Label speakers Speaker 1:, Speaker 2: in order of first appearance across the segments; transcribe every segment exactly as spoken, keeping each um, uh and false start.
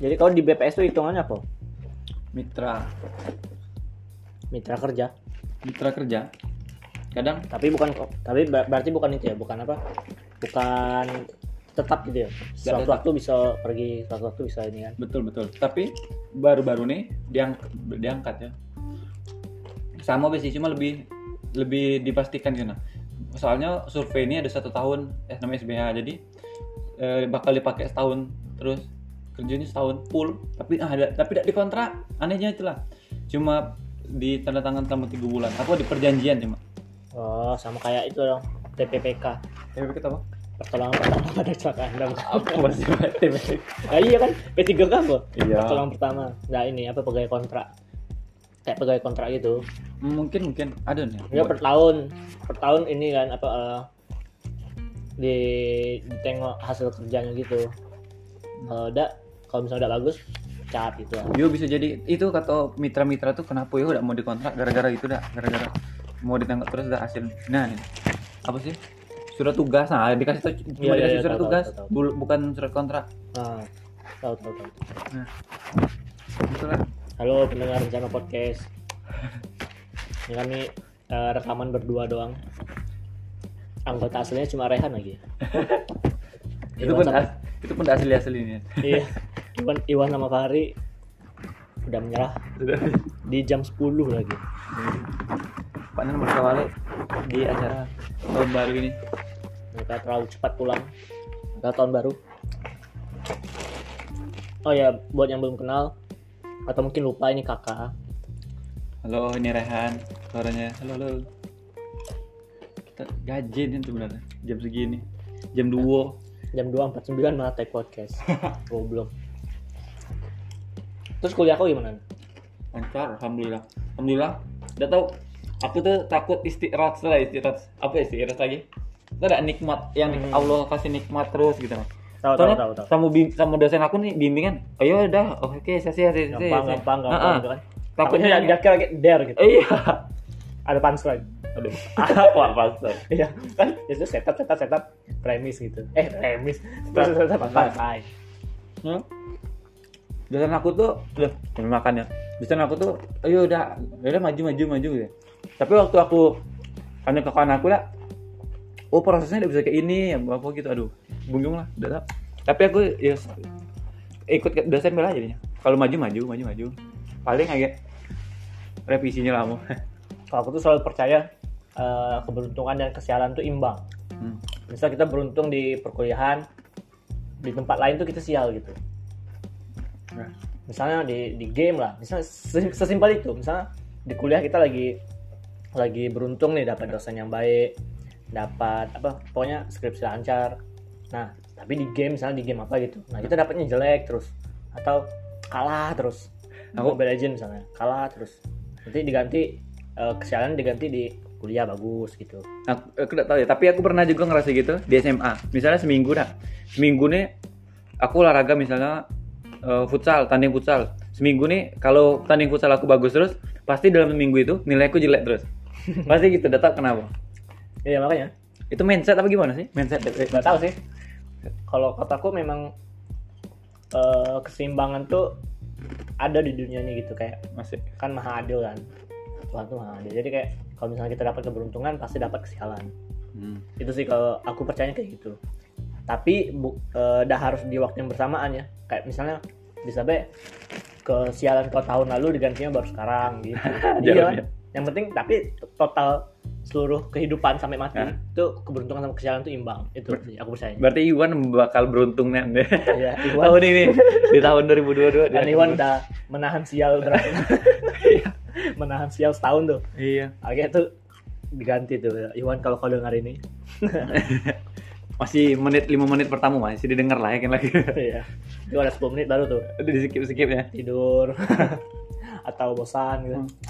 Speaker 1: Jadi kalau di B P S itu hitungannya apa?
Speaker 2: Mitra.
Speaker 1: Mitra kerja.
Speaker 2: Mitra kerja. Kadang
Speaker 1: Tapi bukan kok. Tapi ber- berarti bukan itu ya, bukan apa? Bukan tetap gitu ya. Suatu
Speaker 2: tetap.
Speaker 1: waktu bisa pergi, suatu waktu bisa ini kan.
Speaker 2: betul betul. Tapi baru-baru nih diang diangkat ya. Sama sih, cuma lebih lebih dipastikan gitu. Soalnya survei ini ada satu tahun, eh namanya S B H, jadi eh, bakal dipakai setahun terus kerjanya setahun full, tapi ah, ada tapi tidak dikontrak. Anehnya itulah, cuma di tanda tangan selama tiga bulan. Apa di perjanjian cuma.
Speaker 1: Oh, sama kayak itu dong. T P P K.
Speaker 2: Tapi kita apa?
Speaker 1: Pertolongan pertama pada kecelakaan dalam.
Speaker 2: Apa masih T P P K?
Speaker 1: Nah, iya kan P tiga K apa?
Speaker 2: Iya.
Speaker 1: Pertolongan pertama. Nah ini apa pegawai kontrak. Kayak pegawai kontrak gitu.
Speaker 2: Mungkin mungkin ada nih.
Speaker 1: Ya per tahun, per tahun ini kan apa uh, di ditengok hasil kerjanya gitu. Kalau udah, kalau misalnya udah bagus, cat gitu.
Speaker 2: Yo bisa jadi itu kata mitra-mitra tuh kenapa ya udah mau dikontrak gara-gara itu dah, gara-gara mau ditengok terus dah hasil. Nah, ini. Apa sih? Surat tugas. Nah, dikasih tuh cuma
Speaker 1: Iya,
Speaker 2: dikasih
Speaker 1: iya,
Speaker 2: surat
Speaker 1: tahu,
Speaker 2: tugas,
Speaker 1: tahu, tahu.
Speaker 2: bul- bukan surat kontrak.
Speaker 1: Nah, tahu tahu tahu.
Speaker 2: Nah. Itulah.
Speaker 1: Halo pendengar rencana podcast. Ini kami uh, rekaman berdua doang. Anggota aslinya cuma Rehan lagi.
Speaker 2: itu
Speaker 1: Iwan
Speaker 2: pun
Speaker 1: sama-
Speaker 2: as- itu pun asli aslinya.
Speaker 1: Iya. Iwan Iwan sama Fahri udah menyerah
Speaker 2: Sudah.
Speaker 1: di jam sepuluh lagi.
Speaker 2: Pak Nan berkawali di acara tahun baru ini.
Speaker 1: Mereka terlalu cepat pulang. Mereka tahun baru. Oh ya, buat yang belum kenal atau mungkin lupa, ini kakak.
Speaker 2: Halo, ini Rehan. Suaranya. Halo, halo. Kita gaji nih sebenarnya jam segini. Jam dua.
Speaker 1: Jam dua empat puluh sembilan malah take podcast. Oh, belum. Terus kuliah kau gimana?
Speaker 2: Lancar, alhamdulillah. Alhamdulillah. Udah tahu, aku tuh takut istirahat setelah istirahat. Apa istirahat lagi? Itu ada nikmat yang
Speaker 1: Hmm.
Speaker 2: Allah kasih nikmat terus gitu.
Speaker 1: Tahu tahu
Speaker 2: Soalnya
Speaker 1: tahu tahu.
Speaker 2: sama bim, sama dosen aku nih bimbingan. Ayo udah, oh, oke, saya saya saya.
Speaker 1: Gampang gampang gampang gitu kan.
Speaker 2: Takutnya
Speaker 1: Takutnya dia kira dare gitu.
Speaker 2: Iya.
Speaker 1: Ada punchline.
Speaker 2: Aduh. Apa apa
Speaker 1: Iya, kan itu setup setup setup premis gitu. Eh, premis. Terus setup punchline.
Speaker 2: Hmm? Dosen aku tuh udah sambil makan ya. Dosen aku tuh, ayo udah, udah maju maju maju gitu. Tapi waktu aku tanya ke kawan aku lah, oh prosesnya udah bisa kayak ini, apa gitu, aduh, bingung lah, udah tak. Tapi aku ya ikut dosen bela jadinya. Kalau maju maju maju maju, paling agak revisinya lama.
Speaker 1: Kalau aku tuh selalu percaya uh, keberuntungan dan kesialan tuh imbang.
Speaker 2: Hmm.
Speaker 1: Misal kita beruntung di perkuliahan, di tempat lain tuh kita sial gitu.
Speaker 2: Nah.
Speaker 1: Misalnya di di game lah, misalnya ses- sesimpel itu. Misalnya di kuliah kita lagi lagi beruntung nih dapat dosen yang baik, dapat apa, pokoknya skripsi lancar. Nah, tapi di game misalnya di game apa gitu, nah kita dapatnya jelek terus atau kalah terus.
Speaker 2: Aku-
Speaker 1: Mobile Legends misalnya kalah terus. Nanti diganti uh, kesialan diganti di kuliah bagus gitu.
Speaker 2: Aku, aku tidak tahu ya, tapi aku pernah juga ngerasa gitu di S M A. Misalnya seminggu dah, seminggu nih aku olahraga misalnya uh, futsal, tanding futsal. Seminggu nih kalau tanding futsal aku bagus terus, pasti dalam seminggu itu nilaiku jelek terus. Pasti gitu, tidak tahu kenapa.
Speaker 1: Iya makanya.
Speaker 2: Itu mindset apa gimana sih? Mindset.
Speaker 1: Nggak tahu sih. Kalau kataku memang uh, keseimbangan tuh ada di dunia ini gitu, kayak
Speaker 2: Masih.
Speaker 1: kan maha adil kan. Tuhan tuh maha adil. Jadi kayak kalau misalnya kita dapat keberuntungan pasti dapat kesialan.
Speaker 2: Hmm.
Speaker 1: Itu sih kalau aku percaya kayak gitu. Tapi bu, uh, dah harus di waktu yang bersamaan ya. Kayak misalnya bisa be kesialan kau tahun lalu digantinya baru sekarang gitu. Iya kan? Yang penting tapi total seluruh kehidupan sampai mati
Speaker 2: Hah?
Speaker 1: itu keberuntungan sama kesialan itu imbang. Itu sih aku percaya.
Speaker 2: Berarti Iwan bakal beruntung nih.
Speaker 1: Iya, Iwan.
Speaker 2: Tahun ini di tahun dua ribu dua puluh dua.
Speaker 1: Dan Iwan udah menahan sial berapa? Menahan sial setahun tuh.
Speaker 2: Iya.
Speaker 1: Akhirnya tuh diganti tuh. Iwan kalau kau dengar ini.
Speaker 2: Masih menit lima menit pertama masih didengar lah ya kan lagi.
Speaker 1: Iya. Itu ada sepuluh menit baru tuh
Speaker 2: Udah di skip skip ya.
Speaker 1: tidur atau bosan gitu.
Speaker 2: Hmm.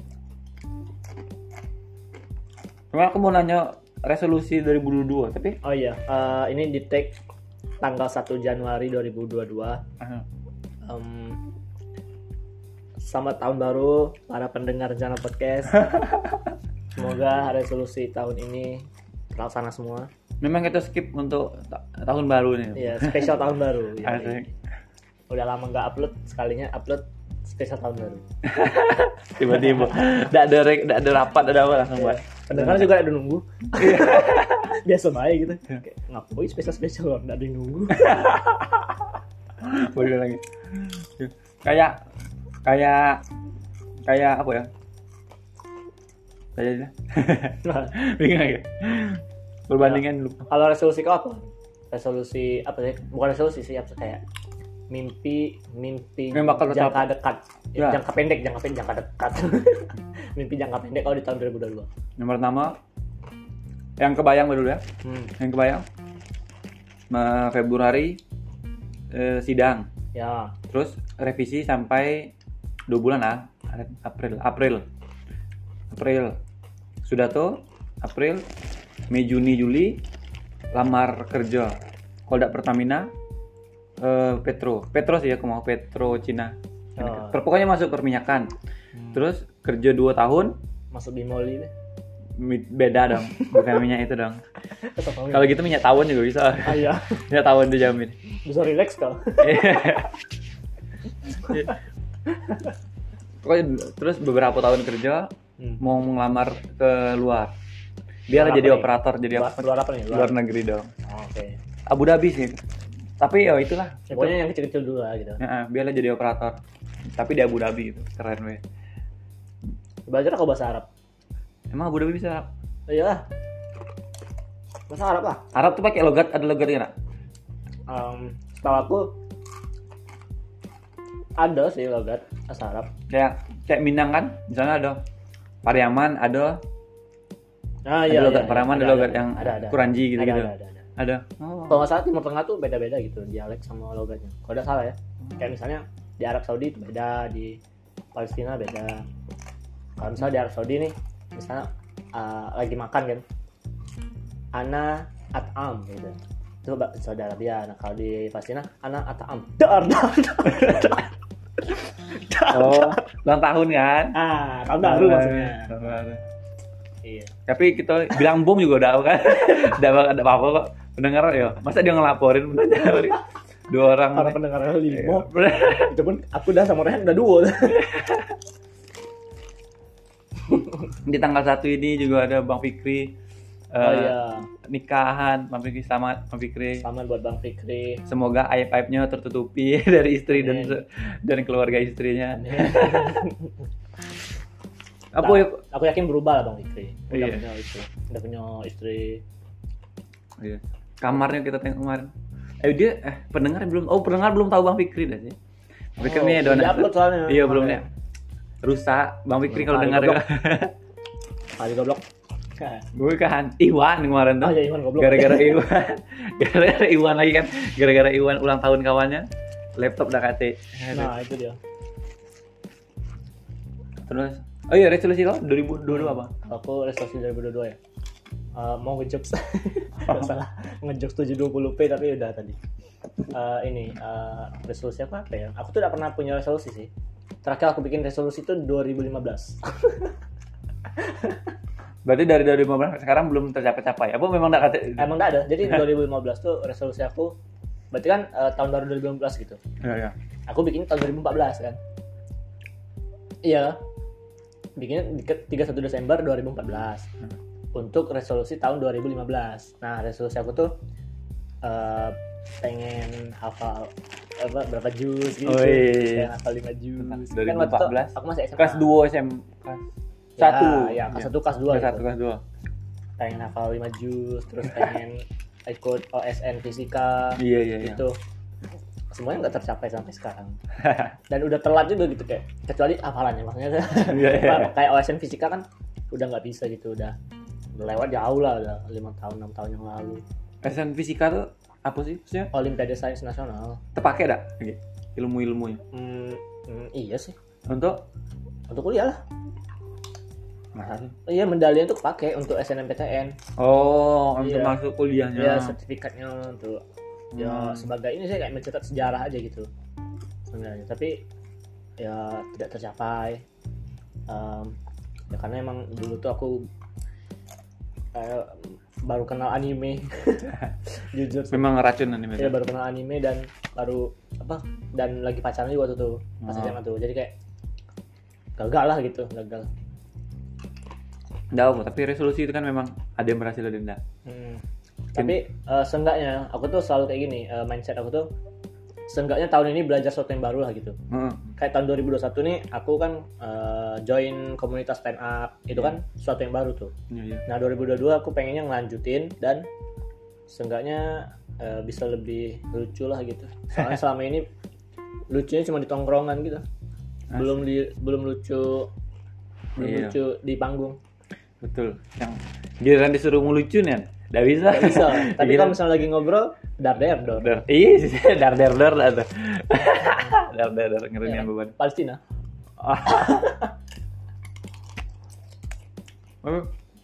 Speaker 2: Cuma aku mau nanya resolusi dua ribu dua puluh dua, tapi
Speaker 1: Oh iya, eh, ini di tag tanggal satu Januari dua ribu dua puluh dua.
Speaker 2: uh,
Speaker 1: Em, selamat tahun baru para pendengar Rencana Podcast. Semoga resolusi tahun ini terlaksana semua.
Speaker 2: memang kita skip untuk ta- tahun baru nih.
Speaker 1: Iya, spesial tahun baru. Iya,
Speaker 2: Asik.
Speaker 1: udah lama nggak upload, sekalinya upload spesial tahun baru.
Speaker 2: Tiba-tiba enggak ada enggak ada rapat, ada apa langsung buat.
Speaker 1: Pendengar juga ada nunggu. Biasa baik gitu. Kayak ngapain spesial-spesial enggak ada yang nunggu.
Speaker 2: Boleh lagi. Kayak kayak kayak apa ya? Kayaknya. Bingung lagi. Perbandingan dulu.
Speaker 1: Kalau resolusi kau apa? Resolusi apa sih? Bukan resolusi sih, apa kayak mimpi mimpi
Speaker 2: Yang bakal
Speaker 1: jangka
Speaker 2: tercapai.
Speaker 1: dekat.
Speaker 2: Ya.
Speaker 1: Jangka pendek, jangka pendek, jangka dekat. Mimpi jangka pendek kau di tahun dua ribu dua puluh dua.
Speaker 2: Yang pertama yang kebayang dulu ya.
Speaker 1: Hmm.
Speaker 2: Yang kebayang Ma- Februari eh, sidang.
Speaker 1: Ya.
Speaker 2: Terus revisi sampai dua bulan lah. April, April. April. Sudah tuh April, Mei, Juni, Juli lamar kerja. Kalau tidak Pertamina, eh, Petro. Petro sih aku mau Petro Cina.
Speaker 1: Oh.
Speaker 2: Pokoknya masuk perminyakan.
Speaker 1: Hmm.
Speaker 2: Terus kerja dua tahun,
Speaker 1: Masuk Bimoli deh.
Speaker 2: mi- beda dong. Bukan minyak itu dong.
Speaker 1: Tetap mau.
Speaker 2: Kalau gitu minyak tawon juga bisa.
Speaker 1: Ah iya.
Speaker 2: Minyak tawon dijamin.
Speaker 1: Bisa relax kau.
Speaker 2: Pokoknya terus beberapa tahun kerja
Speaker 1: Hmm.
Speaker 2: mau melamar ke luar. Biar
Speaker 1: Luar
Speaker 2: jadi
Speaker 1: apa nih?
Speaker 2: operator, jadi
Speaker 1: Luar,
Speaker 2: apa?
Speaker 1: luar apa nih?
Speaker 2: Luar negeri dong.
Speaker 1: Oh, oke.
Speaker 2: Abu Dhabi sih. Tapi ya itulah.
Speaker 1: Ya, pokoknya yang kecil-kecil dulu lah gitu.
Speaker 2: Ya, biarlah jadi operator. Tapi di Abu Dhabi itu keren weh.
Speaker 1: Belajar kau bahasa Arab.
Speaker 2: Emang Abu Dhabi bisa?
Speaker 1: Iya. Bahasa Arab lah.
Speaker 2: Arab tuh pakai logat, ada logatnya nggak?
Speaker 1: Um, setahu aku ada sih logat bahasa Arab.
Speaker 2: Kayak kayak Minang kan, misalnya ada Pariaman, ada
Speaker 1: Ah
Speaker 2: ada
Speaker 1: iya.
Speaker 2: logat
Speaker 1: iya,
Speaker 2: Pariaman,
Speaker 1: iya.
Speaker 2: ada logat yang
Speaker 1: ada, ada.
Speaker 2: Kuranji gitu-gitu.
Speaker 1: Ada, ada, ada, ada.
Speaker 2: Ada. Oh.
Speaker 1: Kalau nggak salah Timur Tengah tuh beda-beda gitu dialek sama logatnya. Kalau nggak salah ya. Kayak misalnya di Arab Saudi itu beda, di Palestina beda. Kalau misalnya di Arab Saudi nih, misalnya uh, lagi makan kan, ana at'am gitu. Itu bak- Saudi Arabia. Nah kalau di Palestina, ana at'am. Dar dar dar.
Speaker 2: Oh, ulang tahun kan?
Speaker 1: Ah, tahun baru maksudnya.
Speaker 2: Tahun baru.
Speaker 1: Iya.
Speaker 2: Tapi kita bilang bom juga udah kan. Udah ada apa-apa kok. Pendengar ya. Masa dia ngelaporin pendengar. Dua orang.
Speaker 1: Para pendengar lima.
Speaker 2: Iya.
Speaker 1: Itu pun aku udah sama Rehan udah dua.
Speaker 2: Di tanggal satu ini juga ada Bang Fikri.
Speaker 1: Oh
Speaker 2: eh,
Speaker 1: iya.
Speaker 2: Nikahan Bang Fikri, selamat Bang Fikri.
Speaker 1: Selamat buat Bang Fikri.
Speaker 2: Semoga aib-aibnya tertutupi dari istri dan
Speaker 1: Amin.
Speaker 2: dan keluarga istrinya.
Speaker 1: Apa
Speaker 2: Apa ya?
Speaker 1: Aku yakin berubah lah Bang Fikri. Udah
Speaker 2: Iya.
Speaker 1: punya istri. Udah punya istri.
Speaker 2: Iya. Kamarnya kita tengok kemarin. Eh dia eh pendengar belum oh pendengar belum tahu Bang Fikri dah sih. Bang Fikri
Speaker 1: Oh,
Speaker 2: ini
Speaker 1: belum
Speaker 2: donat.
Speaker 1: di-upload soalnya.
Speaker 2: Iya belum
Speaker 1: Kemarin.
Speaker 2: ya. Rusak Bang Fikri kalau
Speaker 1: Kali
Speaker 2: dengar
Speaker 1: goblok.
Speaker 2: ya.
Speaker 1: Kali goblok.
Speaker 2: Gue kan Iwan kemarin tuh.
Speaker 1: Oh iya Iwan goblok.
Speaker 2: Gara-gara Iwan. Gara-gara Iwan lagi kan. Gara-gara Iwan ulang tahun kawannya. Laptop udah kate.
Speaker 1: Nah, itu dia.
Speaker 2: Terus oh iya resolusi lo dua ribu dua puluh dua apa?
Speaker 1: Aku resolusi dua ribu dua puluh dua ya. Uh, mau ngejokes. Enggak salah. Ngejokes tujuh dua puluh p tapi udah tadi. Uh, ini uh, resolusi apa apa ya? Aku tuh udah pernah punya resolusi sih. Terakhir aku bikin resolusi itu dua ribu lima belas.
Speaker 2: Berarti dari dua ribu lima belas sekarang belum tercapai-capai. Apa memang enggak kate?
Speaker 1: Emang enggak ada. Jadi dua ribu lima belas tuh resolusi aku berarti kan uh, tahun baru dua ribu lima belas gitu.
Speaker 2: Iya iya.
Speaker 1: Aku bikin tahun dua ribu empat belas kan. Iya. Bikinnya di ke- tiga puluh satu Desember dua ribu empat belas.
Speaker 2: Hmm.
Speaker 1: Untuk resolusi tahun dua ribu lima belas. Nah, resolusi aku tuh uh, pengen hafal apa berapa juz gitu.
Speaker 2: Oh, iya.
Speaker 1: Pengen hafal lima juz.
Speaker 2: dua ribu
Speaker 1: Kan waktu
Speaker 2: empat
Speaker 1: itu
Speaker 2: belas.
Speaker 1: aku masih S M A.
Speaker 2: Kelas dua S M kelas
Speaker 1: Ya,
Speaker 2: satu.
Speaker 1: ya, kelas satu, kelas dua
Speaker 2: Kelas
Speaker 1: gitu.
Speaker 2: satu, kelas dua.
Speaker 1: Pengen hafal lima juz, terus pengen ikut O S N fisika.
Speaker 2: Iya iya iya.
Speaker 1: Gitu. Semuanya nggak tercapai sampai sekarang. Dan udah telat juga gitu kayak kecuali hafalannya maksudnya.
Speaker 2: Iya, iya.
Speaker 1: Kayak O S N fisika kan udah nggak bisa gitu, udah udah lewat jauh lah, udah lima tahun enam tahun yang lalu.
Speaker 2: S N fisika tuh apa sih maksudnya?
Speaker 1: Olimpiade Sains Nasional.
Speaker 2: Terpakai dah ilmu-ilmunya
Speaker 1: Hmm, hmm, iya sih.
Speaker 2: untuk
Speaker 1: Untuk kuliah lah.
Speaker 2: masa sih?
Speaker 1: Iya, medalinya tuh kepake untuk S N M P T N.
Speaker 2: Oh, untuk
Speaker 1: Iya.
Speaker 2: masuk kuliahnya.
Speaker 1: Ya, sertifikatnya untuk ya
Speaker 2: Hmm.
Speaker 1: sebagai ini sih kayak mencetak sejarah aja gitu sebenarnya. Tapi ya tidak tercapai. Um, ya karena emang dulu tuh aku eh, baru kenal anime. Jujur sih.
Speaker 2: Memang racun anime.
Speaker 1: Ya baru kenal anime dan baru apa dan lagi pacaran juga tuh tuh pas
Speaker 2: Oh.
Speaker 1: S M A tuh. Jadi kayak gagal lah gitu, gagal.
Speaker 2: Nggak apa, tapi resolusi itu kan memang ada yang berhasil ada yang enggak.
Speaker 1: Hmm. Tapi uh, seenggaknya aku tuh selalu kayak gini, uh, mindset aku tuh seenggaknya tahun ini belajar sesuatu yang baru lah gitu.
Speaker 2: Heeh.
Speaker 1: Kayak tahun dua ribu dua puluh satu nih aku kan uh, join komunitas stand up, itu kan sesuatu yang baru tuh.
Speaker 2: Iya, iya.
Speaker 1: Nah dua ribu dua puluh dua aku pengennya ngelanjutin dan seenggaknya uh, bisa lebih lucu lah gitu. Soalnya selama ini lucunya cuma di tongkrongan gitu. Belum di belum lucu belum
Speaker 2: Iya.
Speaker 1: lucu di panggung.
Speaker 2: Betul. Yang giliran disuruh ngelucu nih, enggak bisa.
Speaker 1: Gak bisa. Tapi
Speaker 2: Giliran-
Speaker 1: kalau misalnya lagi ngobrol, dar der dor.
Speaker 2: Dar. Iya, sih, dar dar dar lah tuh. Dar dar dar ngeringan
Speaker 1: Ya,
Speaker 2: beban.
Speaker 1: Palestina.
Speaker 2: Hmm.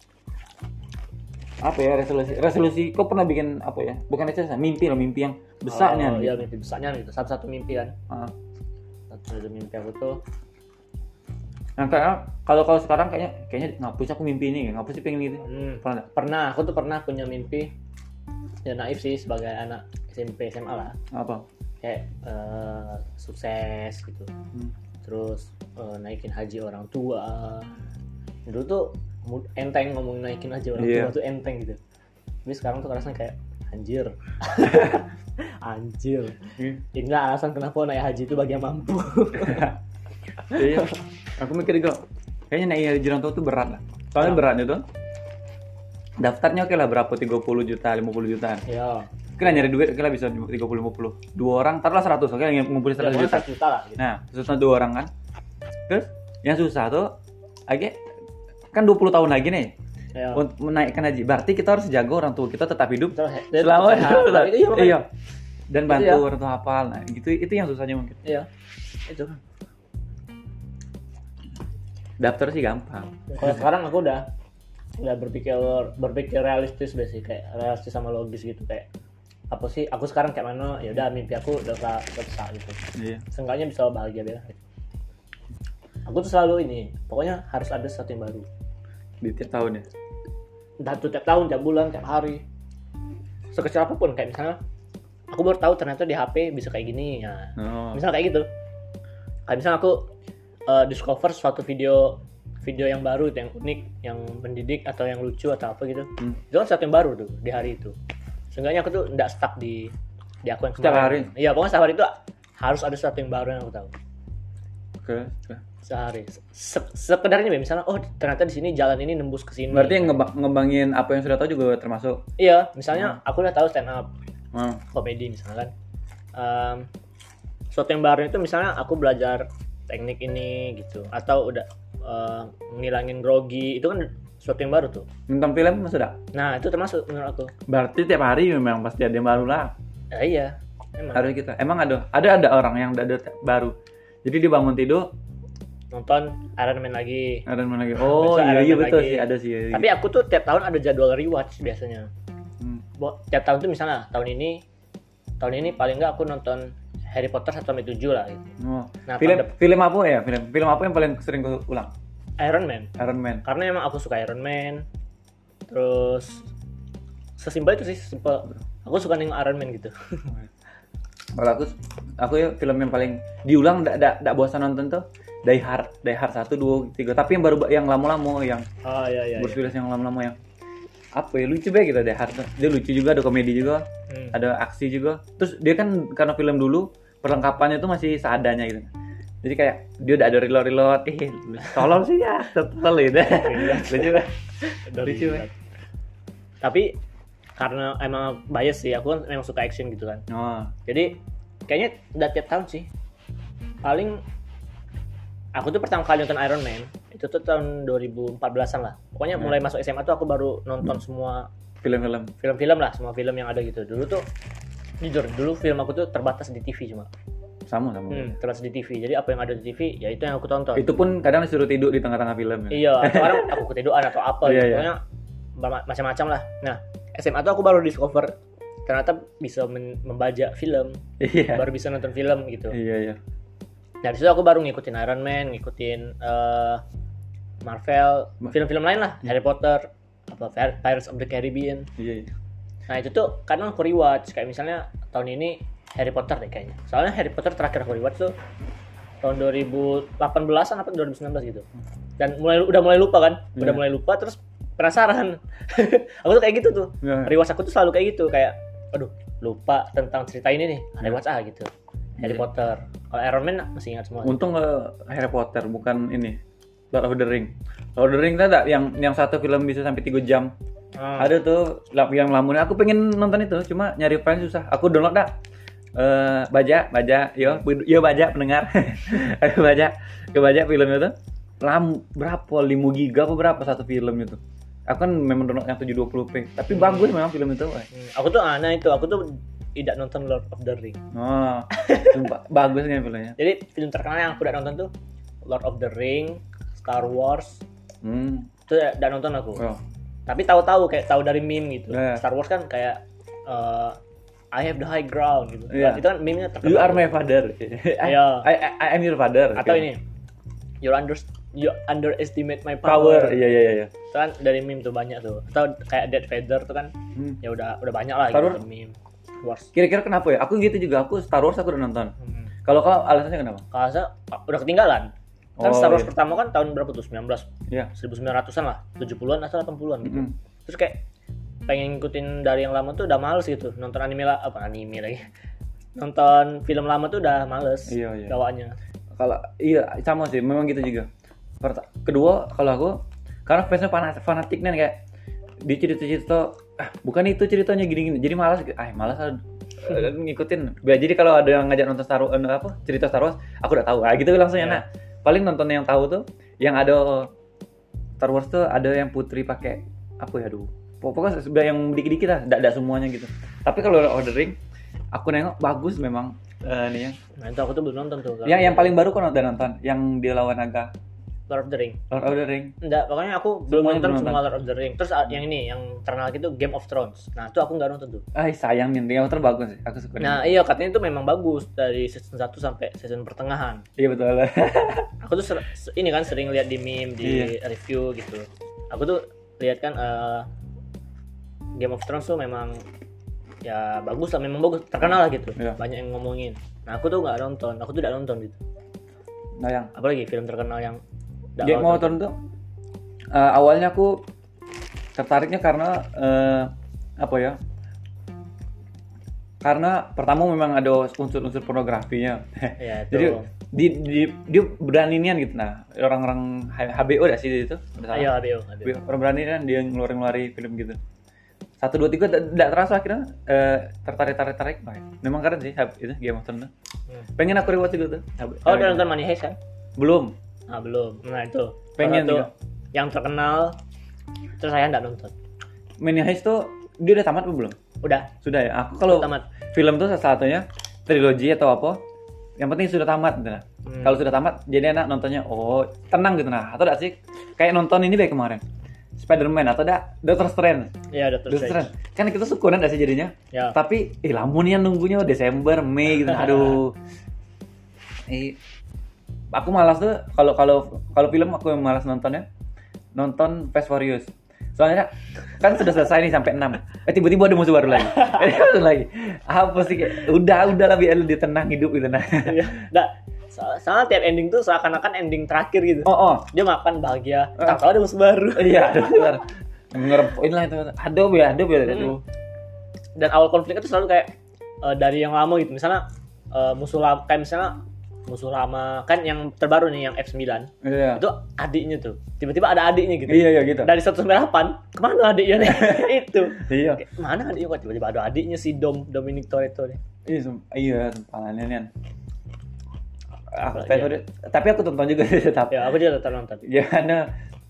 Speaker 2: Apa ya resolusi? Resolusi kok pernah bikin apa ya? Bukan resolusi, mimpi loh, mimpi yang besar nih.
Speaker 1: Oh, iya mimpi besarnya gitu. Satu-satu mimpi kan.
Speaker 2: Ah.
Speaker 1: Satu-satu mimpi aku tuh.
Speaker 2: Yang kayak kalau kalau sekarang kayaknya kayaknya ngapus aku mimpi ini, ngapus sih pengen gitu.
Speaker 1: Hmm,
Speaker 2: Pernah nggak?
Speaker 1: pernah. Aku tuh pernah punya mimpi. Ya naif sih sebagai anak S M P S M A lah.
Speaker 2: Apa?
Speaker 1: Kayak eh, sukses gitu.
Speaker 2: Hmm.
Speaker 1: Terus eh, naikin haji orang tua. Dulu tuh mu- enteng ngomongin naikin haji orang
Speaker 2: Iya.
Speaker 1: tua tuh enteng gitu. Tapi sekarang tuh rasanya kayak anjir. Anjir.
Speaker 2: Hmm.
Speaker 1: Inilah alasan kenapa naik haji itu bagi yang mampu.
Speaker 2: Iya. Aku mikir juga kayaknya naik haji orang tua tuh berat lah. Soalnya
Speaker 1: Ya.
Speaker 2: beratnya tuh daftarnya oke lah berapa tiga puluh juta, lima puluh jutaan.
Speaker 1: Ya.
Speaker 2: Kita nyari duit oke lah bisa tiga puluh lima puluh. Dua orang taruhlah seratus oke yang ngumpulin
Speaker 1: Ya,
Speaker 2: seratus
Speaker 1: pokoknya
Speaker 2: juta.
Speaker 1: satu juta lah gitu.
Speaker 2: Nah, susah dua orang kan. Terus yang susah tuh agak kan dua puluh tahun lagi nih
Speaker 1: Ya.
Speaker 2: untuk menaikkan haji. Berarti kita harus jaga orang tua kita tetap hidup
Speaker 1: Betul, he-
Speaker 2: selama
Speaker 1: sehat. Iya, makanya.
Speaker 2: iya. Dan
Speaker 1: Itu
Speaker 2: bantu
Speaker 1: ya.
Speaker 2: orang tua hafal. Nah, gitu itu yang susahnya mungkin.
Speaker 1: Iya. Itu.
Speaker 2: Daftar sih gampang.
Speaker 1: Kalau sekarang aku udah udah berpikir berpikir realistis deh sih, kayak realistis sama logis gitu, kayak apa sih aku sekarang kayak mana, ya udah mimpi aku udah selesai gitu.
Speaker 2: Iya.
Speaker 1: Seenggaknya bisa bahagia ya. Aku tuh selalu ini, pokoknya harus ada sesuatu yang baru.
Speaker 2: Di tiap tahun ya.
Speaker 1: Entah itu tiap tahun, tiap bulan, tiap hari. Sekecil apapun, kayak misalnya aku baru tahu ternyata di H P bisa kayak gini. Nah,
Speaker 2: Oh.
Speaker 1: misalnya kayak gitu. Kayak misalnya aku uh, discover suatu video video yang baru, yang unik, yang mendidik atau yang lucu atau apa gitu.
Speaker 2: Hmm.
Speaker 1: Itu kan sesuatu yang baru tuh di hari itu. Seenggaknya aku tuh nggak stuck di di aku yang
Speaker 2: Setiap
Speaker 1: kemarin.
Speaker 2: hari?
Speaker 1: Iya, pokoknya setiap hari itu harus ada sesuatu yang baru yang aku tahu.
Speaker 2: Oke. oke.
Speaker 1: Sehari. Se- sekedarnya misalnya, oh ternyata di sini jalan ini nembus ke sini.
Speaker 2: Berarti yang ngeba- ngembangin apa yang sudah tahu juga termasuk.
Speaker 1: Iya, misalnya aku udah tahu stand up
Speaker 2: Hmm.
Speaker 1: komedi misalnya kan. Um, sesuatu yang baru itu misalnya aku belajar teknik ini gitu, atau udah uh, ngilangin grogi, itu kan sesuatu yang baru tuh.
Speaker 2: Nonton film sudah.
Speaker 1: Nah itu termasuk menurut aku.
Speaker 2: Berarti tiap hari memang pasti ada yang baru lah.
Speaker 1: Ya, iya, emang
Speaker 2: Harus kita. Emang ada ada ada orang yang udah ada te- baru. Jadi dia bangun tidur
Speaker 1: nonton Iron Man lagi.
Speaker 2: ada yang lagi. Oh
Speaker 1: Besok
Speaker 2: iya
Speaker 1: Iron
Speaker 2: iya
Speaker 1: Man
Speaker 2: betul
Speaker 1: lagi.
Speaker 2: sih ada sih. Iya.
Speaker 1: Tapi aku tuh tiap tahun ada jadwal rewatch biasanya.
Speaker 2: Hmm.
Speaker 1: Bo- tiap tahun tuh misalnya tahun ini tahun ini paling nggak aku nonton Harry Potter satu sampai tujuh lah gitu.
Speaker 2: Oh.
Speaker 1: Nah,
Speaker 2: film
Speaker 1: pada-
Speaker 2: film apa ya? Film film apa yang paling sering kau ulang?
Speaker 1: Iron Man.
Speaker 2: Iron Man.
Speaker 1: Karena emang aku suka Iron Man. Terus sesimpel itu sih, simpel. Aku suka nengok Iron Man gitu.
Speaker 2: Kalau aku aku ya film yang paling diulang enggak enggak enggak bosan nonton tuh Die Hard, Die Hard satu, dua, tiga. Tapi yang baru yang lama-lama yang
Speaker 1: Oh iya iya.
Speaker 2: Bruce Willis yang lama-lama yang apa ya lucu banget gitu Die Hard tuh. Dia lucu juga, ada komedi juga,
Speaker 1: Hmm.
Speaker 2: ada aksi juga. Terus dia kan karena film dulu perlengkapannya tuh masih seadanya gitu. Jadi kayak dia udah ada reload-reload, eh tolol sih ya, tolol gitu. Lucu banget.
Speaker 1: Dari
Speaker 2: Lucu,
Speaker 1: Jilat. Tapi karena emang bias sih, aku kan emang suka action gitu kan.
Speaker 2: Oh,
Speaker 1: Jadi kayaknya udah tiap tahun sih. Paling aku tuh pertama kali nonton Iron Man itu tuh tahun dua ribu empat belasan lah. Pokoknya mulai masuk S M A tuh aku baru nonton semua
Speaker 2: film-film.
Speaker 1: film-film lah, semua film yang ada gitu. Dulu tuh jujur, dulu film aku tuh terbatas di T V cuma.
Speaker 2: Sama sama.
Speaker 1: Hmm, terbatas di T V. Jadi apa yang ada di T V ya itu yang aku tonton.
Speaker 2: Itu pun kadang disuruh tidur di tengah-tengah film. Ya?
Speaker 1: Iya, atau orang aku ketiduran atau apa
Speaker 2: Iya,
Speaker 1: gitu.
Speaker 2: iya.
Speaker 1: Pokoknya berma- macam-macam lah. Nah, S M A tuh aku baru discover ternyata bisa men- membaca film,
Speaker 2: Iya.
Speaker 1: baru bisa nonton film gitu.
Speaker 2: Iya iya.
Speaker 1: Nah, di situ aku baru ngikutin Iron Man, ngikutin eh, Marvel, film-film lain lah, Harry Potter, apa Pirates of the Caribbean.
Speaker 2: Iya iya.
Speaker 1: Nah, itu tuh kadang aku rewatch kayak misalnya tahun ini Harry Potter deh kayaknya. Soalnya Harry Potter terakhir aku rewatch tuh tahun dua ribu delapan belasan apa dua ribu sembilan belas gitu. Dan mulai udah mulai lupa kan? Udah
Speaker 2: Yeah.
Speaker 1: mulai lupa terus penasaran. Aku tuh kayak gitu tuh.
Speaker 2: Yeah.
Speaker 1: Rewatch aku tuh selalu kayak gitu, kayak aduh, lupa tentang cerita ini nih. Rewatch ah gitu. Harry
Speaker 2: Yeah.
Speaker 1: Potter. Kalau Iron Man masih ingat semua.
Speaker 2: Untung ke Harry Potter bukan ini Lord of the Ring. Lord of the Ring tuh ada yang yang satu film bisa sampai tiga jam.
Speaker 1: Ah.
Speaker 2: Ada tuh lap yang lamunnya. Aku pengen nonton itu, cuma nyari file susah. Aku download dah. Eh, baca, baca, yo, yo baca pendengar. Aku baca, ke baca film itu. Lam berapa? lima giga apa berapa satu film itu? Aku kan memang download yang tujuh dua puluh p. Tapi bagus memang film itu.
Speaker 1: Hmm, aku tuh aneh itu, aku tuh tidak nonton Lord of the Ring.
Speaker 2: Oh, sumpah, bagus kan filmnya.
Speaker 1: Jadi film terkenal yang aku udah nonton tuh Lord of the Ring, Star Wars.
Speaker 2: Hmm.
Speaker 1: Itu udah nonton aku.
Speaker 2: Oh.
Speaker 1: Tapi tahu-tahu kayak tahu dari meme gitu.
Speaker 2: Yeah.
Speaker 1: Star Wars kan kayak eh, I have the high ground gitu.
Speaker 2: Yeah.
Speaker 1: Itu kan meme-nya terkenal.
Speaker 2: You are my father.
Speaker 1: Iya.
Speaker 2: I, I, I am your father.
Speaker 1: Atau
Speaker 2: Kayak.
Speaker 1: ini you under you underestimate my
Speaker 2: Power.
Speaker 1: power.
Speaker 2: Iya iya iya.
Speaker 1: Itu kan dari meme tuh banyak tuh. Atau kayak Darth Vader tuh kan
Speaker 2: Hmm.
Speaker 1: ya udah udah banyak lah
Speaker 2: Star
Speaker 1: gitu
Speaker 2: Wars?
Speaker 1: meme. Wars.
Speaker 2: Kira-kira kenapa ya? Aku gitu juga. Aku Star Wars aku udah nonton.
Speaker 1: Hmm.
Speaker 2: Kalau kau alasannya kenapa?
Speaker 1: Kalau saya udah ketinggalan. Kan
Speaker 2: Oh,
Speaker 1: Star Wars
Speaker 2: iya.
Speaker 1: pertama kan tahun berapa tuh? sembilan belas
Speaker 2: Iya.
Speaker 1: seribu sembilan ratusan lah, tujuh puluhan atau delapan puluhan gitu.
Speaker 2: Mm-mm.
Speaker 1: Terus kayak pengen ngikutin dari yang lama tuh udah males gitu. Nonton anime lah, apa anime lagi. Nonton film lama tuh udah males
Speaker 2: Iya, iya.
Speaker 1: bawaannya.
Speaker 2: Kalau iya sama sih, memang gitu juga. Perta- Kedua, kalau aku karena fansnya fanat- fanatik nih kayak di cerita-cerita ah bukan itu ceritanya gini-gini. Jadi malas ah malas ah, eh, ngikutin. Biar jadi kalau ada yang ngajak nonton Star Wars, eh, apa cerita Star Wars, aku udah tahu. Ah gitu langsung
Speaker 1: Iya.
Speaker 2: enak. Paling nonton yang tahu tuh yang ada Star Wars tuh ada yang putri pakai apa ya aduh. Pokoknya sudah yang dikit-dikit lah, enggak semuanya gitu. Tapi kalau ordering aku nengok bagus memang eh, nih ya.
Speaker 1: Nah itu aku tuh belum nonton tuh.
Speaker 2: Yang yang paling baru kan udah nonton, yang dia lawan naga.
Speaker 1: Lord of the Ring.
Speaker 2: Lord of the Ring.
Speaker 1: Enggak, pokoknya aku belum
Speaker 2: Semuanya
Speaker 1: nonton
Speaker 2: belum
Speaker 1: semua Lord of the Ring. Terus ah, yang ini, yang terkenal gitu Game of Thrones. Nah itu aku nggak nonton tuh.
Speaker 2: Ah sayang nih, yang terbagus sih. Aku suka.
Speaker 1: Nah iya katanya itu memang bagus dari season satu sampai season pertengahan.
Speaker 2: Iya betul.
Speaker 1: Aku tuh ser- ini kan sering lihat di meme, di review gitu. Aku tuh lihat kan eh, Game of Thrones tuh memang ya bagus lah, memang bagus, terkenal lah gitu.
Speaker 2: Iya.
Speaker 1: Banyak yang ngomongin. Nah aku tuh nggak nonton, aku tuh tidak nonton gitu.
Speaker 2: Nah yang
Speaker 1: Apalagi film terkenal yang nggak
Speaker 2: Game of Thrones tuh eh, awalnya aku tertariknya karena eh, apa ya? Karena pertama memang ada unsur-unsur pornografinya.
Speaker 1: Ya, itu.
Speaker 2: Jadi di, di dia beranian gitu nah orang-orang H B O dah sih itu. Udah salah.
Speaker 1: Ayo, ayo, ayo.
Speaker 2: Orang berani kan dia ngeluarin-ngeluarin film gitu. Satu dua tiga tidak terasa akhirnya eh, tertarik tarik tarik memang keren sih hab- itu Game of Thrones.
Speaker 1: Hmm.
Speaker 2: Pengen aku rewatch juga tuh.
Speaker 1: Oh udah nonton Money Heist kan?
Speaker 2: Belum.
Speaker 1: Ah belum. Nah itu.
Speaker 2: Pengen
Speaker 1: Salah
Speaker 2: juga.
Speaker 1: satu yang terkenal. Terus saya nggak nonton.
Speaker 2: Money Heist tuh dia udah tamat apa belum?
Speaker 1: Udah.
Speaker 2: Sudah ya. Aku kalau
Speaker 1: Tamat.
Speaker 2: film tuh salah satunya trilogi atau apa, yang penting sudah tamat gitu nah.
Speaker 1: Hmm.
Speaker 2: Kalau sudah tamat jadi enak nontonnya. Oh, tenang gitu nah. Atau enggak sih kayak nonton ini baik kemarin. Spider-Man atau enggak Doctor Strange.
Speaker 1: Iya Doctor
Speaker 2: Doctor
Speaker 1: Strange.
Speaker 2: Strange. Kan kita sukunan enggak sih jadinya?
Speaker 1: Ya.
Speaker 2: Tapi eh lamun yang nunggunya Desember, Mei gitu. Aduh. Eh aku malas tuh kalau kalau kalau film aku yang malas nontonnya nonton Fast Furious. Soalnya kan sudah selesai nih sampai enam. Eh tiba-tiba ada musuh baru lagi. Eh musuh lagi. Apa sih kayak udah udah lah biar dia tenang hidup gitu nah.
Speaker 1: Iya. Nggak. So- Soalnya tiap ending tuh seakan-akan ending terakhir gitu.
Speaker 2: Oh oh.
Speaker 1: Dia makan bahagia. Tak tahu ada musuh baru.
Speaker 2: Iya, benar. Ngerepoin lah itu. Aduh ya, aduh ya, aduh.
Speaker 1: Dan awal konfliknya tuh selalu kayak eh, dari yang lama gitu. Misalnya eh, musuh lama kayak misalnya musuh lama kan yang terbaru nih yang F sembilan.
Speaker 2: Iya.
Speaker 1: Itu adiknya tuh. Tiba-tiba ada adiknya gitu.
Speaker 2: Iya, iya gitu.
Speaker 1: Dari seratus delapan kemana adiknya nih? Itu.
Speaker 2: Iya.
Speaker 1: Kayak, mana adiknya kok tiba-tiba ada adiknya si Dom Dominic Toretto nih.
Speaker 2: Iya, sum- iya, sumpahannya nih. Aku
Speaker 1: Apalagi
Speaker 2: favorit, tapi aku tonton juga sih tetap.
Speaker 1: Ya aku juga tetap nonton.
Speaker 2: Ya karena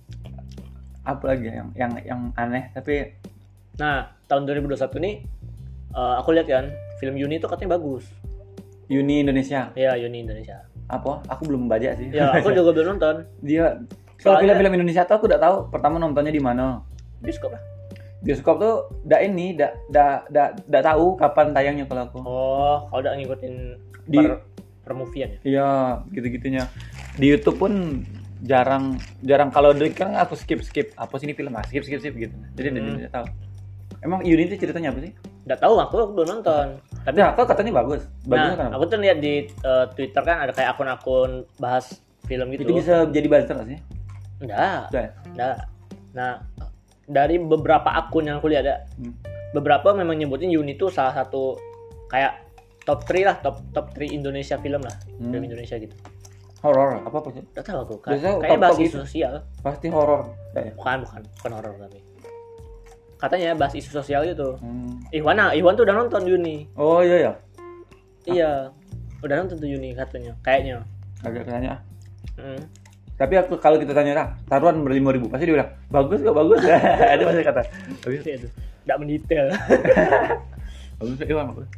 Speaker 2: apa lagi yang yang yang aneh tapi
Speaker 1: Nah tahun dua ribu dua puluh satu nih eh, aku lihat kan film Yuni itu katanya bagus.
Speaker 2: Uni Indonesia
Speaker 1: Ya Yuni Indonesia.
Speaker 2: apa? Aku belum baca sih.
Speaker 1: Ya aku juga belum nonton.
Speaker 2: Dia kalau
Speaker 1: Soalnya-
Speaker 2: film-film Indonesia tuh aku udah tahu pertama nontonnya di mana.
Speaker 1: Bioskop lah.
Speaker 2: Bioskop tuh dak ini dak dak dak dak tahu kapan tayangnya kalau aku.
Speaker 1: Oh kalau udah ngikutin
Speaker 2: Di-
Speaker 1: per per movie-an ya.
Speaker 2: Iya, gitu-gitunya. Di YouTube pun jarang jarang kalau dari kan aku skip skip apa sih ini film ah, skip skip skip gitu. Jadi
Speaker 1: Hmm.
Speaker 2: tidak tahu. Emang Uni itu ceritanya apa sih?
Speaker 1: Nggak tahu aku, aku belum nonton. Tapi
Speaker 2: ya, kok katanya bagus. Bagusnya
Speaker 1: nah,
Speaker 2: kenapa?
Speaker 1: aku tuh lihat di uh, Twitter kan ada kayak akun-akun bahas film gitu.
Speaker 2: Itu bisa jadi buzzer nggak sih?
Speaker 1: Enggak.
Speaker 2: Udah ya?
Speaker 1: Enggak. Nah, dari beberapa akun yang aku lihat ada,
Speaker 2: Hmm.
Speaker 1: beberapa memang nyebutin Yuni itu salah satu kayak top tiga lah, top top tiga Indonesia film lah,
Speaker 2: Hmm.
Speaker 1: film Indonesia gitu.
Speaker 2: Horor apa apa sih?
Speaker 1: Gak tahu aku. Kayak,
Speaker 2: Biasanya
Speaker 1: kayaknya bahas
Speaker 2: top-top
Speaker 1: isu
Speaker 2: gitu.
Speaker 1: sosial.
Speaker 2: Pasti horor. Ya.
Speaker 1: Bukan, bukan, bukan horor tapi. Katanya bahas isu sosial gitu.
Speaker 2: Hmm.
Speaker 1: Iwan, nah, Iwan tuh udah nonton Yuni.
Speaker 2: Oh iya ya.
Speaker 1: Iya. Udah nonton tuh Yuni katanya. Kayaknya.
Speaker 2: Agak tanya.
Speaker 1: Hmm.
Speaker 2: Tapi aku kalau kita tanya lah, taruhan berlima ribu pasti dia bilang bagus kok bagus. Ada pasti kata. Bagus.
Speaker 1: Itu. Enggak mendetail.
Speaker 2: Bagus ya Iwan. Bagus.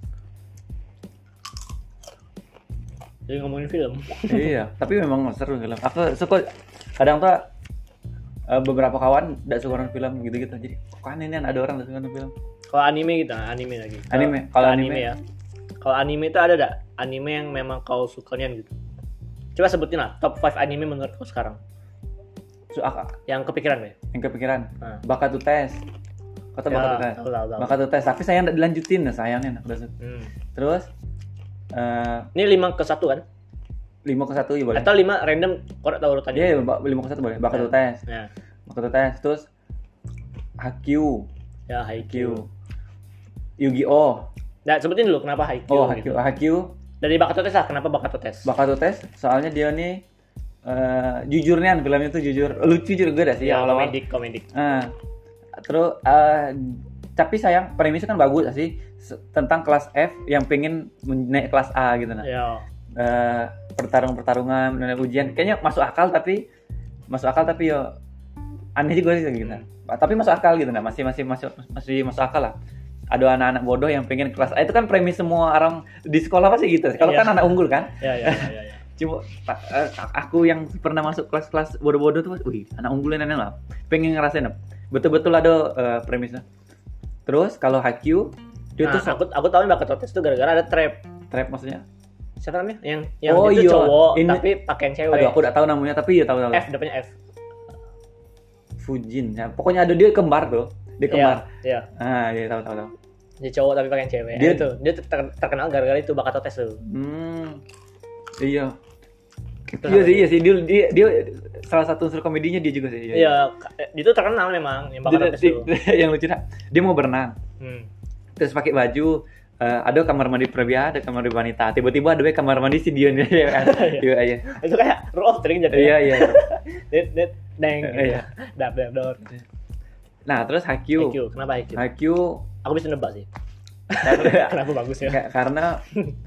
Speaker 1: Jadi ngomongin film.
Speaker 2: Iya, tapi memang seru film. Aku suka kadang tuh uh, beberapa kawan tidak suka nonton film gitu-gitu. Jadi kok aneh nih ada orang tidak suka nonton film.
Speaker 1: Kalau anime gitu, anime lagi.
Speaker 2: Anime, kalau
Speaker 1: Kalau
Speaker 2: anime.
Speaker 1: anime ya. Kalau anime itu ada enggak anime yang memang kau suka gitu? Coba sebutin lah top lima anime menurut kau sekarang.
Speaker 2: So, ah,
Speaker 1: Yang kepikiran ya?
Speaker 2: yang kepikiran.
Speaker 1: Nah.
Speaker 2: Bakatu tes. Kata
Speaker 1: Ya,
Speaker 2: Bakatu tes.
Speaker 1: tahu, tahu, tahu.
Speaker 2: Bakatu tes, tapi saya enggak dilanjutin nah, sayangnya. Udah.
Speaker 1: Hmm.
Speaker 2: Terus uh,
Speaker 1: Ini lima ke satu kan?
Speaker 2: lima ke satu ya boleh.
Speaker 1: Atau lima random kau tak tahu urutannya?
Speaker 2: Iya, yeah, lima ke satu boleh. Bakatu tes.
Speaker 1: Nah,
Speaker 2: Bakatu tes. Terus Haikyuu,
Speaker 1: ya Haikyuu.
Speaker 2: Yu-Gi-Oh.
Speaker 1: Nah, sebutin dulu kenapa Haikyuu.
Speaker 2: Oh,
Speaker 1: gitu.
Speaker 2: Haikyuu. Haikyuu.
Speaker 1: Dari Bakato Tes lah, kenapa Bakato Tes?
Speaker 2: Bakatu tes, soalnya dia nih uh, jujurnya filmnya tuh jujur, lucu juga dah sih
Speaker 1: Ya,
Speaker 2: awal-awal.
Speaker 1: komedik, komedik.
Speaker 2: Nah, terus uh, tapi sayang premisnya kan bagus sih se- tentang kelas F yang pengen men- naik kelas A gitu nah.
Speaker 1: Ya.
Speaker 2: Uh, pertarung-pertarungan dan ujian kayaknya masuk akal tapi masuk akal tapi yo aneh juga sih gitu. Tapi masuk akal gitu nah, masih masih masuk masih masuk akal lah. Ada anak-anak bodoh yang pengen kelas A itu kan premis semua orang di sekolah pasti gitu. Kalau
Speaker 1: Iya.
Speaker 2: kan anak unggul kan.
Speaker 1: Ya, ya, ya, ya, ya.
Speaker 2: Cuma uh, aku yang pernah masuk kelas-kelas bodoh-bodoh tuh, wih, anak unggulnya nenek lah. Pengen ngerasain betul-betul ada uh, premisnya. Terus kalau Haikyuu dia
Speaker 1: Nah,
Speaker 2: tuh
Speaker 1: aku aku tahu Bakato Tes itu gara-gara ada trap.
Speaker 2: trap maksudnya.
Speaker 1: Siapa namanya? Yang yang
Speaker 2: Oh,
Speaker 1: itu
Speaker 2: iya.
Speaker 1: cowok
Speaker 2: Ini-
Speaker 1: tapi pakaian cewek.
Speaker 2: Aduh, aku udah tahu namanya tapi ya tahu tahu.
Speaker 1: F depannya F.
Speaker 2: Fujin. Ya, pokoknya ada dia kembar tuh. Dia kembar.
Speaker 1: Iya, iya.
Speaker 2: Ah, iya tahu tahu tahu.
Speaker 1: Dia cowok tapi pakaian cewek.
Speaker 2: Dia-
Speaker 1: Dia itu, dia ter- terkenal gara-gara itu Bakato Tes tuh.
Speaker 2: Hmm. Iya.
Speaker 1: Itu
Speaker 2: Iya
Speaker 1: apa
Speaker 2: sih, iya sih. Dia, dia, dia salah satu unsur komedinya dia juga sih.
Speaker 1: Iya, dia tuh terkenal memang yang Bakato
Speaker 2: Dia-
Speaker 1: Tes
Speaker 2: dia-
Speaker 1: tuh.
Speaker 2: yang lucu dah. Dia mau berenang.
Speaker 1: Hmm.
Speaker 2: Terus pakai baju eh, ada kamar mandi pria, ada kamar mandi wanita. Tiba-tiba ada kamar mandi si Dion ya kan. Iya iya.
Speaker 1: Itu kayak rule of three jadi.
Speaker 2: Iya iya.
Speaker 1: Net net deng.
Speaker 2: Iya.
Speaker 1: Dap dap dor.
Speaker 2: Nah, terus Haikyuu.
Speaker 1: Haikyuu, kenapa Haikyuu?
Speaker 2: Haikyuu
Speaker 1: Aku bisa nebak sih.
Speaker 2: karena,
Speaker 1: Kenapa bagus ya?
Speaker 2: ka- karena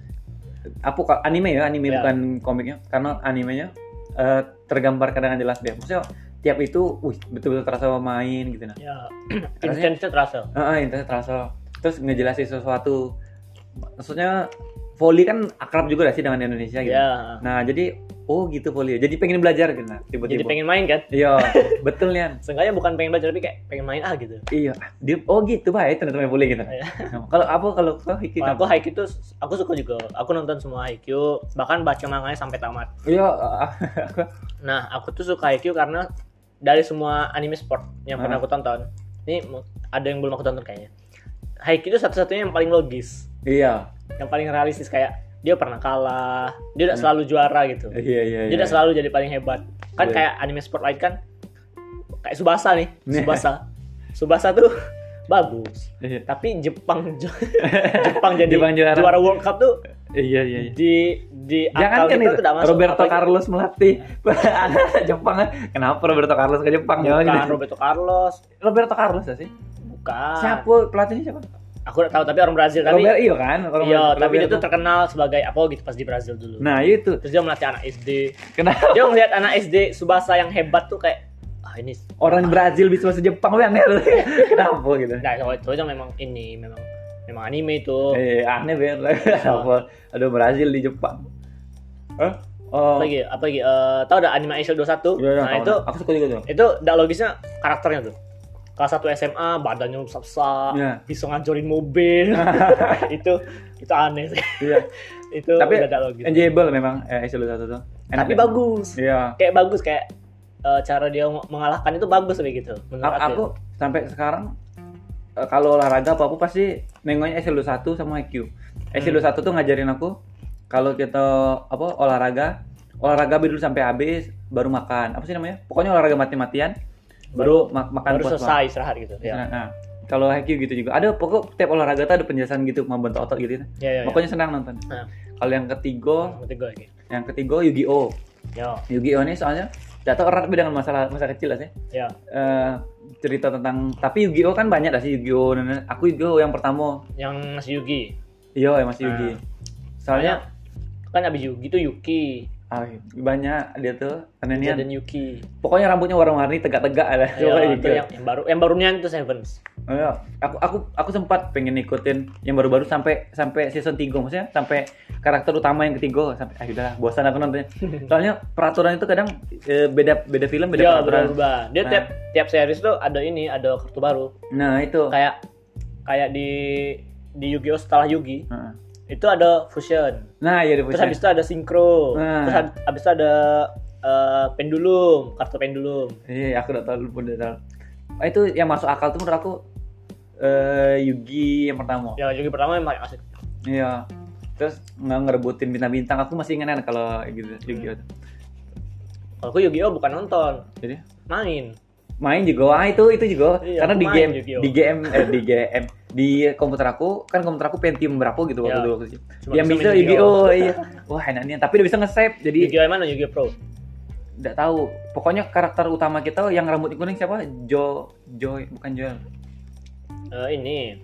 Speaker 2: apa ka- anime ya, anime
Speaker 1: Ya.
Speaker 2: bukan komiknya. Karena animenya eh, tergambarkan dengan jelas dia. Maksudnya tiap itu, wih, betul-betul terasa main gitu nah.
Speaker 1: Ya,
Speaker 2: Rasanya-
Speaker 1: intensnya terasa.
Speaker 2: Heeh, itu terasa. Terus ngejelasin sesuatu. Maksudnya volley kan akrab juga sih dengan Indonesia gitu.
Speaker 1: Ya.
Speaker 2: Nah, jadi oh gitu volley. Jadi pengen belajar gitu nah, tiba-tiba.
Speaker 1: Jadi pengen main kan?
Speaker 2: Iya, betul Lian.
Speaker 1: Seenggaknya bukan pengen belajar tapi kayak pengen main ah gitu.
Speaker 2: Iya, dia oh gitu baik ternyata main volley gitu.
Speaker 1: Iya.
Speaker 2: Nah, kalau apa kalau kau Hiki?
Speaker 1: Kalau aku Haikyuu tuh aku suka juga. Aku nonton semua Haikyuu, bahkan baca manganya sampai tamat.
Speaker 2: Iya, aku
Speaker 1: Nah, aku tuh suka Haikyuu karena dari semua anime sport yang pernah
Speaker 2: Ah.
Speaker 1: aku tonton, ini mu- ada yang belum aku tonton kayaknya. Haikyuu itu satu-satunya yang paling logis,
Speaker 2: iya.
Speaker 1: yang paling realistis kayak dia pernah kalah, dia tidak
Speaker 2: Hmm.
Speaker 1: selalu juara gitu.
Speaker 2: Iya, iya,
Speaker 1: Dia
Speaker 2: iya.
Speaker 1: tidak selalu jadi paling hebat. Kan
Speaker 2: Iya.
Speaker 1: kayak anime sport lain kan kayak Tsubasa nih,
Speaker 2: Iya.
Speaker 1: Tsubasa. Tsubasa tuh bagus.
Speaker 2: Iya.
Speaker 1: Tapi Jepang ju- Jepang jadi
Speaker 2: Jepang juara.
Speaker 1: juara World Cup tuh
Speaker 2: Iya, iya, iya.
Speaker 1: di di
Speaker 2: Jangan
Speaker 1: akal
Speaker 2: kan
Speaker 1: kita
Speaker 2: itu
Speaker 1: tuh tidak masuk.
Speaker 2: Roberto
Speaker 1: Apalagi-
Speaker 2: Carlos melatih anak Jepang kan. Kenapa Roberto Carlos ke Jepang ya?
Speaker 1: Bukan
Speaker 2: Gitu.
Speaker 1: Roberto Carlos,
Speaker 2: Roberto Carlos ya sih?
Speaker 1: bukan.
Speaker 2: Siapa pelatihnya siapa?
Speaker 1: Aku udah tahu tapi orang Brazil tapi
Speaker 2: Robert iya kan? Robert-
Speaker 1: iya, tapi dia
Speaker 2: Roberto.
Speaker 1: tuh terkenal sebagai apa gitu pas di Brazil dulu.
Speaker 2: Nah, itu.
Speaker 1: Terus dia melatih anak S D.
Speaker 2: Kenapa
Speaker 1: Dia ngeliat anak S D Tsubasa yang hebat tuh kayak ah ini.
Speaker 2: orang Brazil bisa bahasa Jepang lu aneh lu. Kenapa gitu?
Speaker 1: Nah, kalau itu aja memang ini memang memang anime itu.
Speaker 2: Eh, aneh banget. Apa ada Brazil di Jepang? Hah? Oh.
Speaker 1: Apa lagi? Apa lagi? Eh, tahu ada anime Aishel dua puluh satu?
Speaker 2: Iya, iya,
Speaker 1: Nah,
Speaker 2: tahu,
Speaker 1: itu
Speaker 2: tahu. Aku suka juga tuh.
Speaker 1: itu udah logisnya karakternya tuh. Kelas satu S M A badannya besar,
Speaker 2: Iya.
Speaker 1: bisa ngancurin mobil. itu itu aneh sih.
Speaker 2: Iya.
Speaker 1: Itu
Speaker 2: Tapi
Speaker 1: udah ada logis.
Speaker 2: enjoyable memang eh S L satu tuh. Enak
Speaker 1: Tapi
Speaker 2: ya?
Speaker 1: bagus.
Speaker 2: Iya.
Speaker 1: Kayak bagus kayak eh, cara dia mengalahkan itu bagus kayak gitu. Menurut
Speaker 2: A-
Speaker 1: aku.
Speaker 2: aku sampai sekarang uh, kalau olahraga apa apa pasti nengoknya S L satu sama I Q. S L satu tuh ngajarin aku kalau kita apa olahraga olahraga dulu sampai habis baru makan. Apa sih namanya? Pokoknya olahraga mati-matian baru, baru ma- makan
Speaker 1: baru selesai istirahat gitu ya.
Speaker 2: Nah, kalau I Q gitu juga. Ada pokok tiap olahraga tuh ada penjelasan gitu membentuk otot gitu.
Speaker 1: Ya, ya,
Speaker 2: pokoknya
Speaker 1: ya.
Speaker 2: senang nonton.
Speaker 1: Nah.
Speaker 2: Kalau yang ketiga,
Speaker 1: yang ketiga lagi.
Speaker 2: Yang ketiga Yu-Gi-Oh.
Speaker 1: Ya.
Speaker 2: Yu-Gi-Oh ini soalnya jatuh erat dengan masalah masa kecil lah sih.
Speaker 1: Ya.
Speaker 2: Uh, cerita tentang tapi Yu-Gi-Oh kan banyak lah sih Yu-Gi-Oh. Aku Yu-Gi-Oh yang pertama.
Speaker 1: Yang Mas Yugi.
Speaker 2: Iya, yang Mas Yugi.
Speaker 1: Nah.
Speaker 2: Soalnya
Speaker 1: kan abis Yugi tuh Yuki.
Speaker 2: Ah, banyak dia tuh Ananian
Speaker 1: dan Yuki.
Speaker 2: Pokoknya rambutnya warna-warni tegak-tegak ada.
Speaker 1: Ya, itu yang, yang baru yang barunya itu Sevens.
Speaker 2: Oh, ya. Aku aku aku sempat pengen ikutin yang baru-baru sampai sampai season tiga maksudnya sampai karakter utama yang ketiga sampai ah udahlah bosan aku nontonnya. Soalnya peraturan itu kadang e, beda beda film beda
Speaker 1: ya,
Speaker 2: peraturan.
Speaker 1: Berubah. Dia
Speaker 2: nah.
Speaker 1: tiap tiap series tuh ada ini, ada kartu baru.
Speaker 2: Nah, itu.
Speaker 1: Kayak kayak di di Yu-Gi-Oh setelah Yugi.
Speaker 2: Uh-uh.
Speaker 1: Itu ada fusion.
Speaker 2: Nah, iya ada
Speaker 1: fusion. Terus
Speaker 2: fusion.
Speaker 1: habis itu ada sinkro.
Speaker 2: Nah.
Speaker 1: Terus habis itu ada uh, pendulum, kartu pendulum.
Speaker 2: Iya, aku udah tahu pun udah tahu. Ah, itu yang masuk akal tuh menurut aku uh, Yugi yang pertama.
Speaker 1: Ya, Yugi pertama yang paling asik.
Speaker 2: Iya. Terus nggak ngerebutin bintang-bintang. Aku masih ingat kalau gitu Yu-Gi-Oh.
Speaker 1: Hmm. Kalau aku Yu-Gi-Oh bukan nonton.
Speaker 2: Jadi
Speaker 1: main.
Speaker 2: Main juga. Ah itu itu juga.
Speaker 1: Iya,
Speaker 2: karena di game
Speaker 1: Yu-Gi-Oh.
Speaker 2: di game eh di game di komputer aku kan komputer aku Pentium berapa gitu waktu
Speaker 1: ya.
Speaker 2: dulu waktu itu.
Speaker 1: Cuma
Speaker 2: Yang bisa Yu-Gi-Oh iya. Wah, enaknya. Tapi udah bisa nge-save jadi
Speaker 1: Yu-Gi-Oh yang mana? Yu-Gi-Oh Pro.
Speaker 2: Enggak tahu. Pokoknya karakter utama kita yang rambut kuning siapa? Jo Joy bukan Joel.
Speaker 1: Uh, ini.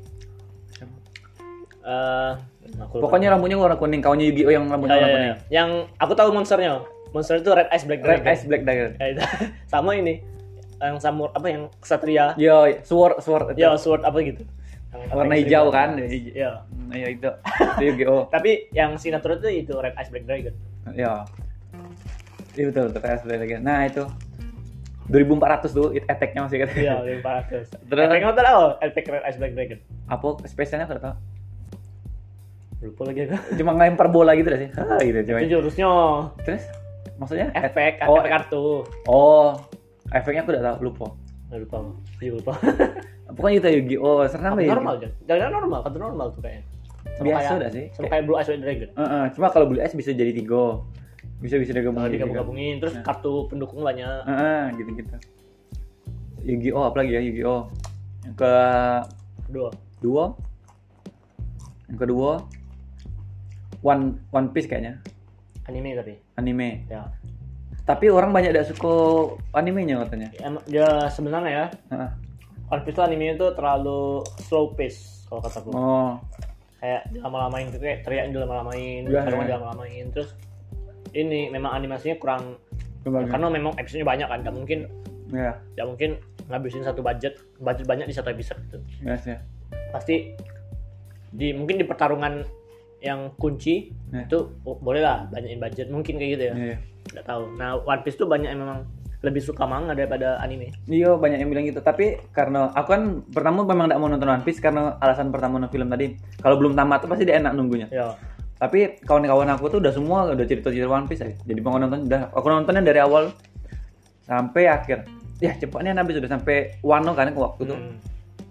Speaker 1: Uh,
Speaker 2: Pokoknya rambutnya warna kuning, kaunya Yu-Gi-Oh yang rambutnya
Speaker 1: ya,
Speaker 2: warna
Speaker 1: ya,
Speaker 2: kuning.
Speaker 1: ya. Yang aku tahu monsternya. Monster itu Red Ice Black Dragon.
Speaker 2: Red Ice Black Dragon.
Speaker 1: Sama ini. Yang samur apa yang kesatria.
Speaker 2: Yo, sword sword.
Speaker 1: Ya, sword apa gitu. Yang
Speaker 2: warna hijau kan?
Speaker 1: Iya.
Speaker 2: Nah, ya itu. Itu Yu-Gi-Oh.
Speaker 1: Tapi yang sinetron itu itu Red Ice Black Dragon.
Speaker 2: Iya. Iya betul, betul Red Ice Black Dragon. Nah, itu dua ribu empat ratus tuh it attack-nya masih kata.
Speaker 1: Iya, dua ribu empat ratus.
Speaker 2: Terus
Speaker 1: attack-nya apa tahu? Attack Red Ice Black Dragon.
Speaker 2: Apa spesialnya enggak tahu.
Speaker 1: Lupa lagi aku.
Speaker 2: Cuma ngelempar bola gitu dah sih. Ah, gitu cuma.
Speaker 1: Itu jurusnya.
Speaker 2: Terus maksudnya
Speaker 1: efek,
Speaker 2: oh,
Speaker 1: efek kartu.
Speaker 2: Oh, efeknya aku udah tahu, lupa.
Speaker 1: Nggak lupa. Iya lupa.
Speaker 2: Pokoknya itu Yu-Gi-Oh, seram ya.
Speaker 1: Normal kan? Jangan normal, kartu normal tuh kayaknya. Sama
Speaker 2: biasa
Speaker 1: kayak,
Speaker 2: udah sih.
Speaker 1: Sama kayak Blue Eyes White Dragon.
Speaker 2: Uh-uh. Cuma kalau Blue Eyes bisa jadi tiga. Bisa bisa digabung.
Speaker 1: Kalau digabung-gabungin terus nah. Kartu pendukung banyak.
Speaker 2: Heeh, uh-uh, gitu-gitu. Yu-Gi-Oh apa lagi ya Yu-Gi-Oh? Yang ke
Speaker 1: kedua.
Speaker 2: Dua. Yang kedua One One Piece kayaknya.
Speaker 1: Anime tapi.
Speaker 2: Anime.
Speaker 1: Ya.
Speaker 2: Tapi orang banyak tidak suka animenya katanya.
Speaker 1: Ya, ya sebenarnya ya.
Speaker 2: Heeh.
Speaker 1: One Piece tuh animenya tuh terlalu slow pace kalau kataku.
Speaker 2: Oh.
Speaker 1: Kayak lama-lamain gitu kayak teriak lama-lamain,
Speaker 2: ya,
Speaker 1: kadang
Speaker 2: ya.
Speaker 1: lama-lamain terus ini memang animasinya kurang
Speaker 2: Kembali.
Speaker 1: Karena memang episodenya banyak kan, nggak mungkin
Speaker 2: ya.
Speaker 1: nggak mungkin ngabisin satu budget budget banyak di satu episode gitu.
Speaker 2: Yes, ya.
Speaker 1: Pasti di mungkin di pertarungan yang kunci
Speaker 2: ya.
Speaker 1: itu oh, boleh lah banyakin budget mungkin kayak gitu ya.
Speaker 2: ya.
Speaker 1: Nggak tahu. Nah One Piece tuh banyak yang memang lebih suka manga daripada anime.
Speaker 2: Iya banyak yang bilang gitu. Tapi karena aku kan pertama memang tidak mau nonton One Piece karena alasan pertama nonton film tadi. Kalau belum tamat tuh pasti dia enak nunggunya.
Speaker 1: Ya.
Speaker 2: Tapi kawan-kawan aku tuh udah semua udah cerita-cerita One Piece aja. Jadi mau nonton udah. Aku nontonnya dari awal sampai akhir. Ya cepatnya habis sudah sampai Wano kan ke waktu tuh.
Speaker 1: Hmm.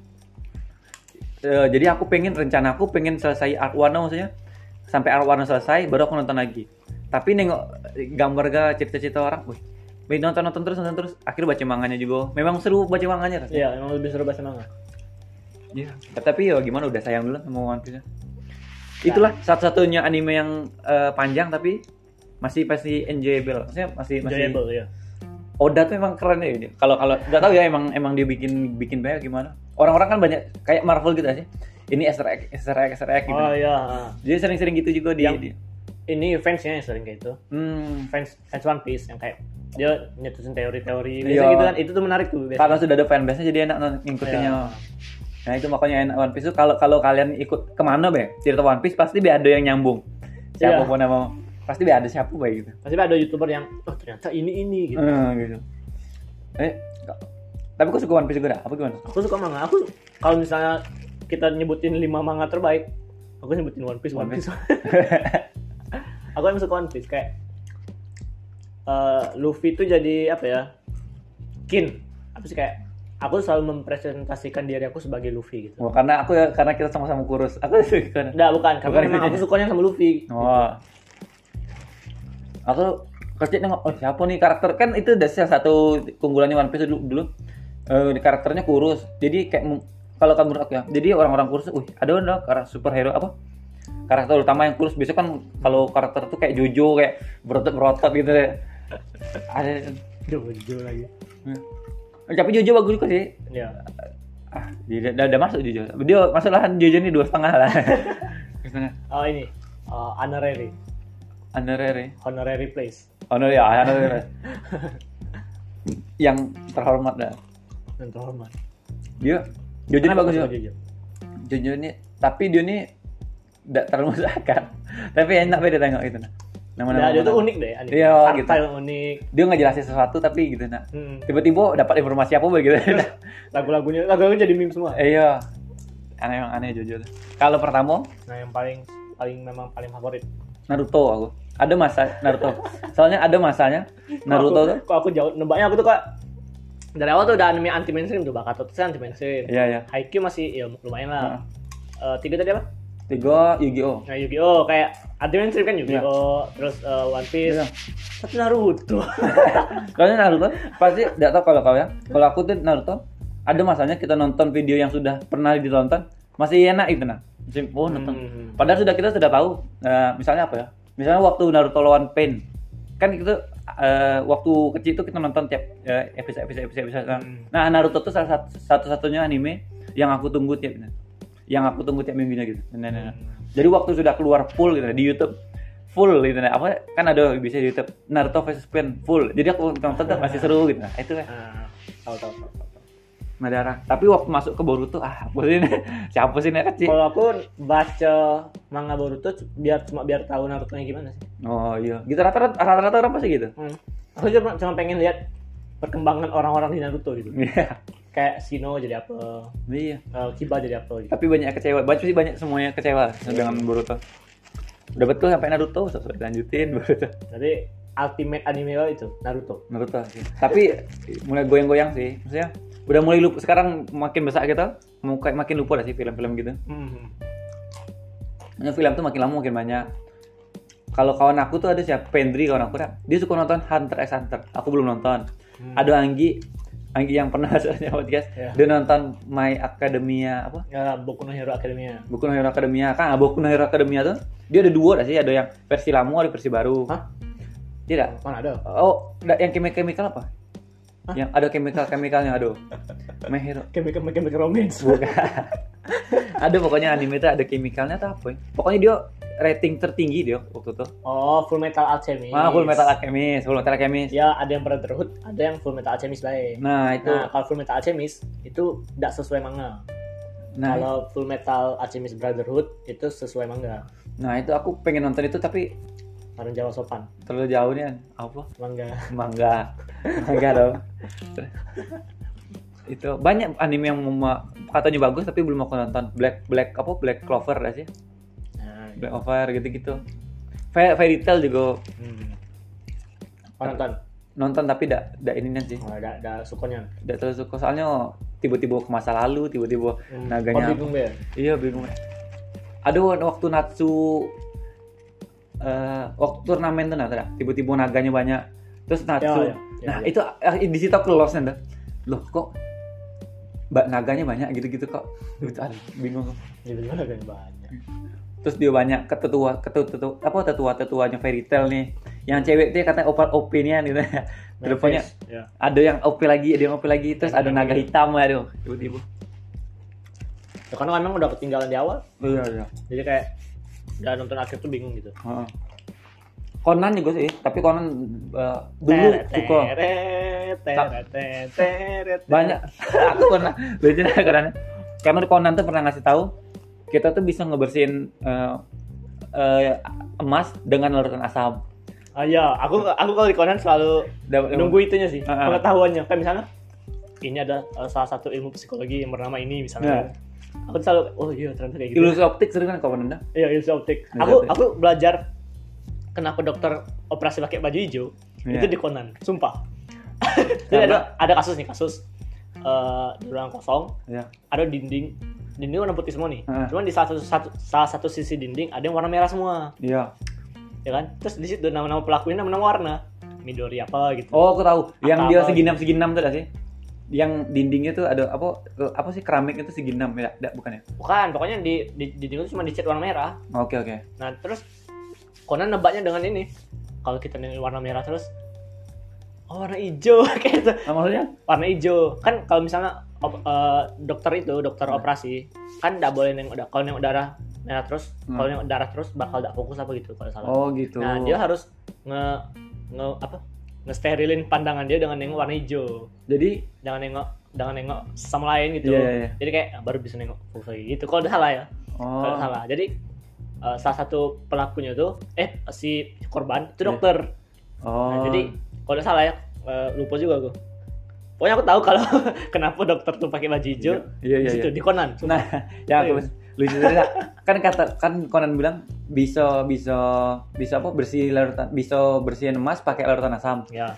Speaker 2: E, jadi aku pengen rencana aku pengen selesai arc Wano maksudnya sampai arc Wano selesai baru aku nonton lagi. Tapi nengok gambar ga cerita-cerita orang, wih, nonton-nonton terus nonton terus. Akhirnya baca manganya juga. Memang seru baca manganya rasanya.
Speaker 1: Iya, memang lebih seru baca manga.
Speaker 2: Iya. Tapi ya gimana udah sayang dulu sama One Piece. Itulah satu-satunya anime yang uh, panjang tapi masih pasti enjoyable. Maksudnya masih masih
Speaker 1: enjoyable ya.
Speaker 2: Oda tuh emang keren ya ini. Kalau kalau enggak tahu ya emang emang dia bikin bikin banyak gimana. Orang-orang kan banyak kayak Marvel gitu sih. Ini Easter egg, Easter egg, Easter egg gitu.
Speaker 1: Oh iya.
Speaker 2: Jadi sering-sering gitu juga dia.
Speaker 1: Yang, ini fansnya yang sering kayak itu.
Speaker 2: Hmm.
Speaker 1: Fans fans One Piece yang kayak dia nyetusin teori-teori
Speaker 2: iya.
Speaker 1: gitu kan. Itu tuh menarik tuh biasanya.
Speaker 2: Karena sudah ada fanbase-nya jadi enak ngikutinnya. Iya. Nah itu makanya enak One Piece tuh kalau kalau kalian ikut kemana be cerita One Piece pasti be ada yang nyambung. Siapapun yang mau pasti be ada siapa be gitu.
Speaker 1: Pasti be ada YouTuber yang oh ternyata ini ini gitu.
Speaker 2: Hmm, gitu. Eh tapi aku suka One Piece juga dah. Apa gimana?
Speaker 1: Aku suka manga. Aku kalau misalnya kita nyebutin lima manga terbaik, aku nyebutin One Piece, One, One Piece. Aku emang suka One Piece kayak uh, Luffy tuh jadi apa ya? Kin. Apa sih kayak aku selalu mempresentasikan diri aku sebagai Luffy gitu.
Speaker 2: Oh, karena aku ya karena kita sama-sama kurus. Aku kan.
Speaker 1: Enggak, bukan. Karena
Speaker 2: Bukan
Speaker 1: memang
Speaker 2: itu.
Speaker 1: aku sukanya sama Luffy.
Speaker 2: Oh. Aku kecil nengok, oh siapa nih karakter, kan itu udah salah satu keunggulannya One Piece dulu dulu. Eh, karakternya kurus. Jadi kayak mu- kalau kamu menurut aku ya, jadi orang-orang kurus, wih, ada ada karakter superhero apa? Karakter utama yang kurus. Biasanya kan kalau karakter tuh kayak Jojo kayak berotot-berotot gitu ya. Ada
Speaker 1: Jojo lagi.
Speaker 2: tapi Jojo bagus juga sih.
Speaker 1: Ya.
Speaker 2: Ah, dia udah, udah masuk Jojo. Dia masalah Jojo ini dua setengah lah. Setengah.
Speaker 1: Oh ini uh, honorary.
Speaker 2: Honorary.
Speaker 1: Honorary place.
Speaker 2: Honor ya, honorary. Yang terhormat dah.
Speaker 1: Dan terhormat.
Speaker 2: Dia Jojo ini bagus juga.
Speaker 1: Jojo?
Speaker 2: Jojo ini, tapi dia ini tidak terlalu masuk akal. Tapi enak beda tengok gitu nah. Nama-nama.
Speaker 1: Nah, dia tuh unik deh, anime.
Speaker 2: Iya,
Speaker 1: Art
Speaker 2: gitu.
Speaker 1: style unik.
Speaker 2: Dia ngejelasin sesuatu tapi gitu nah.
Speaker 1: Hmm.
Speaker 2: Tiba-tiba dapat informasi apa begitu.
Speaker 1: Lagu-lagunya, lagu-lagunya jadi meme semua.
Speaker 2: Eh, iya. Aneh emang aneh Jojo. Kalau pertama
Speaker 1: Nah, yang paling paling memang paling favorit.
Speaker 2: Naruto aku. Ada masa Naruto. Soalnya ada masanya Naruto
Speaker 1: kok aku,
Speaker 2: tuh.
Speaker 1: Kok aku jauh nebaknya aku tuh kak dari awal tuh udah anime anti mainstream tuh, Bakato tuh anti mainstream.
Speaker 2: Iya, iya.
Speaker 1: Haikyuu masih ya lumayan lah.
Speaker 2: Heeh.
Speaker 1: Eh, tiga tadi apa?
Speaker 2: Tiga Yu-Gi-Oh.
Speaker 1: Nah, Yu-Gi-Oh kayak anti mainstream kan Yu-Gi-Oh, terus eh, One Piece.
Speaker 2: Iya.
Speaker 1: Tapi Naruto.
Speaker 2: Soalnya Naruto pasti enggak tahu kalau kau ya. Kalau aku tuh Naruto ada masanya kita nonton video yang sudah pernah ditonton masih enak itu nah. Oh, nonton.
Speaker 1: Hmm.
Speaker 2: Padahal sudah kita sudah tahu. eh, misalnya apa ya? Misalnya waktu Naruto lawan Pain. Kan itu eh, waktu kecil itu kita nonton tiap eh, episode episode episode episode.
Speaker 1: Hmm.
Speaker 2: Nah, Naruto tuh salah satu satu-satunya anime yang aku tunggu tiap yang aku tunggu tiap minggunya gitu. Nah, nah, nah. Jadi waktu sudah keluar full gitu di YouTube full gitu nah. Apa kan ada bisa di YouTube Naruto versus Pain full. Jadi aku nonton tuh masih seru gitu. Nah, itu kan.
Speaker 1: Nah, tahu tahu tahu. tahu.
Speaker 2: Madara. Tapi waktu masuk ke Boruto ah, apa sih ini? Siapa sih ini kecil?
Speaker 1: Kalau aku baca manga Boruto biar cuma biar tahu Naruto-nya gimana sih.
Speaker 2: Oh iya. Gitu rata-rata rata-rata orang pasti gitu.
Speaker 1: Hmm. Aku cuma cuma pengen lihat perkembangan orang-orang di Naruto gitu.
Speaker 2: Iya.
Speaker 1: Kayak Shino jadi apa,
Speaker 2: Iya.
Speaker 1: uh, Kiba jadi apa gitu.
Speaker 2: Tapi banyak yang kecewa. Banyak sih banyak semuanya kecewa dengan Boruto. Udah betul sampai Naruto, sesuai lanjutin Boruto.
Speaker 1: Jadi ultimate anime lo itu Naruto.
Speaker 2: Naruto sih. Tapi mulai goyang-goyang sih. Maksudnya udah mulai lupa sekarang makin besar kita, mau kayak makin lupa lah sih film-film gitu.
Speaker 1: Hmm.
Speaker 2: Nah, film tuh makin lama makin banyak. Kalau kawan aku tuh ada siapa? Pendri kawan aku kan. Dia suka nonton Hunter x Hunter. Aku belum nonton.
Speaker 1: Hmm.
Speaker 2: Ada Anggi, Anggi yang pernah soalnya podcast.
Speaker 1: Ya.
Speaker 2: Dia nonton My Academia apa?
Speaker 1: Ya, Boku no Hero Academia.
Speaker 2: Boku no Hero Academia kan. Boku no Hero Academia tuh dia ada dua dah sih, ada yang versi lama, ada versi baru.
Speaker 1: Hah?
Speaker 2: Tidak.
Speaker 1: Mana ada?
Speaker 2: Oh, da- yang chemical-chemical apa? Hah? Yang ada chemical-chemicalnya, aduh. My Hero.
Speaker 1: Chemical Chemical Romance.
Speaker 2: Bukan. Ada pokoknya anime itu ada chemicalnya atau apa ya? Pokoknya dia rating tertinggi dia waktu itu.
Speaker 1: Oh, Full Metal Alchemist.
Speaker 2: Ah, Full Metal Alchemist, Full Metal Alchemist.
Speaker 1: Ya, ada yang Brotherhood, ada yang Full Metal Alchemist lain.
Speaker 2: Nah, itu.
Speaker 1: Nah, kalau Full Metal Alchemist itu tidak sesuai manga.
Speaker 2: Nah,
Speaker 1: Kalau Full Metal Alchemist Brotherhood itu sesuai manga.
Speaker 2: nah itu aku pengen nonton itu tapi
Speaker 1: Orang Jawa sopan.
Speaker 2: terlalu jauh nih. Apa?
Speaker 1: Manga.
Speaker 2: Mangga. Mangga dong. Itu banyak anime yang mema- katanya bagus tapi belum aku nonton. Black Black apa? Black Clover lah sih.
Speaker 1: Nah,
Speaker 2: Black Clover gitu-gitu. Fa- Fairy Tail juga
Speaker 1: hmm. Oh, nonton.
Speaker 2: nonton tapi tidak tidak ini sih.
Speaker 1: Oh, ada ada sukonya.
Speaker 2: Tidak terlalu suka soalnya tiba-tiba ke masa lalu, tiba-tiba
Speaker 1: Hmm.
Speaker 2: naganya.
Speaker 1: Oh, bingung ya.
Speaker 2: Iya bingung. Aduh waktu Natsu eh waktu turnamen tuh nah, tuh, dah. Tiba-tiba naganya banyak. Terus Natsu.
Speaker 1: Ya, ya, ya,
Speaker 2: nah
Speaker 1: ya.
Speaker 2: itu eh, di situ aku lost dah. Loh kok mbak naganya banyak gitu-gitu kok. Gitu, aduh, bingung.
Speaker 1: Jadi mana kan banyak.
Speaker 2: Terus dia banyak ketetua ketetua apa tetua-tetuanya Fairy Tail nih. Yang cewek dia katanya opal O P-nya gitu. Teleponnya
Speaker 1: Ya.
Speaker 2: ada yang O P lagi, ada yang O P lagi, terus ada naga hitam aduh, tiba-tiba.
Speaker 1: Ya, karena memang udah ketinggalan di awal.
Speaker 2: Iya, iya.
Speaker 1: Jadi kayak udah nonton akhir tuh bingung gitu.
Speaker 2: Heeh. Conan juga sih, tapi Conan uh, dulu suka
Speaker 1: Teret, teret, teret, teret.
Speaker 2: banyak. Aku pernah lucu lah karena karena di Conan tuh pernah ngasih tahu kita tuh bisa ngebersihin uh, uh, emas dengan larutan asam.
Speaker 1: Ah iya, aku aku kalau di Conan selalu
Speaker 2: Dapat-
Speaker 1: nunggu itunya sih,
Speaker 2: Ah, ah.
Speaker 1: pengetahuannya. Kayak misalnya ini ada uh, salah satu ilmu psikologi yang bernama ini misalnya.
Speaker 2: Nah.
Speaker 1: Aku tuh selalu oh iya ternyata kayak gitu.
Speaker 2: Ilusi optik sering kan Conan dah.
Speaker 1: Iya, ilusi optik.
Speaker 2: Ilusi
Speaker 1: Aku
Speaker 2: optik.
Speaker 1: aku belajar kenapa dokter operasi pakai baju hijau
Speaker 2: Iya.
Speaker 1: itu di Conan, sumpah. Jadi ada ada kasus nih kasus uh, di ruang kosong
Speaker 2: Ya.
Speaker 1: ada dinding, dinding warna putih semua nih.
Speaker 2: Uh.
Speaker 1: Cuman di salah satu, satu salah satu sisi dinding ada yang warna merah semua,
Speaker 2: Iya.
Speaker 1: ya kan? Terus di situ nama-nama pelakunya nama-nama warna, Midori apa gitu.
Speaker 2: Oh, aku tahu. Yang
Speaker 1: Apa
Speaker 2: dia
Speaker 1: apa
Speaker 2: segi enam segi enam tuh dah sih. Yang dindingnya tuh ada apa apa sih keramik itu segi enam ya? Enggak, bukan ya?
Speaker 1: Bukan, pokoknya di di dinding itu cuma dicat warna merah.
Speaker 2: Oke, oke.
Speaker 1: Nah terus Conan nebaknya dengan ini, kalau kita nih warna merah terus, oh warna hijau kayak gitu.
Speaker 2: Nah, maksudnya?
Speaker 1: Warna hijau kan kalau misalnya op, uh, dokter itu dokter
Speaker 2: Hmm.
Speaker 1: operasi kan nggak boleh nengok darah. Kalau nengok darah merah terus,
Speaker 2: Hmm.
Speaker 1: kalau nengok darah terus bakal nggak fokus apa gitu kalau salah.
Speaker 2: Oh, gitu.
Speaker 1: Nah dia harus nge nge apa ngesterilin pandangan dia dengan nengok warna hijau.
Speaker 2: Jadi,
Speaker 1: Jangan nengok jangan nengok sama lain gitu.
Speaker 2: Iya, iya, iya.
Speaker 1: Jadi kayak ah, baru bisa nengok fokus lagi gitu. Kalau udah salah ya.
Speaker 2: oh.
Speaker 1: Kalau salah. Jadi uh, salah satu pelakunya tuh eh si korban itu
Speaker 2: Iya.
Speaker 1: dokter.
Speaker 2: Oh.
Speaker 1: Nah, jadi kalau udah salah ya uh, lupa juga aku. Pokoknya aku tahu kalau kenapa dokter tuh pakai baju hijau.
Speaker 2: Iya, iya,
Speaker 1: Di situ
Speaker 2: iya.
Speaker 1: di Conan.
Speaker 2: Nah, yang aku
Speaker 1: Iya.
Speaker 2: lucu cerita kan kata kan Conan bilang bisa bisa bisa apa bersih larutan bisa bersihin emas pakai larutan asam.
Speaker 1: Ya.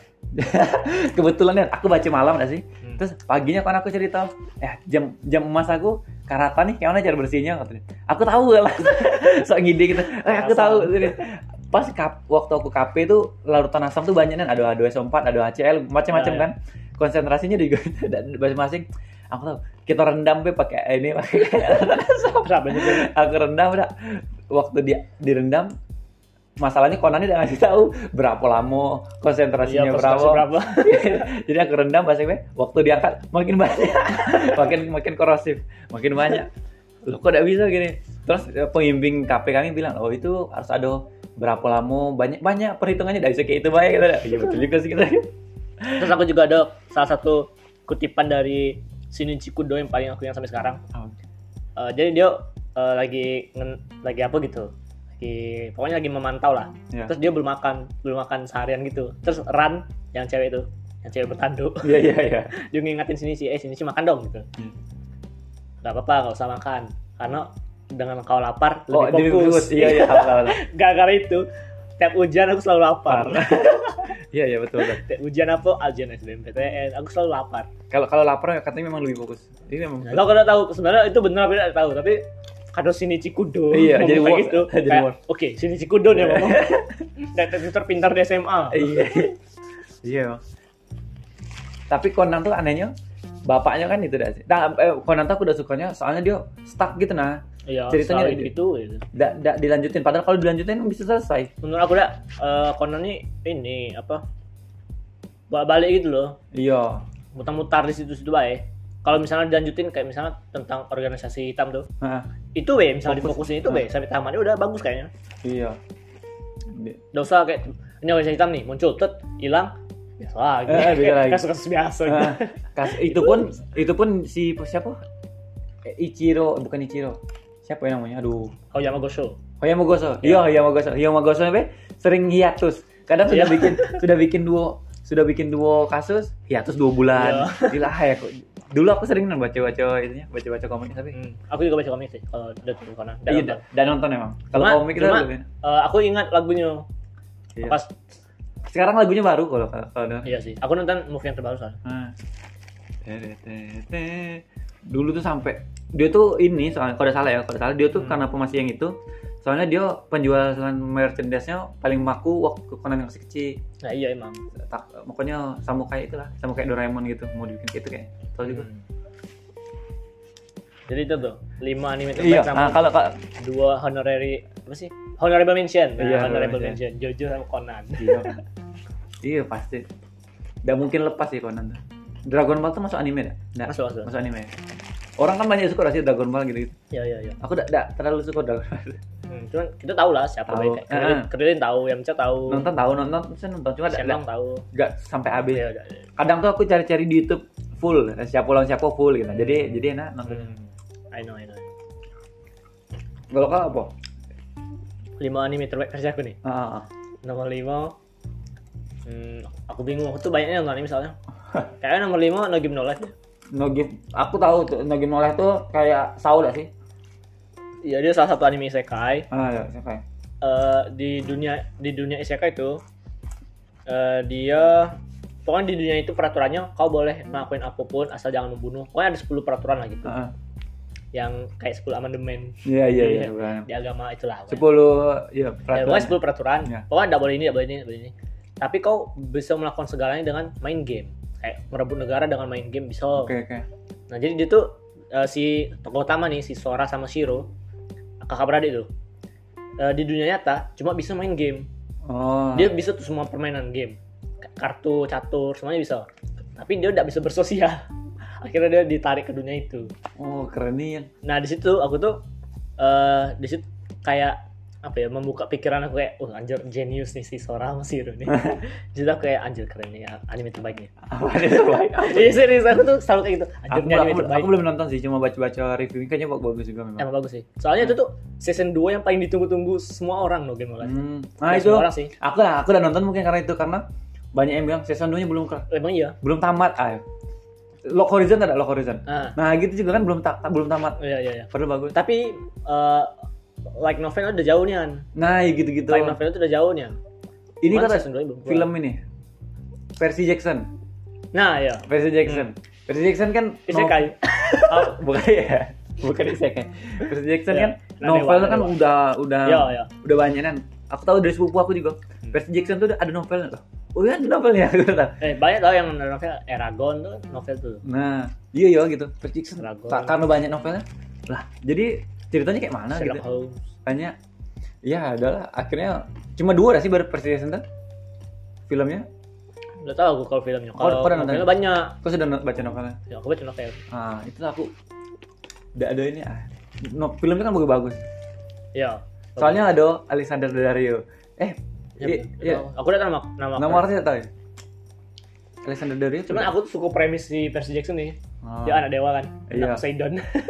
Speaker 2: Kebetulan ya aku baca malam gak sih.
Speaker 1: Hmm.
Speaker 2: Terus paginya kan aku cerita, eh jam jam emas aku karatan nih gimana cara bersihnya katanya. Aku tahu lah. Sok ngide gitu. Eh aku tahu. Pas kap, waktu aku K P tuh larutan asam tuh banyak kan, ada H dua S O empat, ada H C L, macam-macam
Speaker 1: Ya, ya.
Speaker 2: kan. Konsentrasinya juga masing-masing. Aku tahu kita rendam be pakai ini pakai larutan asam.
Speaker 1: Berapa juga?
Speaker 2: Aku rendam udah waktu dia direndam masalahnya Conan udah ngasih tahu berapa lama konsentrasinya
Speaker 1: Iya,
Speaker 2: berapa.
Speaker 1: konsentrasi berapa.
Speaker 2: Jadi aku rendam bahasa gue waktu diangkat makin banyak makin makin korosif makin banyak. Loh kok tidak bisa gini. Terus eh, pembimbing K P kami bilang oh itu harus ada berapa lama banyak banyak perhitungannya tidak bisa kayak itu baik gitu. Iya betul juga sih kita.
Speaker 1: Terus aku juga ada salah satu kutipan dari Shinichi Kudo yang paling aku ingat sampai sekarang. Uh, jadi dia uh, lagi ngen, lagi apa gitu. Lagi pokoknya lagi memantau lah.
Speaker 2: Ya.
Speaker 1: Terus dia belum makan, belum makan seharian gitu. Terus Ran yang cewek itu, yang cewek bertanduk.
Speaker 2: Iya iya iya.
Speaker 1: Dia ngingatin sini sih, eh sini sih makan dong gitu.
Speaker 2: Hmm.
Speaker 1: Gak apa-apa, gak usah makan. Karena dengan kau lapar
Speaker 2: Oh,
Speaker 1: lebih
Speaker 2: lebih
Speaker 1: fokus.
Speaker 2: fokus. Iya iya tahu tahu.
Speaker 1: Gara-gara itu tiap ujian aku selalu lapar.
Speaker 2: Iya iya betul betul.
Speaker 1: Tiap ujian apa? Ujian S B M P T N, aku selalu lapar.
Speaker 2: Kalau kalau lapar katanya memang lebih fokus. Ini memang.
Speaker 1: Nah, kalau tahu sebenarnya itu benar apa tidak tahu, tapi kado Shinichi Kudo
Speaker 2: Iya,
Speaker 1: ngomong
Speaker 2: jadi
Speaker 1: kayak
Speaker 2: word.
Speaker 1: gitu.
Speaker 2: Jadi
Speaker 1: Kayak,
Speaker 2: word.
Speaker 1: oke, Shinichi Kudo nih ngomong. Detektif pintar di S M A.
Speaker 2: Iya. Iya. Tapi Conan tuh anehnya bapaknya kan itu dah sih. Nah, eh, Conan tuh aku udah sukanya soalnya dia stuck gitu nah.
Speaker 1: Iya,
Speaker 2: Ceritanya
Speaker 1: selalu gitu, gitu.
Speaker 2: Nggak nggak dilanjutin padahal kalau dilanjutin kan bisa selesai.
Speaker 1: Menurut aku dah eh, Conan nih ini apa? Balik gitu loh.
Speaker 2: Iya.
Speaker 1: Mutar-mutar di situ-situ baik. Kalau misalnya dilanjutin kayak misalnya tentang organisasi hitam tuh.
Speaker 2: Heeh.
Speaker 1: Itu be misalnya
Speaker 2: Fokus.
Speaker 1: difokusin itu be sampai tamatnya udah bagus kayaknya.
Speaker 2: Iya.
Speaker 1: Nggak usah kayak ini organisasi hitam nih muncul tet hilang biasa lagi.
Speaker 2: Eh, biasa lagi.
Speaker 1: Kasus-kasus biasa gitu.
Speaker 2: Nah, kas- itu pun itu pun si siapa? Eh, Ichiro bukan Ichiro. Siapa yang namanya? Aduh.
Speaker 1: Oh Yamagoshi.
Speaker 2: Hoyamagoso. Iya, Hoyamagoso. Hoyamagoso be sering hiatus. Kadang sudah
Speaker 1: Iya.
Speaker 2: bikin sudah bikin duo sudah bikin duo kasus hiatus dua bulan. Gila ya kok. Dulu aku sering nonton baca-baca itunya, baca-baca komik tapi
Speaker 1: Hmm. Aku juga baca komik sih kalau udah tuh Conan.
Speaker 2: iya, da- dan nonton emang. Kalau
Speaker 1: Cuma-
Speaker 2: komik itu
Speaker 1: cuma,
Speaker 2: belum.
Speaker 1: eh, aku ingat lagunya.
Speaker 2: Iya.
Speaker 1: Pas
Speaker 2: Sekarang lagunya baru kalau kalau kalau denger.
Speaker 1: iya sih. Aku nonton movie yang terbaru soalnya.
Speaker 2: Ah. Tete-tete. Dulu tuh sampai dia tuh ini soalnya kalau tidak salah ya, kalau tidak salah dia tuh
Speaker 1: Hmm.
Speaker 2: karena masih yang itu. Soalnya dia penjualan merchandise-nya paling maku waktu Conan yang masih kecil.
Speaker 1: Nah iya emang.
Speaker 2: Tak, pokoknya sama kayak itulah, sama kayak Doraemon gitu, mau dibikin kayak itu kayak. Tahu juga.
Speaker 1: Hmm. Jadi itu tuh lima anime
Speaker 2: Iya,
Speaker 1: terbaik
Speaker 2: nah,
Speaker 1: sama
Speaker 2: kalau kalau
Speaker 1: dua honorary apa sih? Honorable mention. Nah,
Speaker 2: Iya,
Speaker 1: honorable
Speaker 2: honorable
Speaker 1: mention. Jojo sama Conan.
Speaker 2: iya. Iya pasti. Nggak mungkin lepas sih Conan tuh. Dragon Ball tuh masuk anime dah? Nggak,
Speaker 1: Masuk, masuk.
Speaker 2: masuk anime. Orang kan banyak suka sih Dragon Ball gitu. -gitu.
Speaker 1: Iya iya iya.
Speaker 2: Aku nggak terlalu suka Dragon Ball.
Speaker 1: Hmm, cuman kita tahu lah siapa
Speaker 2: Tahu.
Speaker 1: baik. Kerilin,
Speaker 2: Ah.
Speaker 1: Kerilin tahu, Yamcha tahu.
Speaker 2: Nonton tahu nonton, saya nonton cuma nggak
Speaker 1: Shenlong tahu.
Speaker 2: nggak sampai habis.
Speaker 1: Iya, udah.
Speaker 2: Kadang tuh aku cari-cari di YouTube full, siapa lawan siapa full gitu. Jadi jadi enak nonton.
Speaker 1: Hmm. I know, I know.
Speaker 2: Kalau kau apa?
Speaker 1: Lima anime terbaik versi aku nih.
Speaker 2: Ah, ah, ah.
Speaker 1: Nomor lima, hmm, aku bingung. Aku tuh banyaknya nonton anime soalnya. Kayaknya nomor lima No Game No Life ya.
Speaker 2: No Game, aku tahu tuh No Game No Life tuh kayak Saul gak sih?
Speaker 1: Iya dia salah satu anime isekai.
Speaker 2: Ah ya, siapa?
Speaker 1: Eh, di dunia di dunia isekai itu eh, dia pokoknya di dunia itu peraturannya kau boleh ngelakuin apapun asal jangan membunuh. Pokoknya ada sepuluh peraturan lah gitu.
Speaker 2: Uh-huh.
Speaker 1: Yang kayak sepuluh amandemen.
Speaker 2: Iya iya iya.
Speaker 1: Di agama itulah.
Speaker 2: sepuluh ya
Speaker 1: Ya,
Speaker 2: peraturan.
Speaker 1: pokoknya sepuluh peraturan.
Speaker 2: Ya.
Speaker 1: Pokoknya enggak boleh ini, enggak boleh ini, enggak boleh ini. Tapi kau bisa melakukan segalanya dengan main game. Kayak merebut negara dengan main game bisa.
Speaker 2: Oke okay, oke. Okay.
Speaker 1: Nah, jadi dia tuh uh, si tokoh utama nih, si Sora sama Shiro, kakak beradik tuh. Uh, di dunia nyata cuma bisa main game.
Speaker 2: Oh.
Speaker 1: Dia bisa tuh semua permainan game. Kartu, catur, semuanya bisa. Tapi dia enggak bisa bersosial. Akhirnya dia ditarik ke dunia itu.
Speaker 2: Oh, keren nih.
Speaker 1: Nah, di situ aku tuh uh, di situ kayak apa ya, membuka pikiran aku kayak, oh anjir genius nih si Sora sama Shiro nih. Jadi aku kayak anjir keren nih anime terbaiknya.
Speaker 2: Apa anime terbaik?
Speaker 1: Iya serius, aku tuh selalu kayak gitu. Anjir
Speaker 2: Aku,
Speaker 1: nih anime
Speaker 2: aku,
Speaker 1: terbaik.
Speaker 2: aku belum nonton sih, cuma baca-baca review kayaknya bagus juga memang.
Speaker 1: Emang bagus sih. Soalnya itu tuh season dua yang paling ditunggu-tunggu semua orang loh Game of Life.
Speaker 2: Hmm. Nah,
Speaker 1: Ya,
Speaker 2: itu
Speaker 1: semua orang sih.
Speaker 2: aku lah, aku udah nonton mungkin karena itu karena banyak yang bilang season dua-nya belum kelar.
Speaker 1: Emang iya.
Speaker 2: Belum tamat, ah. Lock Horizon ada Lock Horizon.
Speaker 1: Ah.
Speaker 2: Nah, gitu juga kan belum ta- belum tamat.
Speaker 1: Iya iya iya.
Speaker 2: Padahal bagus.
Speaker 1: Tapi uh, like novel udah jauh nih kan.
Speaker 2: Nah, ya gitu-gitu.
Speaker 1: Like novel itu udah jauh nih.
Speaker 2: Ini
Speaker 1: Cuman
Speaker 2: kata
Speaker 1: season dua belum keluar.
Speaker 2: film ini. Versi Jackson.
Speaker 1: Nah, iya.
Speaker 2: Versi Jackson. Versi Jackson kan
Speaker 1: Isekai.
Speaker 2: Oh, bukan ya. Bukan isekai. Versi Jackson
Speaker 1: Ya,
Speaker 2: kan
Speaker 1: nah,
Speaker 2: novelnya
Speaker 1: dewa,
Speaker 2: kan
Speaker 1: dewa.
Speaker 2: udah udah
Speaker 1: Iya, iya.
Speaker 2: udah banyak kan. Aku tahu dari sepupu aku juga. Versi Jackson tuh ada novelnya loh. Oh iya, ada novelnya. Aku tahu.
Speaker 1: Eh, banyak tau yang novel Eragon tuh novel tuh.
Speaker 2: Nah, iya iya gitu. Versi Jackson.
Speaker 1: Dragon.
Speaker 2: Ka- Karena banyak novelnya. Lah, jadi ceritanya kayak mana
Speaker 1: Sherlock
Speaker 2: gitu.
Speaker 1: Holmes.
Speaker 2: Banyak. Ya, adalah akhirnya cuma dua sih baru versi Jackson tuh. Filmnya.
Speaker 1: Udah tahu aku kalau filmnya.
Speaker 2: Oh,
Speaker 1: Kalau
Speaker 2: kau udah nonton?
Speaker 1: novelnya banyak.
Speaker 2: Kau sudah no- baca novelnya?
Speaker 1: Ya, aku baca novel.
Speaker 2: Ah, itu aku udah ada ini ah. No, filmnya kan bagus-bagus.
Speaker 1: Iya.
Speaker 2: Soalnya ada Alexander Daddario. Eh,
Speaker 1: Ya,
Speaker 2: iya,
Speaker 1: betul.
Speaker 2: iya.
Speaker 1: Aku udah tahu nama nama.
Speaker 2: Nama artisnya tahu ya? Alexander Daddario.
Speaker 1: Cuman aku tuh suka premis di versi Jackson nih.
Speaker 2: Ah.
Speaker 1: Dia anak dewa kan.
Speaker 2: Iya.
Speaker 1: Anak Poseidon.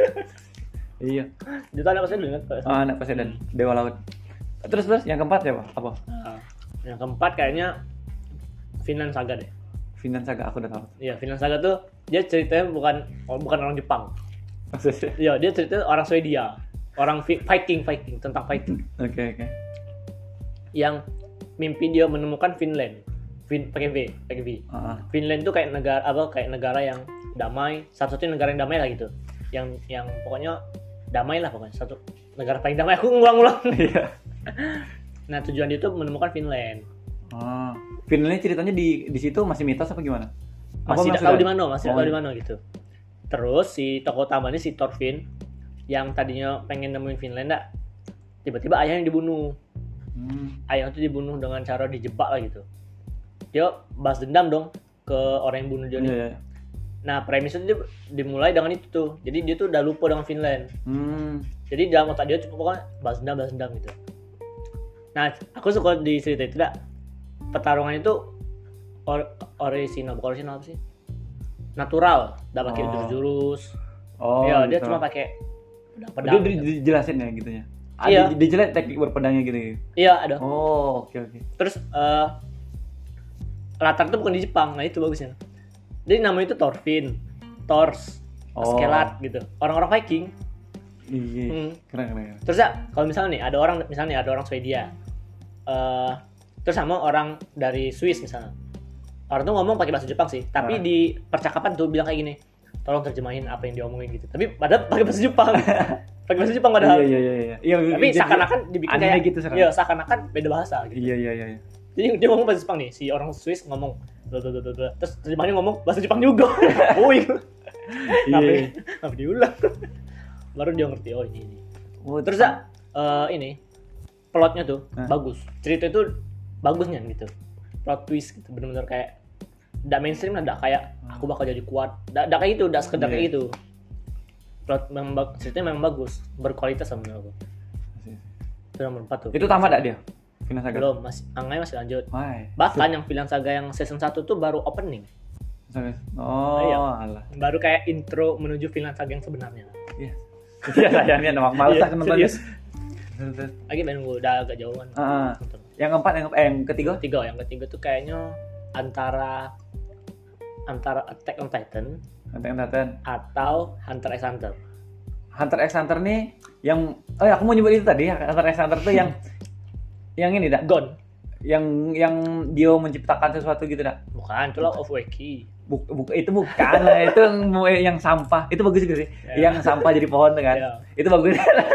Speaker 2: Iya.
Speaker 1: Dia tuh anak Poseidon kan.
Speaker 2: Ah, anak Poseidon, Dewa Laut. Terus terus yang keempat siapa? Apa?
Speaker 1: Nah, yang keempat kayaknya Vinland Saga deh.
Speaker 2: Vinland Saga aku udah tahu.
Speaker 1: Iya, Vinland Saga tuh dia ceritanya bukan oh, bukan orang Jepang.
Speaker 2: Maksudnya.
Speaker 1: Iya, dia ceritanya orang Swedia. Orang vi- Viking, Viking, tentang Viking.
Speaker 2: Oke, oke.
Speaker 1: Yang mimpi dia menemukan Finland. Fin pakai V, pakai V.
Speaker 2: Ah,
Speaker 1: Finland tuh kayak negara apa kayak negara yang damai, satu-satunya negara yang damai lah gitu. Yang yang pokoknya damai lah pokoknya. Satu negara paling damai. Aku ngulang-ngulang.
Speaker 2: iya.
Speaker 1: Nah, tujuan dia tuh menemukan Finland.
Speaker 2: Ah, Finlandnya ceritanya di di situ masih mitos apa gimana?
Speaker 1: Masih
Speaker 2: Apa
Speaker 1: tidak tahu di mana, masih
Speaker 2: Oh,
Speaker 1: tidak tahu di mana gitu. Terus si tokoh utamanya si Thorfinn yang tadinya pengen nemuin Finland enggak, tiba-tiba ayahnya dibunuh.
Speaker 2: Hmm.
Speaker 1: Ayah itu dibunuh dengan cara dijebak lah gitu. Dia balas dendam dong ke orang yang bunuh dia.
Speaker 2: Iya,
Speaker 1: nih.
Speaker 2: iya.
Speaker 1: Nah, premisnya dia dimulai dengan itu tuh. Jadi dia tuh udah lupa dengan Finland.
Speaker 2: Hmm.
Speaker 1: Jadi dalam otak dia cuma pokoknya balas dendam, balas dendam gitu. Nah, aku suka di cerita itu dah. Pertarungan itu or- original, bukan original apa sih? Natural, enggak pakai
Speaker 2: Oh.
Speaker 1: jurus-jurus.
Speaker 2: Oh.
Speaker 1: ya, dia
Speaker 2: gitu.
Speaker 1: cuma pakai pedang.
Speaker 2: Dia
Speaker 1: gitu.
Speaker 2: di- dijelasin ya gitunya. Ah,
Speaker 1: Iya.
Speaker 2: di- dijelasin teknik berpedangnya gitu.
Speaker 1: Iya, ada.
Speaker 2: Oh, oke oke.
Speaker 1: Terus eh latar itu bukan di Jepang, nah itu bagusnya. Jadi namanya itu Thorfinn, Thors,
Speaker 2: Oh.
Speaker 1: Skelat gitu. Orang-orang Viking.
Speaker 2: Iya.
Speaker 1: Hmm.
Speaker 2: Keren keren. keren.
Speaker 1: Terus ya, kalau misalnya nih ada orang misalnya nih, ada orang Swedia. Eh terus sama orang dari Swiss misalnya. Orang tuh ngomong pakai bahasa Jepang sih, tapi
Speaker 2: Ah.
Speaker 1: di percakapan tuh bilang kayak gini. Tolong terjemahin apa yang diomongin gitu. Tapi padahal pakai bahasa Jepang. pakai bahasa Jepang padahal.
Speaker 2: Iya iya iya iya. Iya,
Speaker 1: Tapi
Speaker 2: jadi-
Speaker 1: seakan-akan dibikin
Speaker 2: anime
Speaker 1: kayak
Speaker 2: gitu sekarang.
Speaker 1: Iya, seakan-akan beda bahasa gitu.
Speaker 2: Iya iya iya. iya.
Speaker 1: Jadi dia ngomong bahasa Jepang nih, si orang Swiss ngomong duh, duh, duh, duh, duh. Terus terjemahannya ngomong bahasa Jepang juga. Woi. Kenapa
Speaker 2: Iya.
Speaker 1: kenapa diulang? Baru dia ngerti oh ini ini.
Speaker 2: Oh,
Speaker 1: Terus ya eh, ini plotnya tuh
Speaker 2: Hah?
Speaker 1: bagus. Cerita itu bagusnya gitu. Plot twist gitu bener-bener kayak nggak mainstream lah, nggak kayak aku bakal jadi kuat. Nggak nggak kayak gitu, nggak sekedar kayak
Speaker 2: Iya.
Speaker 1: gitu. Plot memang bag- ceritanya memang bagus, berkualitas sama menurut aku. Itu nomor empat tuh.
Speaker 2: Itu tamat enggak dia? Vinland Saga.
Speaker 1: Belum, masih Angai masih lanjut.
Speaker 2: Why?
Speaker 1: Bahkan yang Vinland Saga yang season satu tuh baru opening.
Speaker 2: Oh,
Speaker 1: Iya.
Speaker 2: alah.
Speaker 1: Baru kayak intro menuju Vinland Saga yang sebenarnya.
Speaker 2: Iya. Iya, sayangnya nama malas
Speaker 1: Iya,
Speaker 2: aku nontonnya.
Speaker 1: serius. Lagi main gue udah agak jauhan.
Speaker 2: Ah, ah.
Speaker 1: Nonton.
Speaker 2: Yang keempat, yang, eh, yang ketiga?
Speaker 1: Ketiga, yang ketiga tuh kayaknya antara antara Attack on Titan
Speaker 2: Hunter x Hunter.
Speaker 1: atau Hunter x Hunter.
Speaker 2: Hunter x Hunter nih yang oh ya aku mau nyebut itu tadi Hunter x Hunter tuh yang yang ini dah.
Speaker 1: Gon.
Speaker 2: yang yang dia menciptakan sesuatu gitu dah.
Speaker 1: Bukan, itu Law of Wacky.
Speaker 2: Buk, buk, itu bukan lah, itu yang sampah. Itu bagus juga sih.
Speaker 1: Ya.
Speaker 2: Yang sampah jadi pohon tuh kan.
Speaker 1: Ya.
Speaker 2: Itu bagus.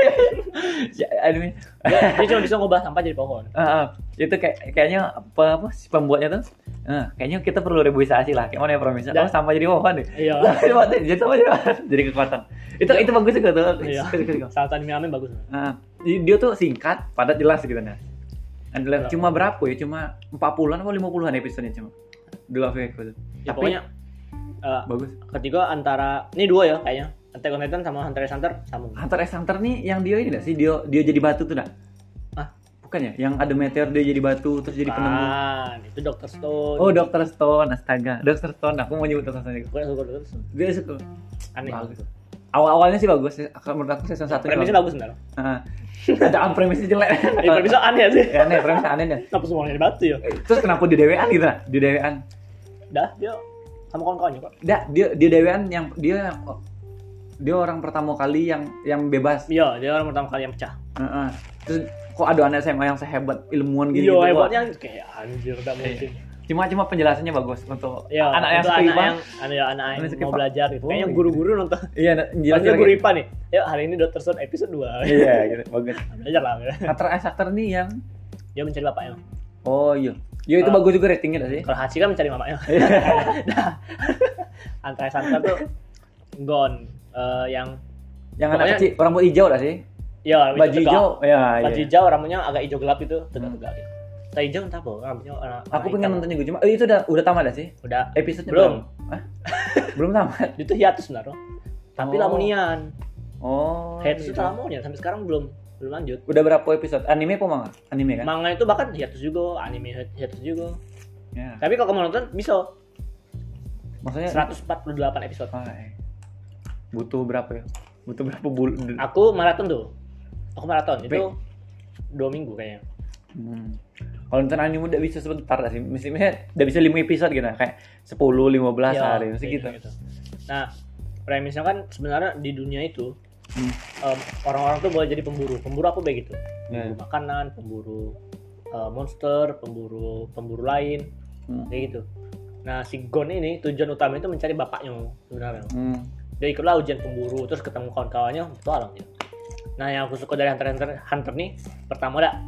Speaker 2: Anime.
Speaker 1: Dia, dia cuma bisa ngubah sampah jadi pohon.
Speaker 2: Uh, uh, itu kayak kayaknya apa apa si pembuatnya tuh. Uh, kayaknya kita perlu reboisasi lah. Kayak mana ya promisnya? Oh, sampah jadi pohon deh.
Speaker 1: Iya.
Speaker 2: Jadi sampah jadi pohon. Jadi kekuatan. Itu itu bagus juga tuh.
Speaker 1: Iya. Saat anime anime bagus.
Speaker 2: Uh, dia tuh singkat, padat, jelas gitu nah. Adalah cuma berapa ya? Cuma empat puluhan atau lima puluhan episodenya cuma. Dua episode.
Speaker 1: Ya,
Speaker 2: tapi
Speaker 1: pokoknya uh,
Speaker 2: bagus.
Speaker 1: Ketiga antara ini dua ya kayaknya. Attack on Titan sama Hunter x Hunter sama.
Speaker 2: Hunter x Hunter nih yang dia ini enggak sih? Dia dia jadi batu tuh enggak?
Speaker 1: Ah,
Speaker 2: bukan ya? Yang ada meteor dia jadi batu terus jadi penemu.
Speaker 1: Ah, itu Doctor Stone.
Speaker 2: Oh, Doctor Stone, astaga. Doctor Stone, aku mau nyebut Doctor Stone juga.
Speaker 1: Gue suka Doctor Stone.
Speaker 2: Dia suka.
Speaker 1: Aneh.
Speaker 2: Bagus. Awal-awalnya sih bagus. Menurut aku season satu
Speaker 1: Premisnya bagus benar.
Speaker 2: Heeh. Ada premisnya jelek.
Speaker 1: Eh, premisnya aneh sih.
Speaker 2: Ya, aneh, premisnya aneh deh.
Speaker 1: Kenapa semuanya di batu ya?
Speaker 2: Terus kenapa di dewean gitu lah? Di dewean.
Speaker 1: Dah, dia sama kawan-kawannya kok.
Speaker 2: Dah, dia dia dewean yang dia dia orang pertama kali yang yang bebas.
Speaker 1: Iya, dia orang pertama kali yang pecah.
Speaker 2: Heeh. Terus kok ada anak S M A yang sehebat ilmuwan gitu.
Speaker 1: Iya, hebatnya kayak anjir enggak mungkin.
Speaker 2: Cuma cuma penjelasannya bagus untuk
Speaker 1: ya,
Speaker 2: anak yang
Speaker 1: anak
Speaker 2: suka I P A.
Speaker 1: yang anak yang, anak yang mau belajar gitu.
Speaker 2: Oh,
Speaker 1: Kayaknya
Speaker 2: gitu.
Speaker 1: guru-guru nonton.
Speaker 2: Iya,
Speaker 1: Pasti
Speaker 2: jelas
Speaker 1: guru I P A nih. Yuk hari ini Doctor Stone episode dua.
Speaker 2: Iya, gitu. Bagus.
Speaker 1: Belajar lah.
Speaker 2: Hunter x Hunter nih yang
Speaker 1: Dia mencari bapaknya.
Speaker 2: oh iya. Ya itu
Speaker 1: Kalau-
Speaker 2: bagus juga ratingnya dah sih.
Speaker 1: Kalau Hachi kan mencari mamanya. Nah, Hunter x Hunter tuh Gon eh, yang
Speaker 2: Yang anak
Speaker 1: Pokoknya-
Speaker 2: kecil rambut hijau dah sih.
Speaker 1: ya
Speaker 2: Baju hijau. Ya,
Speaker 1: Baju
Speaker 2: iya.
Speaker 1: hijau rambutnya agak hijau gelap itu
Speaker 2: Hmm.
Speaker 1: tegak-tegak gitu. Tai hijau entah apa rambutnya warna
Speaker 2: Aku
Speaker 1: warna
Speaker 2: pengen
Speaker 1: hitam.
Speaker 2: nonton juga cuma eh, itu udah udah tamat dah sih.
Speaker 1: Udah
Speaker 2: Episodenya
Speaker 1: Belum.
Speaker 2: Hah? Belum tamat.
Speaker 1: itu hiatus sebenarnya. Tapi
Speaker 2: Oh.
Speaker 1: Lamonian.
Speaker 2: Oh.
Speaker 1: Hiatus
Speaker 2: gitu.
Speaker 1: itu Lamonian sampai sekarang belum belum lanjut.
Speaker 2: Udah berapa episode? Anime apa manga? Anime kan?
Speaker 1: Manga itu bahkan hiatus juga, anime hiatus juga.
Speaker 2: Ya.
Speaker 1: Tapi kalau kamu nonton bisa
Speaker 2: Maksudnya
Speaker 1: seratus empat puluh delapan episode.
Speaker 2: Ah, eh. Butuh berapa ya? Butuh berapa bulan?
Speaker 1: Aku maraton tuh. Aku maraton itu
Speaker 2: Baik.
Speaker 1: dua minggu kayaknya.
Speaker 2: Hmm. Kalau nonton anime udah bisa sebentar lah sih. Misalnya udah bisa lima episode gitu kayak sepuluh, lima belas
Speaker 1: Ya,
Speaker 2: hari mesti
Speaker 1: kayak
Speaker 2: gitu.
Speaker 1: Nah, premisnya kan sebenarnya di dunia itu
Speaker 2: Hmm.
Speaker 1: em, orang-orang tuh boleh jadi pemburu. Pemburu apa begitu?
Speaker 2: Ya.
Speaker 1: Pemburu makanan, pemburu eh, monster, pemburu pemburu lain,
Speaker 2: Hmm.
Speaker 1: kayak gitu. Nah, si Gon ini tujuan utama itu mencari bapaknya sebenarnya.
Speaker 2: Hmm.
Speaker 1: Dia ikutlah ujian pemburu, terus ketemu kawan-kawannya, petualang dia. Nah, yang aku suka dari Hunter x Hunter, Hunter nih, pertama dah,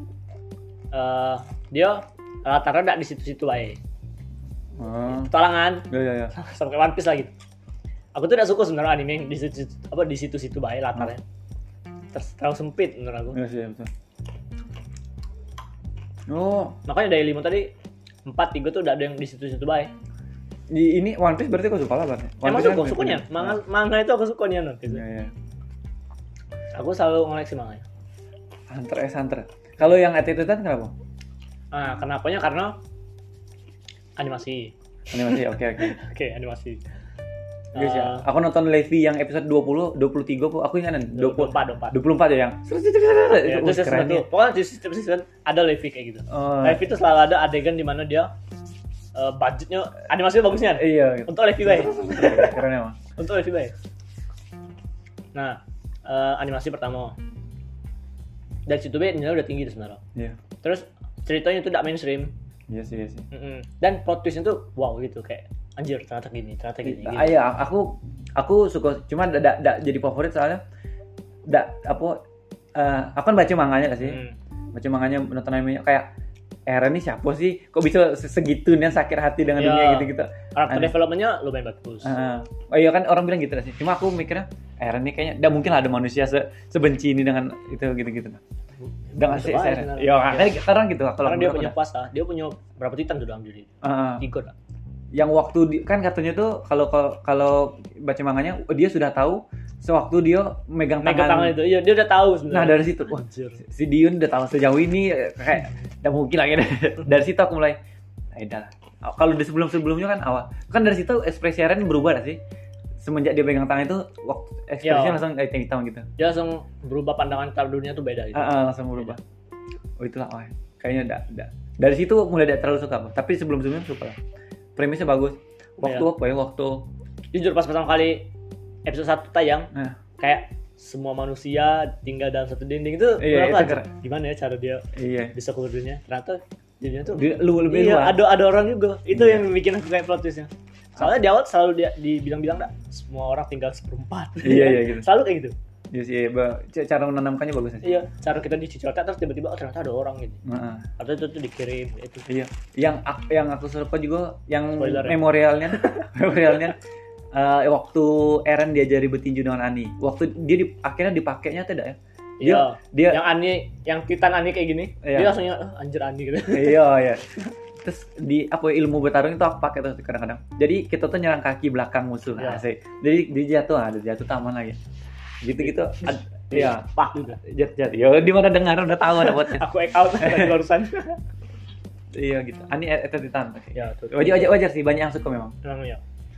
Speaker 1: eh, dia latarnya dak di situ-situ baik.
Speaker 2: Hmm.
Speaker 1: Petualangan,
Speaker 2: Ya ya ya.
Speaker 1: sampai One Piece lah gitu. Aku tuh udah suka sebenarnya anime yang di situ apa di situ-situ baik latarnya. Terus terlalu sempit menurut aku.
Speaker 2: Ya sih betul. Oh,
Speaker 1: Makanya dari lima tadi empat tiga tuh udah ada yang di situ-situ baik.
Speaker 2: di ini One Piece berarti kau suka lah berarti. One
Speaker 1: Emang
Speaker 2: Piece
Speaker 1: suka
Speaker 2: kan-
Speaker 1: sukanya. Manga manga itu aku suka nih One Piece.
Speaker 2: Ya ya.
Speaker 1: Aku selalu ngoleksi manganya.
Speaker 2: Hunter x Hunter. Kalau yang Attitude Titan kenapa?
Speaker 1: Nah, kenapanya karena animasi.
Speaker 2: Animasi oke oke.
Speaker 1: Oke, animasi.
Speaker 2: Guys ya.
Speaker 1: Eh,
Speaker 2: Aku nonton Levi yang episode dua puluh, dua puluh tiga aku ingat
Speaker 1: dua puluh empat, dua puluh empat.
Speaker 2: dua puluh empat ya yang.
Speaker 1: Ya,
Speaker 2: Itu
Speaker 1: itu
Speaker 2: keren
Speaker 1: sesuatu.
Speaker 2: ya.
Speaker 1: Pokoknya di setiap season ada Levi kayak gitu.
Speaker 2: Oh.
Speaker 1: Levi itu selalu ada adegan di mana dia eh, budgetnya animasinya bagusnya.
Speaker 2: Iya.
Speaker 1: Untuk Levi baik.
Speaker 2: Keren emang.
Speaker 1: Untuk Levi baik. Nah, eh, animasi pertama. Dari situ B nilai udah tinggi tuh sebenarnya.
Speaker 2: Iya.
Speaker 1: Terus ceritanya itu tidak mainstream.
Speaker 2: Iya sih, iya sih.
Speaker 1: Mm-mm. Dan plot twistnya tuh wow gitu kayak anjir ternyata gini, ternyata gini. gini.
Speaker 2: Ah, iya, aku aku suka cuman tidak tidak jadi favorit soalnya tidak apa eh aku kan baca manganya lah sih.
Speaker 1: Hmm.
Speaker 2: Baca manganya nonton animenya kayak Eren ini siapa sih? Kok bisa segitunya sakit hati dengan
Speaker 1: Iya.
Speaker 2: dunia gitu-gitu.
Speaker 1: Karakter
Speaker 2: Aneh.
Speaker 1: development-nya lumayan bagus.
Speaker 2: Heeh. Oh iya kan orang bilang gitu lah sih. Cuma aku mikirnya Eren ini kayaknya tidak mungkin lah ada manusia se sebenci ini dengan itu gitu-gitu. Dengan
Speaker 1: Bisa
Speaker 2: si
Speaker 1: banget
Speaker 2: Eren.
Speaker 1: sebenarnya.
Speaker 2: Ya kan sekarang gitu kalau
Speaker 1: Karena dia
Speaker 2: menurut
Speaker 1: punya
Speaker 2: aku
Speaker 1: kuasa, dia punya berapa titan tuh dalam diri?
Speaker 2: dah. Heeh.
Speaker 1: Tiga dah.
Speaker 2: Yang waktu di, kan katanya tuh kalau kalau kalau baca manganya dia sudah tahu sewaktu dia megang
Speaker 1: Megang
Speaker 2: tangan.
Speaker 1: tangan itu, iya dia udah tahu sebenarnya.
Speaker 2: Nah dari situ, wah
Speaker 1: Anjir.
Speaker 2: si Dion udah tahu sejauh ini kayak udah mungkin lagi deh. Dari situ aku mulai, ah udah lah. Kalau di sebelum sebelumnya kan awal, kan dari situ ekspresi Eren berubah gak sih? Semenjak dia pegang tangan itu, waktu ekspresinya
Speaker 1: Iya.
Speaker 2: langsung kayak hitam gitu.
Speaker 1: Dia langsung berubah pandangan terhadap dunia tuh beda gitu.
Speaker 2: Ah, ah, langsung berubah. Oh itulah, oh, kayaknya udah, udah. Dari situ mulai tidak terlalu suka, tapi sebelum sebelumnya suka lah. Premisnya bagus. Waktu
Speaker 1: Iya.
Speaker 2: apa ya? Waktu
Speaker 1: Jujur pas pertama kali episode satu tayang,
Speaker 2: nah,
Speaker 1: kayak semua manusia tinggal dalam satu dinding itu
Speaker 2: Iya,
Speaker 1: berapa
Speaker 2: itu
Speaker 1: aja?
Speaker 2: keren.
Speaker 1: Gimana ya cara dia
Speaker 2: iya.
Speaker 1: bisa keluar dunia? Ternyata Jadinya tuh
Speaker 2: Di- lu lebih
Speaker 1: iya,
Speaker 2: luas.
Speaker 1: ada ada orang juga. Itu
Speaker 2: Iya.
Speaker 1: yang bikin aku kayak plot twistnya. Soalnya di awal selalu dia dibilang-bilang dah semua orang tinggal seperempat.
Speaker 2: Iya, iya, gitu.
Speaker 1: Selalu kayak gitu.
Speaker 2: Iya sih, ba- c- cara menanamkannya bagus sih.
Speaker 1: Iya, cara kita dicicil terus tiba-tiba oh, ternyata ada orang gitu.
Speaker 2: Heeh.
Speaker 1: Atau itu tuh dikirim itu.
Speaker 2: Iya. Yang ak- yang aku suka juga yang
Speaker 1: Spoiler ya?
Speaker 2: memorialnya memorialnya eh, waktu Eren diajari bertinju dengan Ani. Waktu dia di, akhirnya dipakainya tidak ya? Dia
Speaker 1: Iya.
Speaker 2: dia
Speaker 1: Yang Ani, yang Titan Ani kayak gini,
Speaker 2: Iya.
Speaker 1: dia langsung oh, anjir Ani gitu.
Speaker 2: iya ya. Terus di apa ya, ilmu bertarung itu aku pakai terus kadang-kadang. Jadi kita tuh nyerang kaki belakang musuh.
Speaker 1: Iya.
Speaker 2: Asik. Jadi dia jatuh, ada jatuh taman lagi. Gitu-gitu. Ad- Iya.
Speaker 1: Pak juga.
Speaker 2: Jat-jat. Ya di mana dengar udah tahu ada buatnya.
Speaker 1: Aku egg out tadi barusan.
Speaker 2: Iya gitu. Ani Eta Titan.
Speaker 1: Ya, tuh.
Speaker 2: Wajar, wajar wajar sih, banyak yang suka memang.
Speaker 1: Namanya.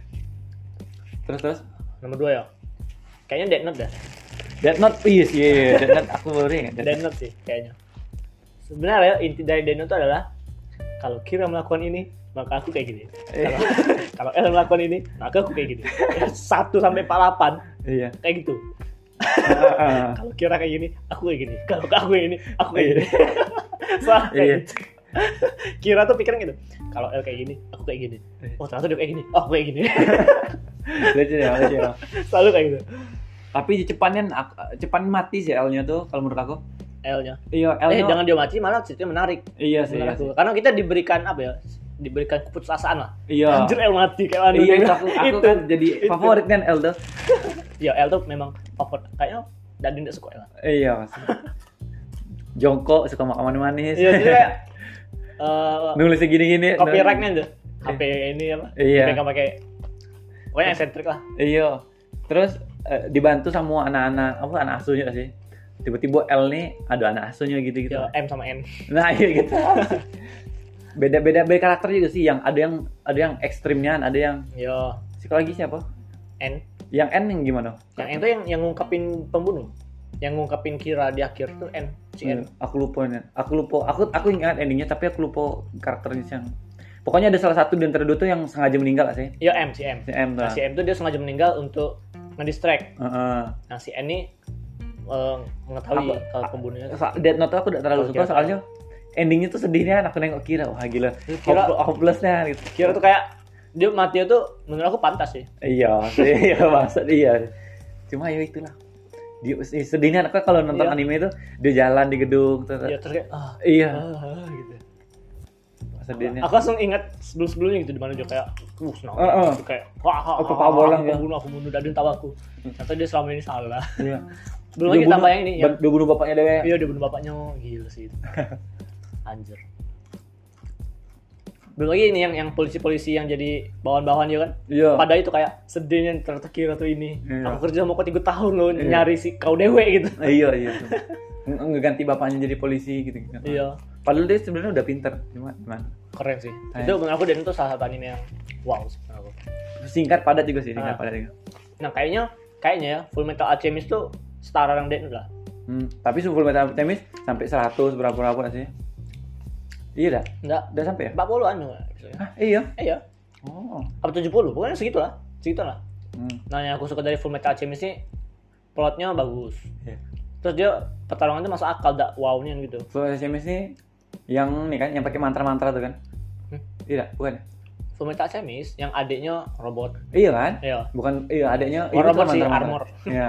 Speaker 2: Terus terus
Speaker 1: Nomor dua ya. Kayaknya Death Note dah.
Speaker 2: Death Note, yes, iya, iya, Death Note aku baru ingat. Death
Speaker 1: Death Note sih kayaknya. Sebenarnya inti dari Death Note itu adalah kalau Kira melakukan ini, maka aku kayak gini. Kalau kalau El melakukan ini, maka aku kayak gini. Satu sampai empat puluh delapan
Speaker 2: Iya.
Speaker 1: kayak gitu.
Speaker 2: Ah, ah.
Speaker 1: Kalau Kira kayak gini, aku kayak gini. Kalau aku kayak gini, aku kayak gini. Soalnya kayak
Speaker 2: Iya.
Speaker 1: gitu. Kira tuh pikiran gitu. Kalau El kayak gini, aku kayak gini. Oh ternyata dia kayak gini. Oh aku kayak gini.
Speaker 2: Lucu ya, lucu ya.
Speaker 1: Selalu kayak gitu.
Speaker 2: Tapi cepannya cepan mati sih L-nya tuh kalau menurut aku.
Speaker 1: L-nya.
Speaker 2: Iya,
Speaker 1: Eh
Speaker 2: L-nya.
Speaker 1: jangan dia mati malah ceritanya menarik.
Speaker 2: Iya sih,
Speaker 1: Menurut
Speaker 2: iya
Speaker 1: aku.
Speaker 2: sih.
Speaker 1: Karena kita diberikan apa ya? Diberikan keputusasaan lah.
Speaker 2: Iya.
Speaker 1: Anjir L mati kayak mana?
Speaker 2: Iya, itu aku, aku
Speaker 1: Itu.
Speaker 2: kan jadi favorit kan L tuh.
Speaker 1: Ya L tuh memang favorit. Kayaknya Dadin tidak suka L.
Speaker 2: Iya, pasti. Jongkok suka makan manis.
Speaker 1: Iya jadi kayak eh
Speaker 2: Nulisnya gini-gini.
Speaker 1: copyright-nya aja. H P ini apa?
Speaker 2: Iya.
Speaker 1: Pegang pakai pokoknya eksentrik lah.
Speaker 2: Iya. Terus eh, dibantu sama anak-anak apa anak asuhnya sih. Tiba-tiba L nih ada anak asuhnya gitu-gitu.
Speaker 1: Ya M sama N.
Speaker 2: Nah, iya gitu. Beda-beda beda karakter juga sih, yang ada yang ada yang ekstrimnya, ada yang
Speaker 1: Yo
Speaker 2: psikologi siapa?
Speaker 1: N.
Speaker 2: Yang N yang gimana?
Speaker 1: Yang N tuh yang yang ngungkapin pembunuh. Yang ngungkapin Kira di akhir tuh N. Si N.
Speaker 2: Hmm, aku lupa nih. Aku lupa. Aku aku ingat endingnya tapi aku lupa karakternya yang. Pokoknya ada salah satu di antara dua tuh yang sengaja meninggal gak sih?
Speaker 1: Ya M si M.
Speaker 2: Si M tuh.
Speaker 1: Nah, si M tuh dia sengaja meninggal untuk ngedistract.
Speaker 2: Heeh.
Speaker 1: Nah si N ini eh, mengetahui
Speaker 2: Apa-
Speaker 1: kalau pembunuhnya.
Speaker 2: Sa- Death Note tuh aku tidak terlalu
Speaker 1: Kalau
Speaker 2: suka
Speaker 1: Kira-
Speaker 2: soalnya endingnya tuh sedihnya aku nengok Kira, wah gila.
Speaker 1: Kira-
Speaker 2: Hope- hopelessnya gitu.
Speaker 1: Kira tuh kayak dia mati tuh menurut aku pantas sih.
Speaker 2: Iya, iya maksud iya. Cuma ya itulah. Dia sedihnya aku kalau nonton
Speaker 1: Iya.
Speaker 2: anime itu dia jalan di gedung terus.
Speaker 1: Dia terus kayak ah,
Speaker 2: Iya.
Speaker 1: ah, ah, gitu.
Speaker 2: Sedihnya.
Speaker 1: Aku langsung ingat sebelum-sebelumnya gitu di mana dia kayak uh senang.
Speaker 2: Uh, uh.
Speaker 1: Gitu, kayak wah, wah,
Speaker 2: Apa
Speaker 1: wah,
Speaker 2: Pak Bolang
Speaker 1: aku
Speaker 2: ya?
Speaker 1: bunuh aku bunuh Dadin tahu aku. Ternyata dia selama ini salah.
Speaker 2: Iya.
Speaker 1: Belum
Speaker 2: Dia
Speaker 1: lagi
Speaker 2: bunuh-
Speaker 1: tambah yang ini yang
Speaker 2: Dia bunuh bapaknya dewe.
Speaker 1: iya dia bunuh bapaknya gila sih itu. Anjir. Belum lagi ini yang yang polisi-polisi yang jadi bawahan-bawahan dia kan.
Speaker 2: Iya.
Speaker 1: Pada itu kayak sedihnya ternyata Kira tuh ini.
Speaker 2: Iya.
Speaker 1: Aku kerja mau kok tiga tahun loh
Speaker 2: Iya.
Speaker 1: nyari si kau dewe gitu.
Speaker 2: Iya, iya. Nge- Ngeganti bapaknya jadi polisi gitu gitu.
Speaker 1: Iya.
Speaker 2: Padahal dia sebenarnya udah pinter, cuma gimana?
Speaker 1: Keren sih.
Speaker 2: Ayo.
Speaker 1: Itu menurut aku Dan itu salah satu anime yang wow sih menurut aku.
Speaker 2: Singkat padat juga sih, singkat
Speaker 1: Ah.
Speaker 2: padat juga.
Speaker 1: Nah kayaknya kayaknya ya Full Metal Alchemist tuh setara dengan Death Note lah.
Speaker 2: Hmm, tapi Full Metal Alchemist sampai seratus berapa berapa sih? Iya dah.
Speaker 1: Enggak,
Speaker 2: Udah sampai ya?
Speaker 1: empat puluh an juga.
Speaker 2: Hah, iya.
Speaker 1: Eh ya,
Speaker 2: Oh.
Speaker 1: apa tujuh puluh? Pokoknya segitu lah. Segitu lah.
Speaker 2: Hmm.
Speaker 1: Nah yang aku suka dari Full Metal Alchemist ini plotnya bagus.
Speaker 2: Iya.
Speaker 1: Terus dia pertarungannya masuk akal, dak wow-nya gitu.
Speaker 2: Full Metal Alchemist ini yang nih kan, yang pakai mantra-mantra tuh kan?
Speaker 1: Hmm?
Speaker 2: Tidak, bukan.
Speaker 1: Full Metal Alchemist yang adiknya robot.
Speaker 2: Iya kan?
Speaker 1: Iya.
Speaker 2: Bukan, iya adanya
Speaker 1: Oh,
Speaker 2: itu
Speaker 1: robot
Speaker 2: tuh
Speaker 1: sih,
Speaker 2: mantra-mantra.
Speaker 1: armor.
Speaker 2: Iya.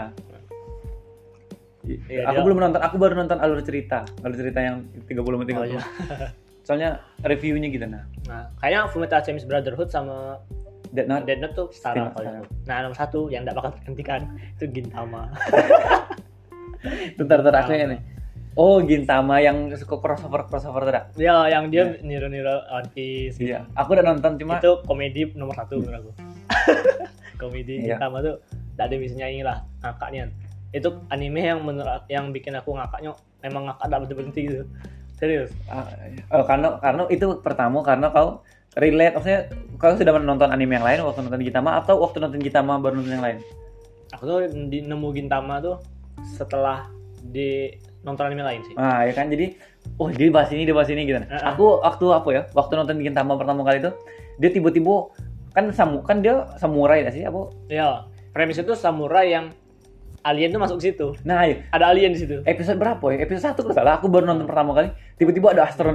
Speaker 2: I-
Speaker 1: Iya,
Speaker 2: aku
Speaker 1: dia-
Speaker 2: belum nonton, aku baru nonton alur cerita. Alur cerita yang tiga puluh menit.
Speaker 1: Oh, iya.
Speaker 2: Soalnya reviewnya gitu nah.
Speaker 1: Nah, kayaknya Full Metal Alchemist Brotherhood sama
Speaker 2: Death Note.
Speaker 1: Death Note tuh setara
Speaker 2: Setara,
Speaker 1: kalau
Speaker 2: setara.
Speaker 1: aku. Nah, nomor satu yang tidak bakal tergantikan itu Gintama.
Speaker 2: Bentar, bentar aku yang ini. Oh, Gintama yang suka crossover crossover tidak?
Speaker 1: Ya, yang dia
Speaker 2: Iya.
Speaker 1: niru-niru One Piece.
Speaker 2: Iya, aku udah nonton cuma
Speaker 1: Itu komedi nomor satu menurut aku. Komedi
Speaker 2: Iya.
Speaker 1: Gintama tuh tidak ada bisa nyanyi lah ngakaknya. Itu anime yang menurut yang bikin aku ngakaknya memang ngakak tidak berhenti berhenti gitu. Serius.
Speaker 2: ah, oh, karena karena itu pertama karena kau relate, maksudnya kau sudah menonton anime yang lain waktu nonton Gintama atau waktu nonton Gintama baru nonton yang lain?
Speaker 1: Aku tuh di, nemu Gintama tuh setelah di nonton anime lain sih.
Speaker 2: Nah, ya kan jadi oh dia bahas ini, dia bahas ini gitu.
Speaker 1: Uh-uh.
Speaker 2: Aku waktu apa ya? Waktu nonton Gintama pertama kali itu dia tiba-tiba kan samu kan dia samurai gak sih apa?
Speaker 1: Ya, premis itu samurai yang alien tuh masuk ke situ.
Speaker 2: Nah, ya,
Speaker 1: Ada alien di situ.
Speaker 2: episode berapa ya? Episode satu kalau salah. Aku baru nonton pertama kali, tiba-tiba ada astronot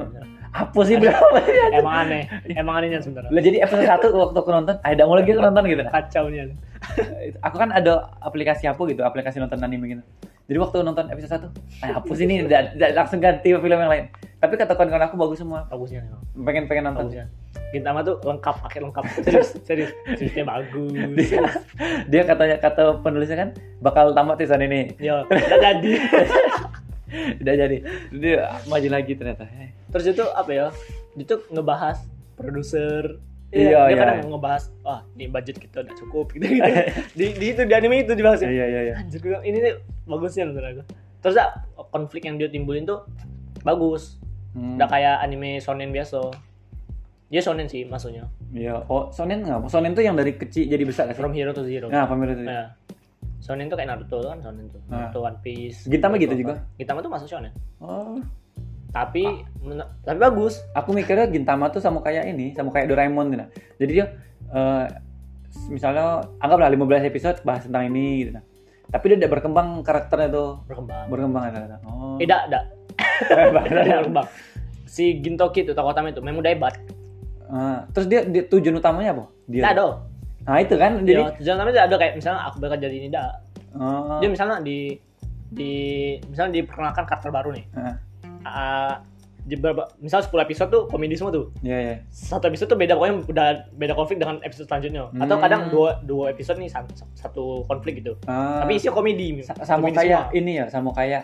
Speaker 2: Apa sih berapa?
Speaker 1: Emang aneh, emang anehnya sebenarnya.
Speaker 2: Lah jadi episode satu waktu aku nonton, ada mau lagi aku nonton gitu.
Speaker 1: Kacau nih.
Speaker 2: Aku kan ada aplikasi apa gitu, aplikasi nonton anime gitu. Jadi waktu nonton episode satu, ah apa sih ini, da- da- langsung ganti film yang lain. Tapi kata kawan-kawan aku bagus semua.
Speaker 1: Bagusnya memang.
Speaker 2: Pengen pengen nonton.
Speaker 1: Bagusnya. Gintama tuh lengkap, pakai lengkap. Serius, serius. Ceritanya bagus.
Speaker 2: Dia, dia katanya kata penulisnya kan bakal tamat season ini.
Speaker 1: Ya, udah jadi.
Speaker 2: Udah jadi. Dia maju lagi ternyata.
Speaker 1: Terus itu apa ya? Itu ngebahas produser.
Speaker 2: Iya,
Speaker 1: dia
Speaker 2: iya.
Speaker 1: kan ngebahas, wah, ini budget kita udah cukup gitu gitu. di, di itu di anime itu dibahas.
Speaker 2: Iya iya iya.
Speaker 1: Anjir, gue bilang, ini nih bagusnya menurut aku. Terus ya, konflik yang dia timbulin tuh bagus.
Speaker 2: Hmm.
Speaker 1: Udah kayak anime shonen biasa. Dia shonen sih maksudnya.
Speaker 2: Iya. Oh, shonen enggak? Shonen tuh yang dari kecil jadi besar kan?
Speaker 1: From Hero to Zero.
Speaker 2: Nah, pemilu itu.
Speaker 1: Nah, shonen tuh kayak Naruto kan, shonen tuh.
Speaker 2: Nah.
Speaker 1: Naruto, One Piece.
Speaker 2: Gintama gitu
Speaker 1: Naruto,
Speaker 2: juga?
Speaker 1: apa. Gintama tuh masuk shonen.
Speaker 2: Oh.
Speaker 1: Tapi men- tapi bagus.
Speaker 2: Aku mikirnya Gintama tuh sama kayak ini, sama kayak Doraemon gitu. Nah. Jadi dia eh, misalnya anggaplah lima belas episode bahas tentang ini gitu nah. Tapi dia tidak berkembang karakternya tuh.
Speaker 1: Berkembang.
Speaker 2: Berkembang kan. Oh.
Speaker 1: Tidak, tidak. Tidak berkembang. Si Gintoki itu tokoh utama itu memang udah hebat.
Speaker 2: Ah, terus dia, dia tujuan utamanya apa? Dia.
Speaker 1: Tidak ada.
Speaker 2: Nah, itu kan
Speaker 1: Jadi
Speaker 2: jadi
Speaker 1: tujuan utamanya tidak ada kayak misalnya aku bakal jadi ini dah.
Speaker 2: oh.
Speaker 1: Dia misalnya di di misalnya diperkenalkan karakter baru nih.
Speaker 2: Heeh.
Speaker 1: Uh, di beberapa, misal sepuluh episode tuh komedi semua tuh.
Speaker 2: Iya, iya.
Speaker 1: Satu episode tuh beda, pokoknya udah beda konflik dengan episode selanjutnya. Atau
Speaker 2: Hmm.
Speaker 1: kadang dua dua episode nih sa- satu konflik gitu.
Speaker 2: Ah,
Speaker 1: Tapi isinya komedi.
Speaker 2: sa- sama
Speaker 1: komedi
Speaker 2: kayak
Speaker 1: semua.
Speaker 2: ini ya, sama kayak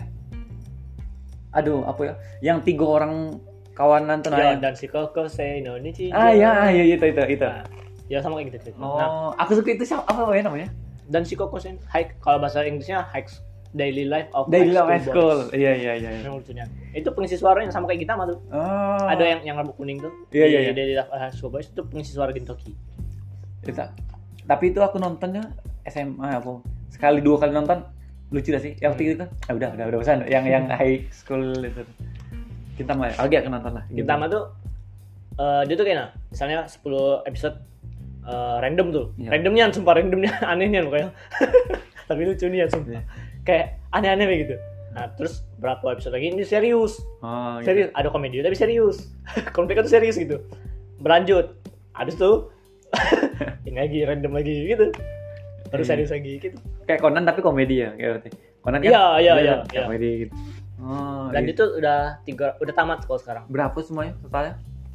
Speaker 2: aduh, apa ya? Yang tiga orang kawanan tuh
Speaker 1: Ya,
Speaker 2: nah.
Speaker 1: dan si Koko say no nichi.
Speaker 2: Ah, ya, ya itu itu itu.
Speaker 1: Nah, ya sama kayak gitu.
Speaker 2: Oh,
Speaker 1: Nah,
Speaker 2: aku suka itu siapa apa ya namanya?
Speaker 1: dan si Koko say high, kalau bahasa Inggrisnya high Daily Life of
Speaker 2: Daily Love
Speaker 1: High
Speaker 2: High School.
Speaker 1: Boys.
Speaker 2: Iya, iya, iya. iya.
Speaker 1: Yang lucunya. Itu pengisi suaranya sama kayak Gintama tuh.
Speaker 2: Oh.
Speaker 1: Ada yang yang rambut kuning tuh.
Speaker 2: Iya,
Speaker 1: di
Speaker 2: iya, iya.
Speaker 1: Daily Life of High School Boys itu pengisi suara Gintoki.
Speaker 2: Itu. Tapi itu aku nontonnya S M A apa? Sekali dua kali nonton lucu dah sih. Yang waktu itu kan. Ah, udah, udah, udah bosan. Yang yang high school itu. Kita mah lagi akan nonton lah.
Speaker 1: Gintama tuh eh, dia tuh kayak nah, misalnya sepuluh episode eh, random tuh.
Speaker 2: Iya.
Speaker 1: Randomnya sumpah randomnya anehnya pokoknya. Tapi lucu nih ya sumpah.
Speaker 2: Iya.
Speaker 1: Kayak aneh-aneh kayak gitu. Nah, terus berapa episode lagi ini serius.
Speaker 2: Oh, gitu.
Speaker 1: Serius, ada komedi tapi serius. Konfliknya tuh serius gitu. Berlanjut. Habis tuh ini lagi random lagi gitu. Baru
Speaker 2: Iya.
Speaker 1: serius lagi gitu.
Speaker 2: Kayak Conan tapi komedi ya, kayak berarti. Conan kan?
Speaker 1: Iya, iya,
Speaker 2: dia
Speaker 1: iya,
Speaker 2: kan
Speaker 1: iya.
Speaker 2: komedi gitu. Oh,
Speaker 1: Dan
Speaker 2: iya.
Speaker 1: itu udah tiga udah tamat kalau sekarang.
Speaker 2: Berapa semuanya totalnya?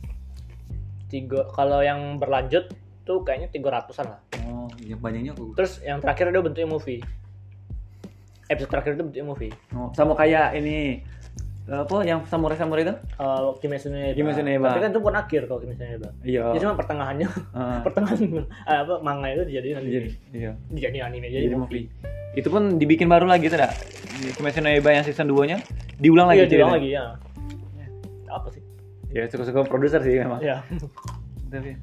Speaker 1: Tiga kalau yang berlanjut tuh kayaknya tiga ratusan lah.
Speaker 2: Oh, yang banyaknya aku.
Speaker 1: Terus yang terakhir dia bentuknya movie. Episode terakhir itu bentuknya movie.
Speaker 2: Oh, sama kayak ini apa yang samurai-samurai itu?
Speaker 1: Uh, Kimetsu no Yaiba.
Speaker 2: Kimetsu no Yaiba.
Speaker 1: Tapi kan itu bukan akhir kalau Kimetsu no Yaiba.
Speaker 2: Iya.
Speaker 1: Jadi cuma pertengahannya.
Speaker 2: Ah,
Speaker 1: Pertengahan eh, apa manga itu dijadiin anime.
Speaker 2: jadi, iya.
Speaker 1: Dijadiin anime jadi,
Speaker 2: Jadi
Speaker 1: movie.
Speaker 2: movie. Itu pun dibikin baru lagi tuh dah. Kimetsu no Yaiba yang season dua-nya diulang lagi.
Speaker 1: Iya, diulang
Speaker 2: ceritanya.
Speaker 1: lagi ya. Apa sih?
Speaker 2: Ya suka-suka produser sih memang.
Speaker 1: Ya.
Speaker 2: Tapi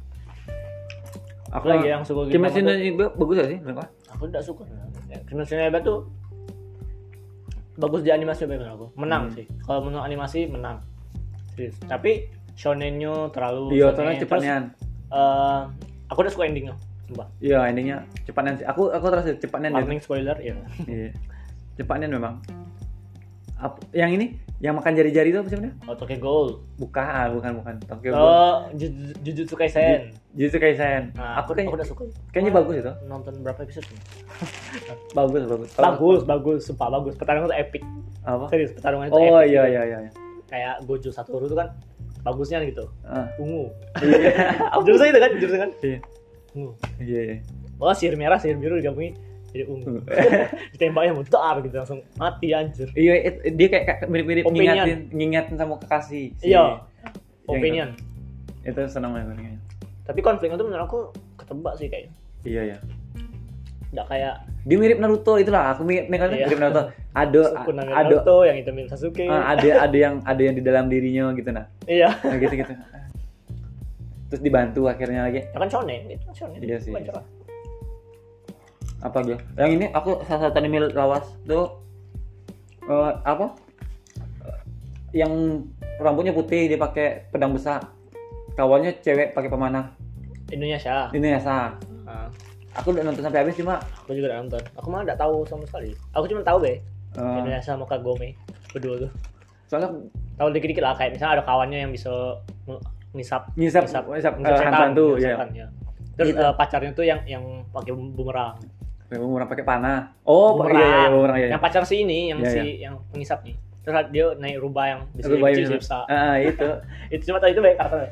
Speaker 1: Aku lagi yang suka
Speaker 2: Kimetsu no
Speaker 1: tuh-
Speaker 2: Yaiba bagus gak sih? Kenapa?
Speaker 1: Aku tidak suka. Ya, Kimetsu no Yaiba tuh bagus di animasi menurut aku. Menang
Speaker 2: Hmm.
Speaker 1: sih. Kalau menurut animasi menang. Serius. Tapi shonennya terlalu
Speaker 2: Iya,
Speaker 1: shonen.
Speaker 2: soalnya
Speaker 1: Terus,
Speaker 2: cepatnya.
Speaker 1: eh, aku udah suka endingnya. Sumpah.
Speaker 2: Iya, endingnya cepatnya sih. Aku aku terasa cepatnya dia.
Speaker 1: Warning spoiler ya.
Speaker 2: Iya. Cepatnya memang. Apa, yang ini yang makan jari-jari itu apa sebenarnya?
Speaker 1: Oh, Tokyo Ghoul.
Speaker 2: Bukan, bukan, bukan. Tokyo Ghoul.
Speaker 1: Oh, Ju- Jujutsu Kaisen.
Speaker 2: Jujutsu Kaisen.
Speaker 1: Nah,
Speaker 2: aku
Speaker 1: aku,
Speaker 2: kayak
Speaker 1: aku udah suka.
Speaker 2: kayaknya
Speaker 1: Aku
Speaker 2: bagus itu.
Speaker 1: Nonton berapa episode? nih?
Speaker 2: Bagus, bagus. Kalau-
Speaker 1: Bagus, bagus, sumpah bagus. Pertarungan tuh epic.
Speaker 2: Apa?
Speaker 1: Serius, pertarungan itu
Speaker 2: Oh
Speaker 1: epic.
Speaker 2: iya iya iya. iya.
Speaker 1: Kayak Gojo Satoru tuh kan bagusnya gitu.
Speaker 2: Ah,
Speaker 1: Ungu.
Speaker 2: iya.
Speaker 1: Jurusan itu kan, jurusan kan?
Speaker 2: Iya.
Speaker 1: Ungu.
Speaker 2: Iya, iya.
Speaker 1: Oh, sihir merah, sihir biru digabungin jadi ungu. Ditembaknya mutar gitu langsung mati anjir.
Speaker 2: Iya, it- dia kayak kayak mirip-mirip
Speaker 1: Opinion.
Speaker 2: ngingatin ngingatin sama kekasih. si-
Speaker 1: Iya.
Speaker 2: yang
Speaker 1: Opinion.
Speaker 2: Itu, itu senang banget. ini.
Speaker 1: Tapi konfliknya tuh menurut aku ketebak sih kayaknya.
Speaker 2: Iya, iya.
Speaker 1: Enggak kayak
Speaker 2: Dia mirip Naruto itulah. Aku mirip mirip,
Speaker 1: Iya.
Speaker 2: mirip Naruto. Ada
Speaker 1: Sukuna
Speaker 2: ada
Speaker 1: Naruto yang hitamin Sasuke.
Speaker 2: ah, ada ada yang ada yang di dalam dirinya gitu nah.
Speaker 1: Iya.
Speaker 2: Nah, gitu gitu. Terus dibantu akhirnya lagi.
Speaker 1: Ya kan shonen, itu kan shonen.
Speaker 2: Iya sih,
Speaker 1: Baca
Speaker 2: iya
Speaker 1: lah.
Speaker 2: Apa dia? Yang ini aku salah satu anime lawas tuh eh, apa? Eh, Yang rambutnya putih dia pakai pedang besar. Kawannya cewek pakai pemanah.
Speaker 1: Indonesia.
Speaker 2: Ini ya sah.
Speaker 1: Nah,
Speaker 2: Aku udah nonton sampai habis cuma
Speaker 1: aku juga udah nonton. Aku malah enggak tahu sama sekali. Aku cuma tahu be
Speaker 2: eh,
Speaker 1: Indonesia sama Kagome berdua tuh.
Speaker 2: soalnya
Speaker 1: tahu dikit-dikit lah, kayak misalnya ada kawannya yang bisa ngisap
Speaker 2: Ngisap-
Speaker 1: ngisap,
Speaker 2: ngisap,
Speaker 1: ngisap
Speaker 2: eh,
Speaker 1: setan,
Speaker 2: hantu,
Speaker 1: ngisap
Speaker 2: iya.
Speaker 1: setan, ya. Terus
Speaker 2: Gitu.
Speaker 1: eh, pacarnya tuh yang yang pakai bumerang.
Speaker 2: Bumerang pakai panah. Oh,
Speaker 1: Bumerang.
Speaker 2: iya iya bumerang iya.
Speaker 1: Yang pacar si ini, yang
Speaker 2: Iya,
Speaker 1: si
Speaker 2: iya.
Speaker 1: yang pengisap nih. Terus dia naik rubah yang bisa
Speaker 2: Rubah
Speaker 1: kecil
Speaker 2: yang
Speaker 1: bisa.
Speaker 2: Ah, itu.
Speaker 1: Itu cuma tahu itu baik karakternya.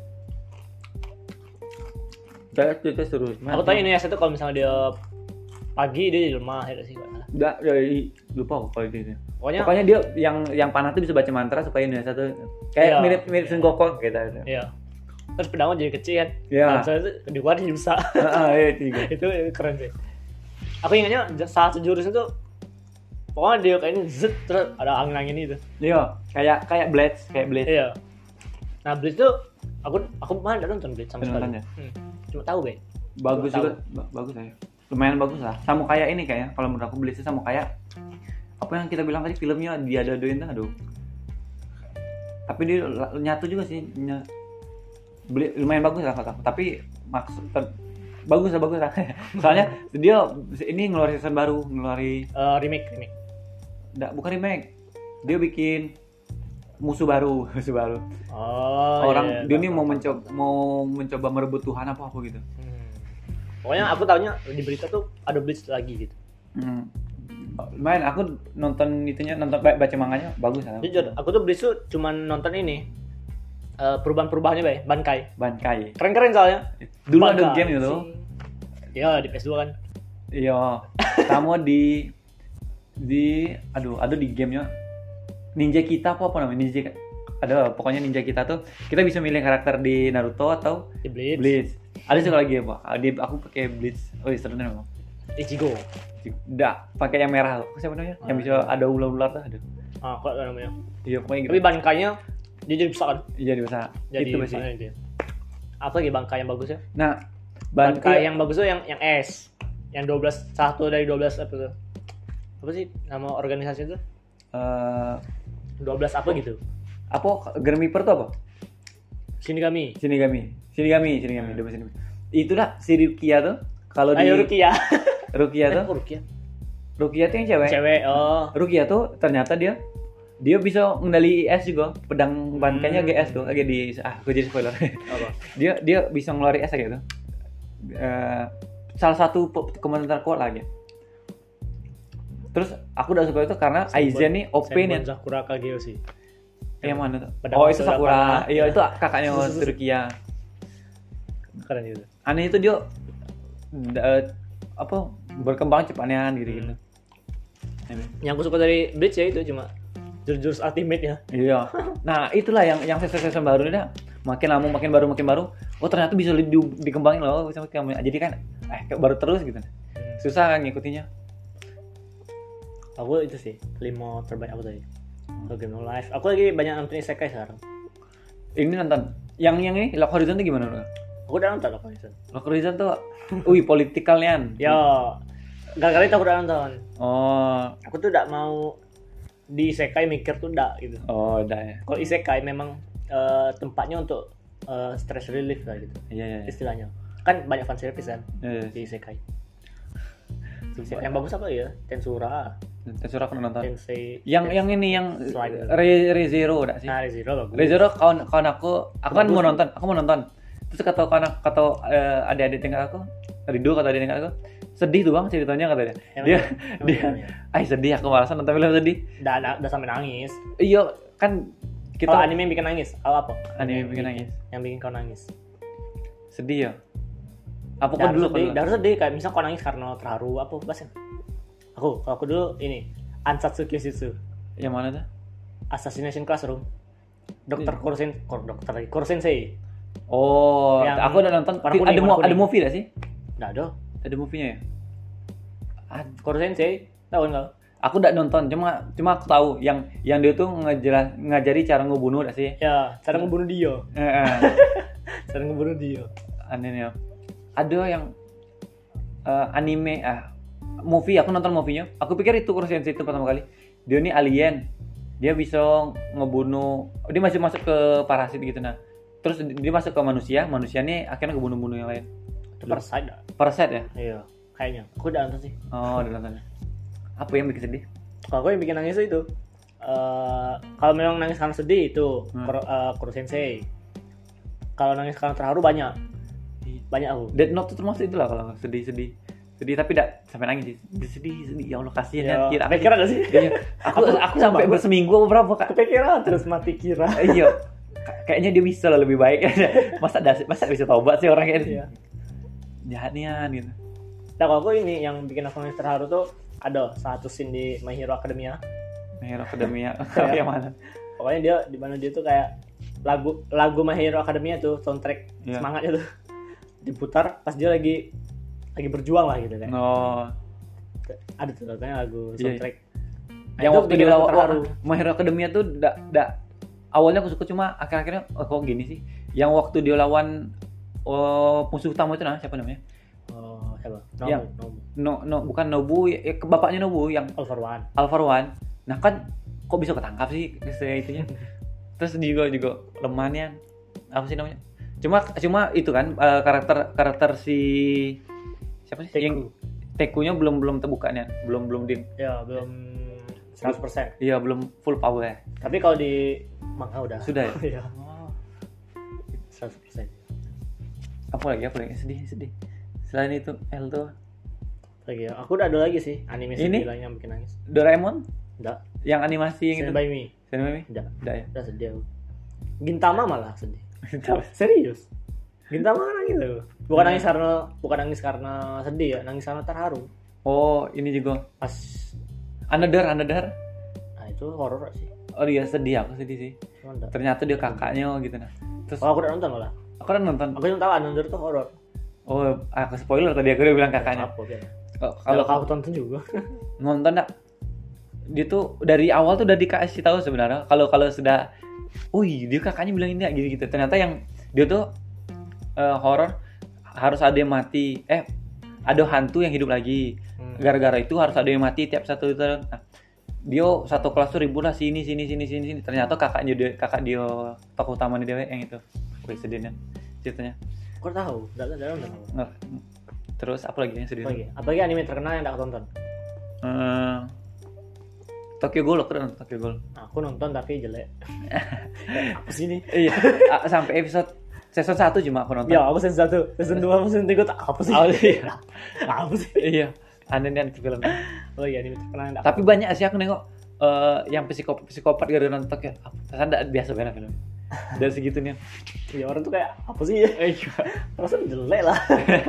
Speaker 2: Terus itu seru.
Speaker 1: Aku tahu ini ya satu kalau misalnya dia pagi dia di rumah ya sih.
Speaker 2: Enggak, ya, i- lupa aku kalau itu.
Speaker 1: Pokoknya,
Speaker 2: Pokoknya dia yang yang panah tuh bisa baca mantra supaya ini satu kayak
Speaker 1: Iya.
Speaker 2: mirip mirip Sun Gokong gitu.
Speaker 1: iya. Terus pedangnya jadi kecil kan.
Speaker 2: Iya.
Speaker 1: Nah, misalnya itu di luar dia bisa.
Speaker 2: Heeh, iya tiga.
Speaker 1: Itu keren sih. Aku ingatnya salah satu jurusnya tuh pokoknya dia kayak ini zet terus ada angin-angin itu.
Speaker 2: Iya, kayak kayak Blades, kayak Blades.
Speaker 1: Iya. Nah, Blitz tuh aku aku malah nggak nonton Blitz sama
Speaker 2: Nggak
Speaker 1: sekali.
Speaker 2: nonton ya?
Speaker 1: Hmm. Cuma tahu be.
Speaker 2: Bagus
Speaker 1: Tahu.
Speaker 2: juga, ba- bagus ya. Lumayan bagus lah. Sama kayak ini kayaknya. Kalau menurut aku Blades sama kayak apa yang kita bilang tadi filmnya dia ada doin tuh, aduh. Tapi dia la- nyatu juga sih. Ny- Beli, lumayan bagus lah kata aku. Tapi maksud ter- bagus lah bagus lah. Soalnya dia ini ngeluarin season baru, ngeluarin
Speaker 1: Eh, remake remake.
Speaker 2: enggak bukan remake. Dia bikin musuh baru, musuh baru.
Speaker 1: Oh.
Speaker 2: Orang
Speaker 1: iya,
Speaker 2: dia
Speaker 1: tahu,
Speaker 2: ini mau
Speaker 1: tahu,
Speaker 2: mencoba mau mencoba merebut Tuhan apa apa gitu.
Speaker 1: tahu. Hmm. Pokoknya aku tahunya di berita tuh ada Blitz lagi gitu.
Speaker 2: Hmm. Lumayan aku nonton itunya, nonton ba- baca manganya bagus lah.
Speaker 1: Jujur, aku tuh Blitz tuh cuma nonton ini eh, perubahan-perubahannya be, Bankai.
Speaker 2: Bankai.
Speaker 1: Keren-keren soalnya.
Speaker 2: Dulu ada
Speaker 1: Bankai,
Speaker 2: game itu.
Speaker 1: sing. Iya, di P S dua kan.
Speaker 2: Iya. Kamu di di aduh, ada di gamenya Ninja Kita apa apa namanya? Ninja ada pokoknya Ninja Kita tuh kita bisa milih karakter di Naruto atau
Speaker 1: Di Blitz.
Speaker 2: Blitz. Ada satu lagi apa? Di aku pakai Blitz. Oh, iya seru memang.
Speaker 1: Ichigo.
Speaker 2: Enggak, pakai yang merah loh. Siapa namanya? Yang
Speaker 1: Ah,
Speaker 2: bisa ada ular-ular tuh, aduh.
Speaker 1: Ah, kok namanya.
Speaker 2: Iya, pokoknya gitu.
Speaker 1: Tapi Bankainya dia jadi besar kan.
Speaker 2: Iya, bisa.
Speaker 1: Jadi
Speaker 2: Itu pasti.
Speaker 1: besar dia. Apa lagi Bankai yang bagus ya?
Speaker 2: Nah,
Speaker 1: Bankai
Speaker 2: Bankai
Speaker 1: yang bagus tuh yang yang S. Yang dua belas satu dari dua belas apa tuh? Apa sih nama organisasi itu?
Speaker 2: eh
Speaker 1: dua belas apa gitu?
Speaker 2: apa Germiper tuh apa?
Speaker 1: Shinigami.
Speaker 2: Shinigami. Shinigami, Shinigami, udah Shinigami. Itulah si Rukia tuh. Kalau di
Speaker 1: Ayo Rukia.
Speaker 2: Rukia
Speaker 1: Eh,
Speaker 2: tuh,
Speaker 1: kok Rukia?
Speaker 2: Rukia tuh yang cewek.
Speaker 1: Cewek. Oh.
Speaker 2: Rukia tuh ternyata dia dia bisa mengendali I S juga. Pedang bankainya
Speaker 1: Hmm.
Speaker 2: G S tuh, lagi di ah, gue jadi spoiler.
Speaker 1: Apa?
Speaker 2: dia dia bisa ngeluarin S gitu. Eh, salah satu pe- komentar kuat lagi. Terus aku udah suka itu karena Aizen nih O P nih.
Speaker 1: Senbon Sakura Kageo sih.
Speaker 2: Yang mana tuh?
Speaker 1: Pedang
Speaker 2: Oh, itu
Speaker 1: Sakura
Speaker 2: Sakura.
Speaker 1: panah.
Speaker 2: Iya, itu kakaknya Rukia.
Speaker 1: Keren gitu.
Speaker 2: Aneh itu dia eh, apa berkembang cepatnya gitu-gitu.
Speaker 1: Yang aku suka dari Bleach ya itu cuma jurus-jurus ultimate ya.
Speaker 2: Iya. Nah, itulah yang yang season baru ini dah. Makin lama makin baru makin baru. Oh, ternyata bisa di, dikembangin loh sampai kayak jadi kan eh kayak baru terus gitu. Susah kan ngikutinnya.
Speaker 1: Aku itu sih lima terbaik aku tadi. Kalau Game No Life. Aku lagi banyak nonton isekai sekarang.
Speaker 2: Ini nonton yang yang ini Lock Horizon tuh gimana loh?
Speaker 1: Aku udah nonton apa itu?
Speaker 2: Lock Horizon tuh wih politikalnya.
Speaker 1: Yo, gara-gara itu aku udah nonton.
Speaker 2: Oh,
Speaker 1: Aku tuh udah mau di isekai mikir tuh udah gitu.
Speaker 2: oh udah ya.
Speaker 1: Kalau isekai memang eh, tempatnya untuk eh, stress relief lah gitu
Speaker 2: Iya iya. iya.
Speaker 1: istilahnya. Kan banyak fan service kan
Speaker 2: Iya, iya.
Speaker 1: di isekai. Yang bagus apa ya? Tensura,
Speaker 2: Tensura aku nonton.
Speaker 1: Tensei.
Speaker 2: Yang yang ini yang
Speaker 1: Slide.
Speaker 2: Re, Re Zero udah sih.
Speaker 1: Nah, Rezero bagus.
Speaker 2: Re Zero kawan kawan aku, aku kan
Speaker 1: Bagus.
Speaker 2: mau nonton, aku mau nonton. Terus kata kawan aku, kata eh, adik-adik tingkat aku, Rido kata adik tingkat aku, sedih tuh bang ceritanya katanya.
Speaker 1: Emang
Speaker 2: Dia
Speaker 1: iya? Emang
Speaker 2: dia,
Speaker 1: iya, iya.
Speaker 2: ay sedih aku malasan nonton film sedih.
Speaker 1: Udah, udah, udah sampai nangis.
Speaker 2: Iya kan kita
Speaker 1: Kalau anime yang bikin nangis, kalau apa?
Speaker 2: anime bikin nangis,
Speaker 1: Yang bikin kau nangis.
Speaker 2: sedih ya. Apa
Speaker 1: Dah
Speaker 2: kok dulu?
Speaker 1: harus sedih,
Speaker 2: kalau-
Speaker 1: dah harus sedih. Kayak misal kau nangis karena terharu apa bahasa? Aku, kalau aku dulu ini Ansatsu Kyushitsu,
Speaker 2: Yang mana tuh?
Speaker 1: Assassination Classroom, Dokter
Speaker 2: Iya.
Speaker 1: Kurosen, Kor dokter lagi, Kurosensei.
Speaker 2: Oh,
Speaker 1: Yang
Speaker 2: aku udah nonton.
Speaker 1: warna kuning,
Speaker 2: Ada
Speaker 1: warna
Speaker 2: mo- ada
Speaker 1: kuning.
Speaker 2: movie gak sih?
Speaker 1: Nggak ada.
Speaker 2: Ada movie-nya ya? Ad-
Speaker 1: Kurosensei, tahu nggak?
Speaker 2: Aku udah nonton, cuma cuma aku tahu yang yang dia tuh ngejelas ngajari cara ngebunuh gak sih?
Speaker 1: Ya, cara ngebunuh dia.
Speaker 2: Eh, eh.
Speaker 1: Cara ngebunuh dia.
Speaker 2: Aneh ya. Ada yang eh, anime ah movie, aku nonton movie-nya. Aku pikir itu Kurosensei itu pertama kali. Dia ini alien. Dia bisa ngebunuh, dia masih masuk ke parasit gitu nah. Terus dia masuk ke manusia, manusia ini akhirnya ngebunuh-bunuh yang lain.
Speaker 1: Itu Parasite dah.
Speaker 2: Parasit ya?
Speaker 1: Iya, kayaknya. Aku udah nonton sih.
Speaker 2: Oh, udah nonton. Apa yang bikin sedih?
Speaker 1: Kalau aku yang bikin nangis itu eh, kalau memang nangis karena sedih itu
Speaker 2: Hmm.
Speaker 1: Kuro, eh, Kuro Sensei. Kalau nangis karena terharu banyak. Banyak aku.
Speaker 2: Death Note tuh termasuk itulah kalau sedih-sedih. Sedih tapi tidak sampai nangis sih. Sedih, sedih. Ya Allah kasihan ya.
Speaker 1: Ya,
Speaker 2: Kira.
Speaker 1: kepikiran gak sih?
Speaker 2: Iya. Aku aku sampai
Speaker 1: Aku-
Speaker 2: berseminggu apa berapa Kak?
Speaker 1: Kepikiran terus mati kira.
Speaker 2: Iya. Ka- Kayaknya dia bisa lah lebih baik. Masa das- masa bisa tobat sih orang kayak
Speaker 1: Iya.
Speaker 2: jahat nian gitu.
Speaker 1: Nah kalau aku ini yang bikin aku nangis terharu tuh ada satu scene di My Hero Academia.
Speaker 2: My Hero Academia.
Speaker 1: Iya.
Speaker 2: Yang mana?
Speaker 1: Pokoknya dia di mana dia tuh kayak lagu lagu My Hero Academia tuh soundtrack
Speaker 2: Iya.
Speaker 1: semangatnya tuh diputar pas dia lagi lagi berjuang lah gitu kan.
Speaker 2: No.
Speaker 1: Ada tuh katanya lagu
Speaker 2: Iya.
Speaker 1: soundtrack. Nah,
Speaker 2: Yang
Speaker 1: itu
Speaker 2: waktu
Speaker 1: bikin
Speaker 2: dia
Speaker 1: aku
Speaker 2: lawan
Speaker 1: terharu.
Speaker 2: My Hero Academia tuh da, da, awalnya aku suka cuma akhir-akhirnya oh, kok gini sih. Yang waktu dia lawan oh, musuh utama itu nah siapa namanya?
Speaker 1: Oh, siapa? Nobu,
Speaker 2: Yang
Speaker 1: Nobu.
Speaker 2: no, no bukan Nobu ya, ya, bapaknya Nobu yang
Speaker 1: All for One.
Speaker 2: Alpha One. Nah kan kok bisa ketangkap sih saya itunya. Terus juga juga lemahnya apa sih namanya? Cuma cuma itu kan eh, karakter karakter si siapa sih?
Speaker 1: Teku.
Speaker 2: Yang Tekunya belum belum terbuka nih, belum belum di
Speaker 1: Ya, belum seratus persen.
Speaker 2: iya belum full power ya.
Speaker 1: Tapi kalau di manga udah.
Speaker 2: Sudah ya?
Speaker 1: Iya. seratus persen.
Speaker 2: Apa lagi apa lagi sedih sedih. Selain itu L tuh
Speaker 1: Lagi ya. Aku udah ada lagi sih anime
Speaker 2: Ini?
Speaker 1: sedih lain yang bikin nangis.
Speaker 2: Doraemon
Speaker 1: Enggak.
Speaker 2: yang animasi yang
Speaker 1: Stand
Speaker 2: itu.
Speaker 1: by Me.
Speaker 2: Stand by Me?
Speaker 1: Enggak.
Speaker 2: Udah ya.
Speaker 1: Udah sedih aku. Gintama malah sedih. Serius. Gintama kan nangis aku. Bukan
Speaker 2: Hmm.
Speaker 1: nangis karena bukan nangis karena sedih ya, nangis karena terharu.
Speaker 2: Oh, ini juga
Speaker 1: Pas
Speaker 2: Another Another.
Speaker 1: nah itu horor sih.
Speaker 2: Oh dia sedih aku sedih sih.
Speaker 1: Cuma enggak.
Speaker 2: Ternyata dia kakaknya gitu nah. Terus
Speaker 1: Oh, aku udah nonton malah.
Speaker 2: aku kan nonton.
Speaker 1: Aku cuma tahu Another tuh horor.
Speaker 2: Oh, aku spoiler tadi aku udah bilang kakaknya.
Speaker 1: Apa biar.
Speaker 2: Oh,
Speaker 1: Kalau
Speaker 2: Kalau
Speaker 1: kamu tonton juga.
Speaker 2: nonton dak dia tuh dari awal tuh udah dikasih tahu sebenarnya kalau kalau sudah wih dia kakaknya bilang ini gitu gitu ternyata yang dia tuh eh, horor harus ada yang mati eh ada hantu yang hidup lagi
Speaker 1: Hmm.
Speaker 2: gara-gara itu harus ada yang mati tiap satu itu nah, dia satu kelas tuh ribut lah sini sini sini sini sini ternyata kakaknya dia kakak dia tokoh utamanya dia yang itu wih sedihnya ceritanya
Speaker 1: Kau tahu? Enggak enggak nonton. aku.
Speaker 2: nggak terus apa lagi yang sedih
Speaker 1: Apa lagi? Apa lagi anime terkenal yang enggak aku tonton?
Speaker 2: Eh, Tokyo Ghoul aku udah nonton Tokyo Ghoul.
Speaker 1: Aku nonton tapi jelek. Apa sih ini?
Speaker 2: Iya, a- sampai episode season satu cuma aku nonton.
Speaker 1: Ya, aku season satu, season dua, season tiga tak apa sih?
Speaker 2: Oh, iya.
Speaker 1: Apa sih?
Speaker 2: Iya. Aneh nih itu film.
Speaker 1: Oh iya, anime terkenal yang enggak.
Speaker 2: Tapi banyak sih aku nengok eh, yang psikopat psikopat gara-gara nonton Tokyo. Kan enggak biasa banget film. Dari segitu nih.
Speaker 1: Ya orang tuh kayak apa sih ya? Rasanya jelek lah.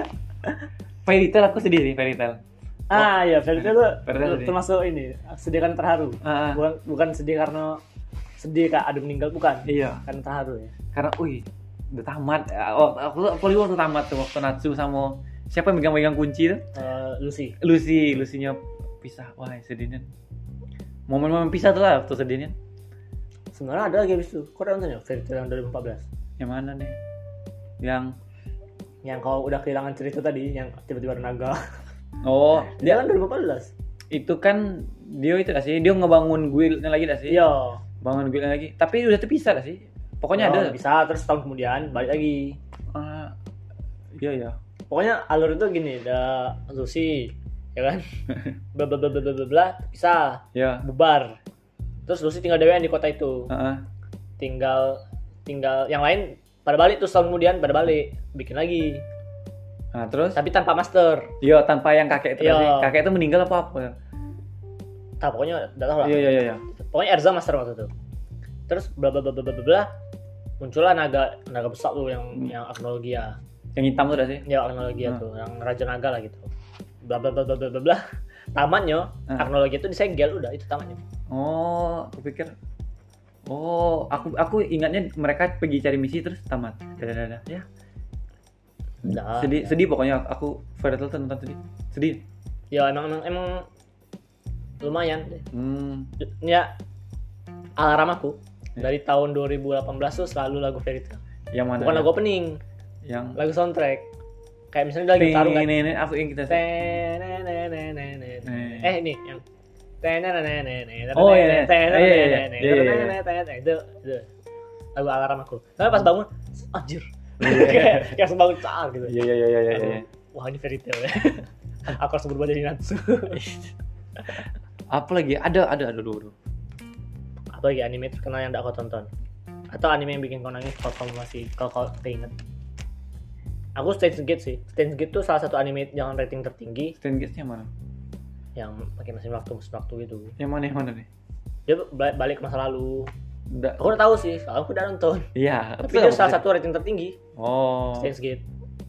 Speaker 2: Fairy Tail aku sedih sih Fairy Tail.
Speaker 1: Ah iya, Fairy Tail tuh
Speaker 2: Fairy Tail sedih.
Speaker 1: termasuk ini sedih karena terharu.
Speaker 2: Ah, ah.
Speaker 1: Bukan bukan sedih karena sedih kak ada meninggal bukan.
Speaker 2: Iya.
Speaker 1: Karena terharu ya.
Speaker 2: Karena, wih, udah tamat. Oh, aku aku waktu tamat tuh waktu Natsu sama siapa yang megang-megang kunci tuh?
Speaker 1: Eh, Lucy.
Speaker 2: Lucy, Lucy-nya pisah. Wah, sedihnya. Momen-momen pisah tuh lah waktu sedihnya.
Speaker 1: Sebenarnya ada lagi abis itu. Kau udah nonton ya Fairy Tail yang dua ribu empat belas?
Speaker 2: Yang mana nih? Yang
Speaker 1: Yang kau udah kehilangan cerita tadi, yang tiba-tiba ada naga.
Speaker 2: oh,
Speaker 1: Dia kan dua ribu empat belas.
Speaker 2: itu kan dia itu gak sih? Dia ngebangun guildnya lagi gak sih?
Speaker 1: Iya.
Speaker 2: Bangun guildnya lagi. Tapi udah terpisah gak sih? Pokoknya
Speaker 1: Oh,
Speaker 2: ada.
Speaker 1: bisa terus tahun kemudian balik lagi.
Speaker 2: Ah, iya ya.
Speaker 1: Pokoknya alur itu gini, ada Lucy, ya kan? Bla bla bla bla bla bla, bla bisa
Speaker 2: Ya.
Speaker 1: bubar. Terus Lucy tinggal dewean di kota itu.
Speaker 2: Heeh.
Speaker 1: Tinggal tinggal yang lain pada balik terus tahun kemudian pada balik bikin lagi.
Speaker 2: Nah, terus
Speaker 1: Tapi tanpa master.
Speaker 2: iya tanpa yang kakek itu
Speaker 1: Iya.
Speaker 2: gak sih? Kakek itu meninggal apa apa?
Speaker 1: Nah, pokoknya enggak tahu lah.
Speaker 2: Iya iya iya iya.
Speaker 1: Pokoknya Erza master waktu itu. Terus bla bla bla bla bla bla, bla muncullah naga naga besar tuh yang
Speaker 2: Hmm.
Speaker 1: yang Agnologia.
Speaker 2: Yang hitam tuh gak sih?
Speaker 1: Ya Agnologia
Speaker 2: Hmm.
Speaker 1: tuh, yang raja naga lah gitu. Bla bla bla bla bla bla. bla. Tamatnya
Speaker 2: Hmm.
Speaker 1: Agnologia itu disegel udah itu tamatnya.
Speaker 2: Oh, aku pikir Oh, aku aku ingatnya mereka pergi cari misi terus tamat. Dadah dadah. Ya.
Speaker 1: Udah.
Speaker 2: Sedih sedih pokoknya aku Fairy Tail tuh nonton sedih. Sedih.
Speaker 1: Ya emang emang emang lumayan deh.
Speaker 2: Hmm.
Speaker 1: Ya alarm aku
Speaker 2: Ya.
Speaker 1: dari tahun dua ribu delapan belas tuh selalu lagu Fairy Tail.
Speaker 2: Yang mana?
Speaker 1: Bukan lagu opening,
Speaker 2: Yang
Speaker 1: lagu soundtrack. Kayak misalnya lagi tarung kan.
Speaker 2: ini ini aku yang kita
Speaker 1: Tenenenenenen. Eh ini yang tenenenenenen.
Speaker 2: Oh, iya, iya.
Speaker 1: Tenenenenenen.
Speaker 2: Iya, iya, iya, iya.
Speaker 1: Tenenenenenen. Itu itu lagu alarm aku. Tapi pas bangun anjir.
Speaker 2: Iya, iya.
Speaker 1: Kayak kayak sebangun caar gitu.
Speaker 2: Iya iya iya iya iya. iya.
Speaker 1: Wah ini Fairy Tail ya. Aku harus berubah jadi Natsu.
Speaker 2: Apa lagi? Ada ada ada dulu.
Speaker 1: apa lagi anime terkenal yang tidak kau tonton? Atau anime yang bikin kau nangis kalau kamu masih kalau kau keinget? Aku Steins Gate sih. Steins Gate tuh salah satu anime yang rating tertinggi.
Speaker 2: Steins Gate yang mana?
Speaker 1: Yang pakai mesin waktu mesin waktu gitu.
Speaker 2: Yang mana yang mana nih?
Speaker 1: Dia balik ke masa lalu.
Speaker 2: Udah.
Speaker 1: Aku udah tahu sih, soalnya aku udah nonton.
Speaker 2: Iya.
Speaker 1: Tapi dia salah satu rating tertinggi.
Speaker 2: Oh.
Speaker 1: Steins Gate.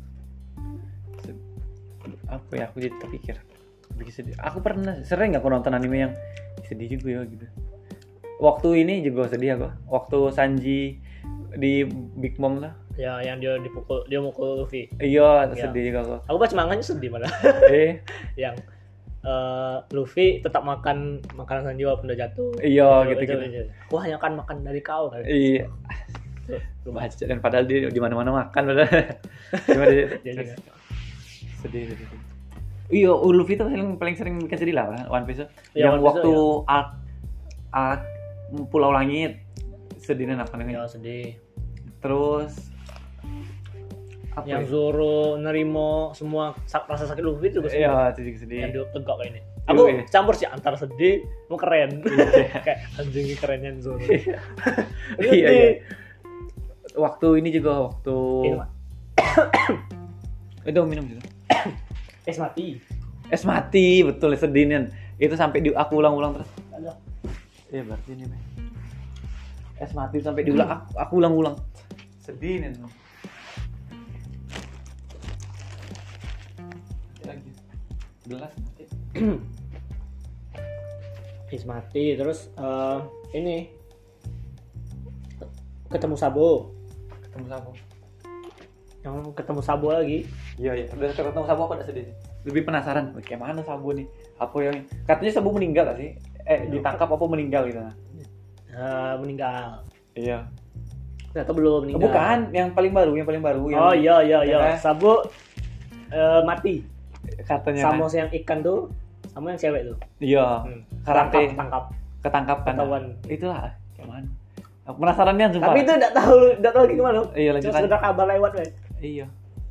Speaker 2: Apa ya? Aku jadi terpikir. Bikin sedih. Aku pernah sering nggak aku nonton anime yang sedih juga ya gitu. Waktu ini juga sedih aku. Waktu Sanji di Big Mom lah.
Speaker 1: Ya, yang dia dipukul, dia mukul Luffy.
Speaker 2: Iya,
Speaker 1: Ya.
Speaker 2: sedih juga aku.
Speaker 1: Aku baca manganya sedih malah.
Speaker 2: Eh,
Speaker 1: yang uh, Luffy tetap makan makanan Sanji walaupun udah jatuh.
Speaker 2: iya
Speaker 1: Itu-
Speaker 2: gitu
Speaker 1: itu-
Speaker 2: gitu.
Speaker 1: itu. Aku hanya akan makan dari kau kan.
Speaker 2: Iya.
Speaker 1: Lu
Speaker 2: Baca dan padahal dia di mana-mana makan padahal. Cuma dia
Speaker 1: Dia juga.
Speaker 2: sedih sedih. Iya, Luffy itu paling paling sering bikin sedih lah One Piece tuh.
Speaker 1: Iya,
Speaker 2: Yang
Speaker 1: One Piece
Speaker 2: waktu
Speaker 1: tuh,
Speaker 2: arc arc Pulau Langit sedihnya apa namanya?
Speaker 1: Ya sedih.
Speaker 2: Terus apa?
Speaker 1: Yang
Speaker 2: ya?
Speaker 1: Zoro nerimo semua sak- rasa sakit Luffy itu juga sedih.
Speaker 2: Iya, sedih sedih.
Speaker 1: Yang dia tegak kayak ini.
Speaker 2: Iya,
Speaker 1: Aku
Speaker 2: iya.
Speaker 1: campur sih antara sedih mau keren. Kayak anjing kerennya Zoro.
Speaker 2: Iya
Speaker 1: Sedih.
Speaker 2: iya. Waktu ini juga waktu
Speaker 1: Ini, Mak.
Speaker 2: itu minum gitu.
Speaker 1: Es mati.
Speaker 2: Es mati, betul sedih nih. Itu sampai di aku ulang-ulang terus.
Speaker 1: Ada.
Speaker 2: Iya berarti ini Meh. Es mati sampai diulang aku, aku ulang-ulang. Sedih nih. Lagi. Gelas mati.
Speaker 1: Es mati terus eh, ini ketemu Sabo.
Speaker 2: Ketemu Sabo.
Speaker 1: Yang ketemu Sabo lagi.
Speaker 2: Iya iya. Udah ketemu Sabo aku udah sedih sih. Lebih penasaran. Kayak mana Sabo nih? Apa yang katanya Sabo meninggal gak sih? Eh ditangkap apa meninggal gitu?
Speaker 1: Eh, meninggal.
Speaker 2: Iya.
Speaker 1: Ternyata belum meninggal.
Speaker 2: Bukan, yang paling baru, yang paling baru. Yang
Speaker 1: Oh iya iya iya.
Speaker 2: Ya.
Speaker 1: Sabo eh, mati.
Speaker 2: Katanya.
Speaker 1: Sama
Speaker 2: kan?
Speaker 1: yang ikan tuh, sama yang cewek tuh.
Speaker 2: Iya.
Speaker 1: Hmm.
Speaker 2: Karate.
Speaker 1: Tangkap, tangkap.
Speaker 2: Ketangkap kan?
Speaker 1: Ketahuan.
Speaker 2: Itulah. Kayak mana? Aku penasaran nih sumpah.
Speaker 1: Tapi itu enggak tahu enggak tahu lagi gimana.
Speaker 2: Iya, lanjut
Speaker 1: Cuma
Speaker 2: aja.
Speaker 1: sekedar kabar lewat weh.
Speaker 2: Iya.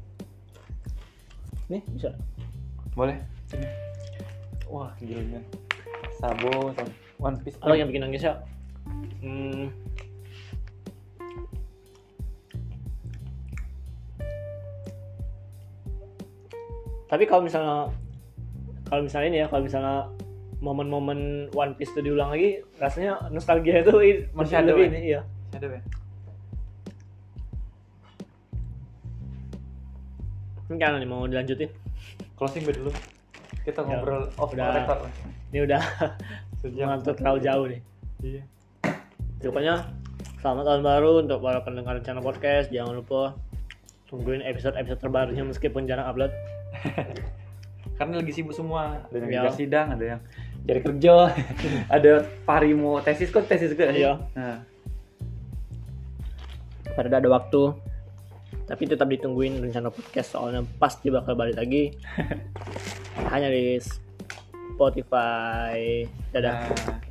Speaker 1: Nih, bisa.
Speaker 2: Boleh. Sini. Wah, gila men. Sabo, Sabo. One Piece.
Speaker 1: Oh, yang bikin nangis ya. Hmm. Tapi kalau misalnya kalau misalnya ini ya, kalau misalnya momen-momen One Piece itu diulang lagi, rasanya nostalgia itu i-
Speaker 2: Masih ada,
Speaker 1: lebih
Speaker 2: Wen.
Speaker 1: ini, iya.
Speaker 2: Ada ya?
Speaker 1: Ini kan nih mau dilanjutin.
Speaker 2: Closing dulu. Kita
Speaker 1: Ya,
Speaker 2: ngobrol off the
Speaker 1: udah.
Speaker 2: record.
Speaker 1: Ini udah
Speaker 2: Sejam.
Speaker 1: ngantuk terlalu jauh nih.
Speaker 2: Iya.
Speaker 1: Pokoknya selamat tahun baru untuk para pendengar channel podcast. Jangan lupa tungguin episode-episode terbarunya meskipun jarang upload.
Speaker 2: Karena lagi sibuk semua. Ada yang
Speaker 1: Iya.
Speaker 2: kerja sidang, ada yang cari kerja, ada Pari mau tesis kok tesis juga.
Speaker 1: Iya.
Speaker 2: Nah,
Speaker 1: Pada ada waktu. Tapi tetap ditungguin rencana podcast soalnya pasti bakal balik lagi. Hanya di Spotify. Dadah.
Speaker 2: nah.